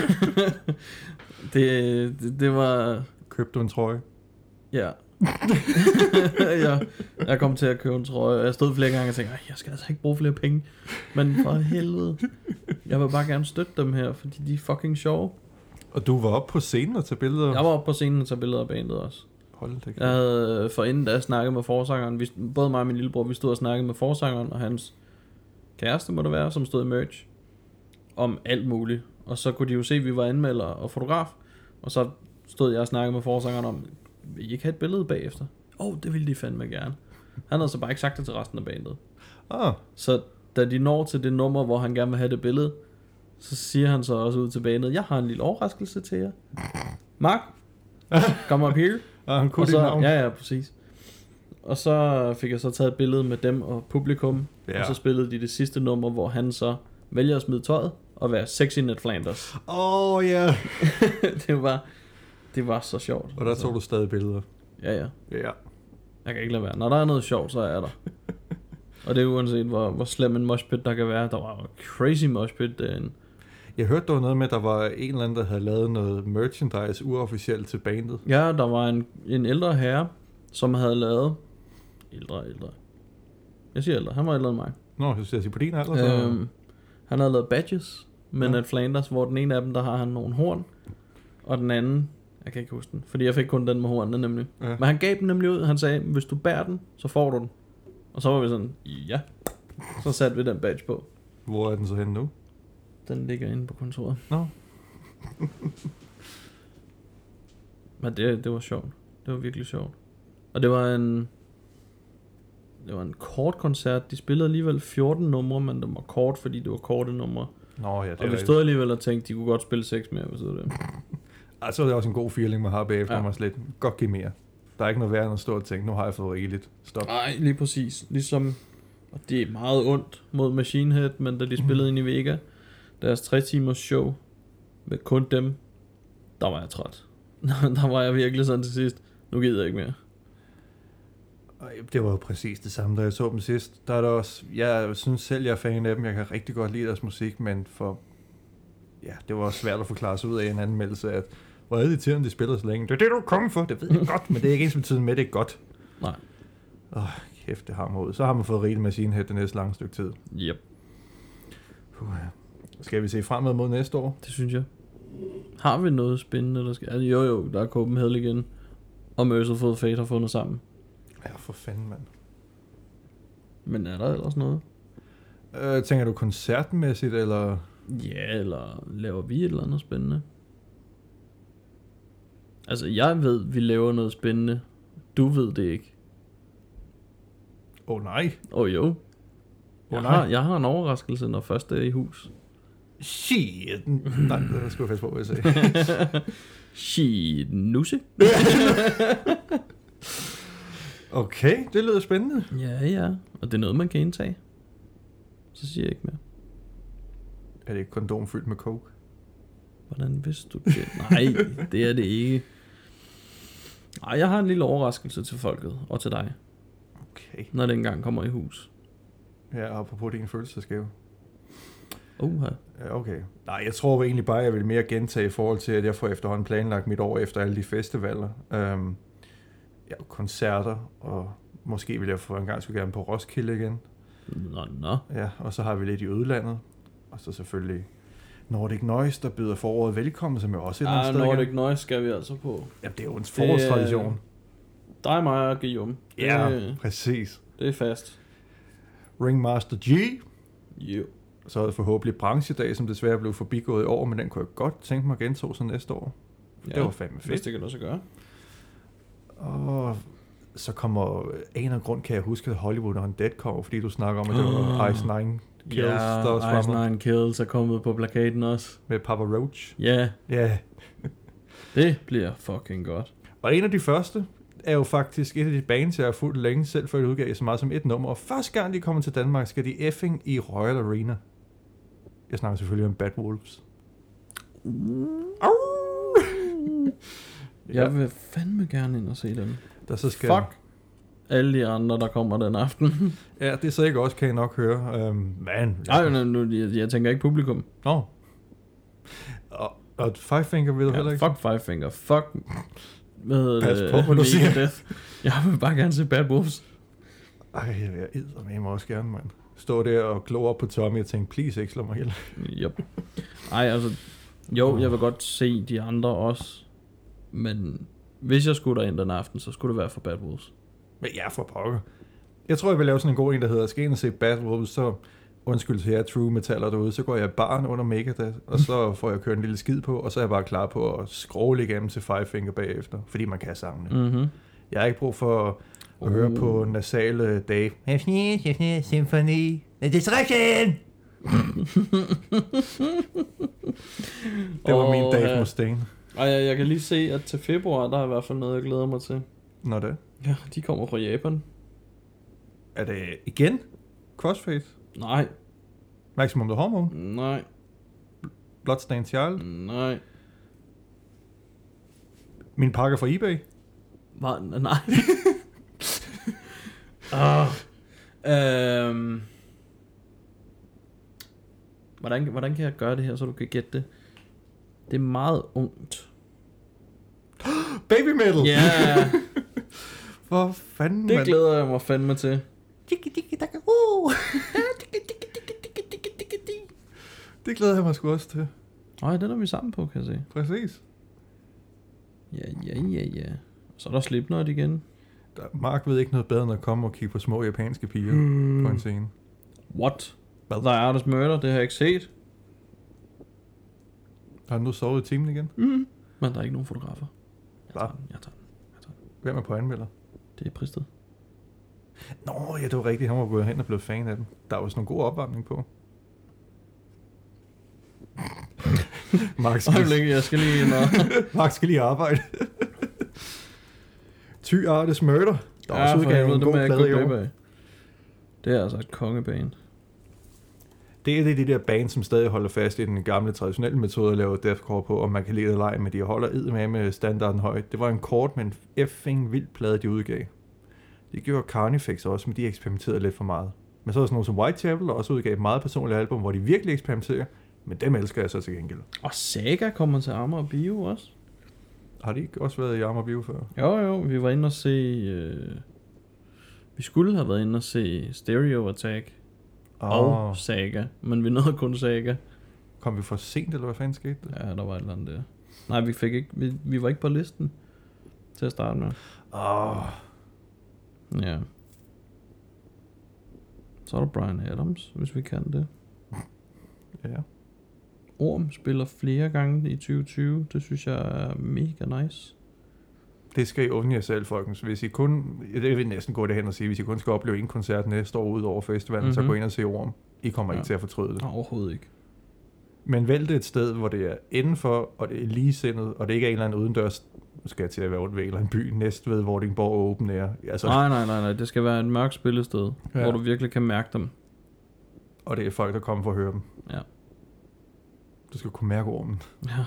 det, det, det var... Købte du en trøje? Ja. jeg, jeg kom til at købe en trøje, og jeg stod flere gange og tænkte, jeg skal altså ikke bruge flere penge. Men for helvede, jeg vil bare gerne støtte dem her, fordi de er fucking sjove. Og du var oppe på scenen og tage billeder? Jeg var oppe på scenen og tage billeder af bandet også. Hold det. Jeg havde for inden da jeg snakkede med forsangeren, vi, både mig og min lillebror, vi stod og snakkede med forsangeren og hans kæreste, må det være, som stod i merch, om alt muligt. Og så kunne de jo se, at vi var anmelder og fotograf, og så stod jeg og snakkede med forsangeren om, vil I ikke have et billede bagefter? Åh, oh, det ville de fandme gerne. Han havde så bare ikke sagt det til resten af bandet. Ah. Så da de når til det nummer, hvor han gerne vil have det billede, så siger han så også ud til bandet, jeg har en lille overraskelse til jer. Mark, come up here. Ah, han kunne og så, ja, ja, præcis. Og så fik jeg så taget et billede med dem og publikum, ja. Og så spillede de det sidste nummer, hvor han så vælge at smide tøjet og være sexy Ned Flanders. Åh, oh, ja. Yeah. det var det var så sjovt. Og der tog du stadig billeder. Ja, ja. Ja. Jeg kan ikke lade være. Når der er noget sjovt, så er jeg der. Og det er uanset, hvor, hvor slem en moshpit der kan være. Der var crazy moshpit derinde. Jeg hørte, der var noget med, at der var en eller anden, der havde lavet noget merchandise uofficielt til bandet. Ja, der var en, en ældre herre, som havde lavet... Ældre, ældre. Jeg siger ældre. Han var ældre end mig. Nå, så siger jeg på din alder. Så... Øhm, han havde lavet badges med ja. Ned Flanders, hvor den ene af dem, der har han nogle horn. Og den anden... Jeg kan ikke huske den, fordi jeg fik kun den med hornene nemlig. Ja. Men han gav den nemlig ud. Han sagde, hvis du bærer den, så får du den. Og så var vi sådan, ja. Så satte vi den badge på. Hvor er den så henne nu? Den ligger inde på kontoret. Nå. Men det, det var sjovt. Det var virkelig sjovt. Og det var en... Det var en kort koncert. De spillede alligevel fjorten numre, men det var kort, fordi det var korte numre. Nå ja, det og vi stod alligevel og tænkte, de kunne godt spille seks mere, hvis det var det. Altså, det er også en god feeling, man har bagefter, ja. Man slet godt give mere. Der er ikke noget værd end at stå og tænke, nu har jeg fået rigeligt. Stop. Nej, lige præcis. Ligesom, og det er meget ondt mod Machine Head, men da de spillede mm. ind i Vega, deres tre timers show, med kun dem, der var jeg træt. Der var jeg virkelig sådan til sidst, nu gider jeg ikke mere. Det var jo præcis det samme, da jeg så dem sidst. Der er der også, jeg synes selv, jeg er fan af dem, jeg kan rigtig godt lide deres musik, men for, ja, det var også svært at forklare sig ud af en anmeldelse, at hvor er det til, at de spiller så længe? Det er det, du kommer for, det ved jeg godt, men det er ikke ens betydende med, det er godt. Nej. Åh, kæft, det hammer ud. Så har man fået rigeligt Machine Head det næste lange stykke tid. Yep. Puh, ja. Skal vi se fremad mod næste år? Det synes jeg. Har vi noget spændende, der skal... Altså, jo jo, der er Copenhagen igen, og Merciful Fate har fundet sammen. Ja, for fanden, mand. Men er der ellers noget? Øh, tænker du koncertmæssigt, eller... Ja, eller laver vi et eller andet spændende? Altså, jeg ved, vi laver noget spændende. Du ved det ikke. Åh oh, nej. Åh oh, jo. Oh, jeg, nej. har, jeg har en overraskelse, når først det er i hus. Shit. Nej, det skulle jeg faktisk på, hvad jeg sagde. Shit, nusse. Okay, det lyder spændende. Ja, ja. Og det er noget, man kan indtage. Så siger jeg ikke mere. Er det ikke kondom fyldt med coke? Hvordan vidste du det? Nej, det er det ikke. Nej, jeg har en lille overraskelse til folket og til dig. Okay. Når det engang kommer i hus. Ja, apropos din følelsesgave. Uha. Ja, okay. Nej, jeg tror egentlig bare, jeg vil mere gentage i forhold til, at jeg får efterhånden planlagt mit år efter alle de festivaler. Um, ja, koncerter, og måske vil jeg få en gang skulle gerne på Roskilde igen. Nå, nå. Ja, og så har vi lidt i udlandet. Og så selvfølgelig Nordic Noise, der byder foråret velkommen, som jo også et eller andet sted. Ja, Nordic Noise skal vi altså på. Ja, det er jo en forårstradition. Dig, mig og Guillaume. Ja, det, præcis. Det er fast. Ringmaster G. Jo. Så er det forhåbentlig branchedag, som desværre blev forbigået i år, men den kunne jeg godt tænke mig at gentage så næste år. Ja, det var fandme fedt. Det kan du også gøre. Og så kommer en eller anden grund, kan jeg huske, at Hollywood og en Dead kommer, fordi du snakker om, at det var Ice Nine Kills, ja, der også Ice Nine Kills er kommet på plakaten også. Med Papa Roach. Ja. Ja. Det bliver fucking godt. Og en af de første er jo faktisk et af de bands, jeg har fulgt længe selv, før jeg udgav så meget som et nummer. Og første gang de kommer til Danmark, skal de effing i Royal Arena. Jeg snakker selvfølgelig om Bad Wolves. Jeg vil fandme gerne ind og se dem. Der så skal... Fuck alle de andre, der kommer den aften. Ja, det er så ikke også, kan jeg nok høre. Um, man. Nej, nu, jeg, jeg tænker ikke publikum. Nå. No. Og, og Five Finger ved du ja, heller ikke? Fuck Five Finger. Fuck... Hvad hedder Pas det? på, hvad du siger. Death. Jeg vil bare gerne se Bad Wolves. Ej, jeg eddermame også gerne, mand. Stå der og glo op på Tommy og tænke, please ikke slå mig ihjel. Yep. Ej, altså... Jo, jeg vil godt se de andre også. Men hvis jeg skulle derind den aften, så skulle det være for Bad Wolves. Men ja, for pokker. Jeg tror, jeg vil lave sådan en god en, der hedder, skal ind og se Bad Wolves, så undskyld til jer true metaller derude, så går jeg barn under Megadeth, og så får jeg kørt en lille skid på, og så er jeg bare klar på at scrolle igennem til Five Finger bagefter, fordi man kan sangene. Mm-hmm. Jeg har ikke brug for at uh. høre på nasale Dave. Symphony. Distraction! Det var oh, min Dave Mustaine. Ej, jeg, jeg kan lige se, at til februar, der er i hvert fald noget, jeg glæder mig til. Nå det? Ja, de kommer fra Japan. Er det igen Crossfade? Nej. Maximum the Hormone? Nej. Bloodstained Child? Nej. Min pakke fra eBay? Hvad? Nej. oh. øhm. hvordan, hvordan kan jeg gøre det her, så du kan gætte det? Det er meget ungt. Baby metal! Ja, yeah. Hvor fanden, det man... glæder jeg mig fandme til. Det glæder jeg mig sgu også til. Nej, den er vi sammen på, kan jeg se. Præcis. Ja, ja, ja, ja. Så er der Slipknot igen. Der, Mark ved ikke noget bedre end at komme og kigge på små japanske piger Hmm. på en scene. What? The Artist Murder, det har jeg ikke set. Har du nu sovet i timen igen? Mm. Men der er ikke nogen fotografer. Jeg tager Hva? den, jeg tager den. Jeg tager den. Hvem er på anmelder? Det er Pristed. Nå, ja, det var rigtigt. Han var gået hen og blevet fan af den. Der var sådan en god opvarmning på. Mark skal, Øjeblik, jeg skal lige ind og... Mark skal lige arbejde. Ty Artist Murder. Der er Ja, også for udgavet helvede, en det må god jeg ikke plade i gå år. glip af. Det er altså et kongebane. Det er det de der bands, som stadig holder fast i den gamle traditionelle metode at lave deathcore på, og man kan lide det eller ej, men de holder eddermame med standarden højt. Det var en kort, men effing vild plade, de udgav. Det gjorde Carnifex også, men de eksperimenterede lidt for meget. Men så er der sådan noget som Whitechapel, der også udgav et meget personligt album, hvor de virkelig eksperimenterer, men dem elsker jeg så til gengæld. Og Saga kommer til Amager Bio også. Har de ikke også været i Amager Bio før? Jo, jo, vi var inde og se... Øh... Vi skulle have været inde og se Stereo Attack oh. og Saga, men vi nåede kun Saga. Kom vi for sent, eller hvad fanden skete der? Ja, der var et eller andet der. Nej, vi fik ikke... Vi, vi var ikke på listen til at starte med. Åh... Oh. Ja. Så er der Bryan Adams, hvis vi kan det. Ja. Orm spiller flere gange i tyve tyve. Det synes jeg er mega nice. Det skal I undre jer selv, folkens. Hvis I kun, det vil næsten gå derhen og sige, hvis I kun skal opleve en koncert næste år ud over festivalen, mm-hmm. så gå ind og se Orm. I kommer ja. ikke til at fortryde det. Nej, overhovedet ikke. Men vælg det et sted, hvor det er indenfor, og det er ligesindet, og det ikke er en eller anden udendørs, skal jeg til at være rundt ved en eller anden by, Næstved, Vordingborg og Open Air. Altså, nej, nej, nej, nej. Det skal være et mørkt spillested, ja. hvor du virkelig kan mærke dem. Og det er folk, der kommer for at høre dem. Ja. Du skal kunne mærke Ormen. Ja.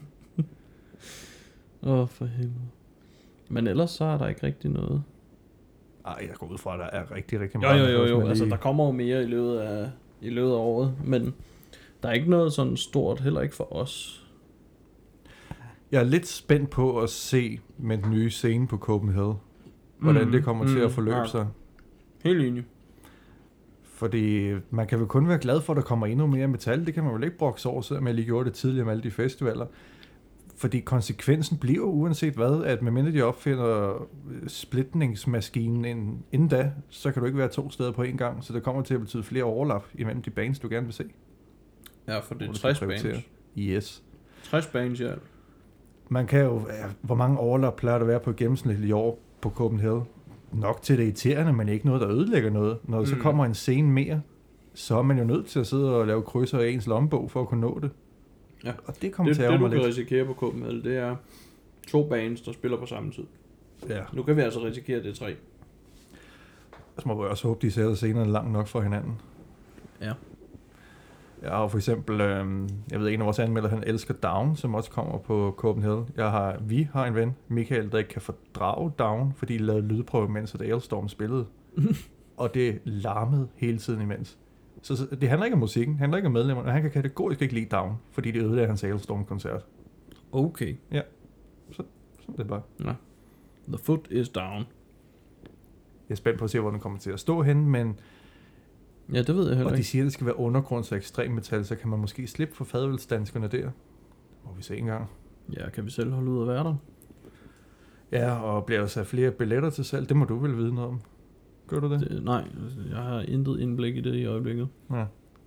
Åh, oh, for helvede. Men ellers så er der ikke rigtig noget. Ej, jeg går ud fra, at der er rigtig, rigtig Jo, meget. jo, jo, jo. Lige... Altså, der kommer jo mere i løbet af, i løbet af året, men der er ikke noget sådan stort, heller ikke for os. Jeg er lidt spændt på at se med den nye scene på Copenhagen, hvordan mm, det kommer mm, til at forløbe ja. sig. Helt enig. Fordi man kan vel kun være glad for, at der kommer endnu mere metal. Det kan man vel ikke brokse over, selvom jeg lige gjorde det tidligere med alle de festivaler. Fordi konsekvensen bliver uanset hvad, at medmindre de opfinder splitningsmaskinen inden, inden da, så kan du ikke være to steder på en gang. Så det kommer til at betyde flere overlap imellem de bands, du gerne vil se. Ja, for det er tres bands. Yes. tres bands, ja. Man kan jo, ja, hvor mange overlap plejer der at være på et gennemsnitligt år på Copenhagen? Nok til det irriterende, men ikke noget, der ødelægger noget. Når der mm. så kommer en scene mere, så er man jo nødt til at sidde og lave krydser i ens lommebog for at kunne nå det. Ja. Og det kommer det, til at det, du mig kan lidt. risikere på Copenhagen, det er to bands, der spiller på samme tid. Ja. Nu kan vi altså risikere, det er tre. Så må vi også håbe, de sætter scenerne langt nok fra hinanden. Ja. Ja, og for eksempel, øh, jeg ved, en af vores anmelder, han elsker Down, som også kommer på Copenhagen. Jeg har, vi har en ven, Michael, der ikke kan fordrage Down, fordi de lavede lydprøve, mens at Alestorm spillede. Og det larmede hele tiden imens. Så, så det handler ikke om musikken, det handler ikke om medlemmerne, og han kan kategorisk ikke lide Down, fordi det ødelagde hans Alestorm-koncert. Okay. Ja, så, så det er bare. Ja. The foot is down. Jeg er spændt på at se, hvor den kommer til at stå hen, men... Ja, det ved jeg heller og de ikke. siger, at det skal være undergrunds- og ekstrem metal, så kan man måske slippe for fadølsdanskerne der. Det må vi se engang. Ja, kan vi selv holde ud at være der? Ja, og bliver der sat flere billetter til salg? Det må du vel vide noget om. Gør du det? det nej, jeg har intet indblik i det i øjeblikket. Ja.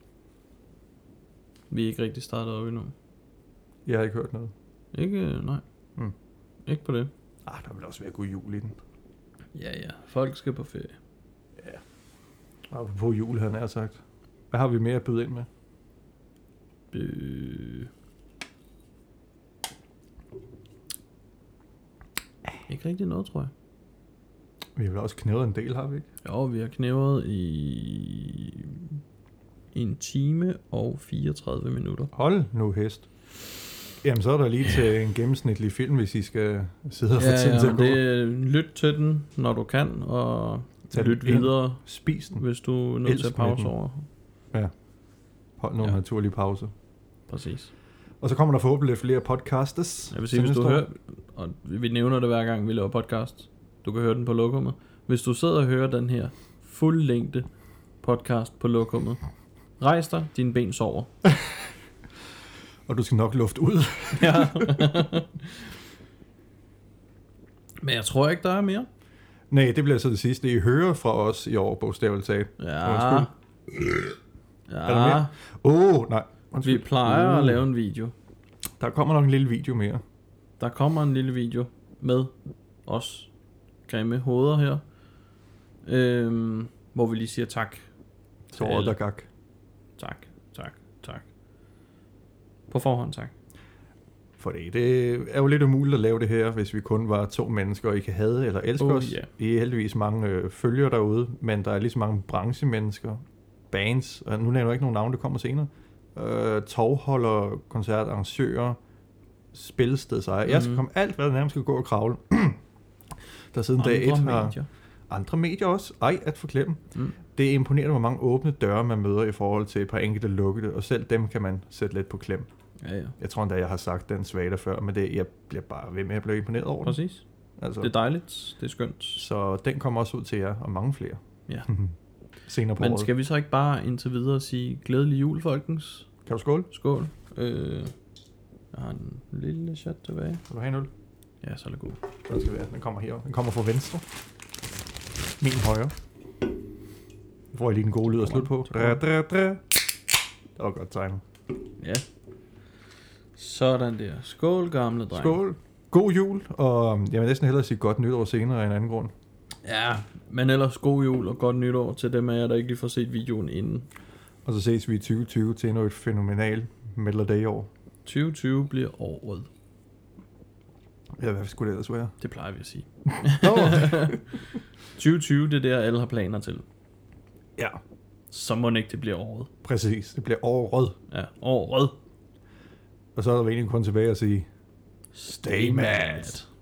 Vi er ikke rigtig startet op endnu. Jeg har ikke hørt noget. Ikke, nej. Mm. Ikke på det. Ah, der vil også være god jul i den. Ja, ja. Folk skal på ferie. Ja. Og på jul, han er sagt. Hvad har vi mere at byde ind med? Øh... Ikke rigtig noget, tror jeg. Vi har vel også knævet en del, har vi ikke? Jo, vi har knævet i... en time og fireogtredive minutter. Hold nu hest. Jamen, så er der lige til en gennemsnitlig film, hvis I skal sidde og få Ja, tiden ja, til at gå. det, lyt til den, når du kan, og Tag lyt den ind. videre, Spis den. hvis du er nødt Elsk til at pause med den. over. Ja. Hold nogle Ja. naturlige pauser. Præcis. Og så kommer der forhåbentlig lidt flere podcastes. Jeg vil sige, hvis du hører, og vi nævner det hver gang, vi laver podcast, du kan høre den på lokummet. Hvis du sidder og hører den her fuldlængde podcast på lokummet, rejs dig, dine ben sover. Og du skal nok lufte ud. Ja. Men jeg tror ikke, der er mere. Nej, det bliver så det sidste. I hører fra os i år, bogstaveligt talt. Ja. Undskyld. Er der Ja. mere? Åh, oh, nej. Undskyld. Vi plejer Uh. at lave en video. Der kommer nok en lille video mere. Der kommer en lille video med os grimme hoveder her. Øhm, hvor vi lige siger tak. Så Til alle. der gak. Tak, tak, tak. På forhånd tak. For det, det er jo lidt umuligt at lave det her, hvis vi kun var to mennesker, og I kan hade eller elske Oh, os. yeah. I er heldigvis mange øh, følgere derude, men der er lige så mange branchemennesker, bands, og nu nævner jeg ikke nogen navn, det kommer senere. Øh, tovholder, koncertarrangører, spilstedsejere. Mm-hmm. Jeg skal komme alt, hvad der nærmest skal gå og kravle. Der siden dag et har medier. andre medier også. Ej, at forklemme. Mm. Det er imponerende, hvor mange åbne døre man møder i forhold til et par enkelte lukkede, og selv dem kan man sætte lidt på klem. Ja, ja. Jeg tror endda, jeg har sagt den svagere før, men det, jeg bliver bare ved med at blive imponeret over den. Præcis. Altså, Det er dejligt. Det er skønt. så den kommer også ud til jer, og mange flere. Ja. Senere på Men året. skal vi så ikke bare indtil videre sige glædelig jul, folkens? Kan du skåle? Skål. Øh, jeg har en lille shot tilbage. Vil du have en øl? Ja, så er det god. Den skal være. Den kommer her. Den kommer fra venstre. Min højre. Nu får jeg lige den gode lyd at slutte på. Dra, dra, dra. Det var godt tegnet. Ja. Sådan der. Skål, gamle dreng. Skål. God jul, og jeg vil næsten hellere sige godt nytår senere af en anden grund. Ja, men ellers god jul og godt nytår til dem af jer, der ikke lige får set videoen inden. Og så ses vi i tyve tyve til endnu et fænomenalt Metal of Day år. tyve tyve bliver året. Ja, hvad skulle det ellers være? Det plejer vi at sige. Nå. tyve tyve, det er der, alle har planer til. Ja, Så må det ikke, det bliver året. præcis. Det bliver året. Ja, året. Og så er der egentlig kun tilbage at sige, Stay mad.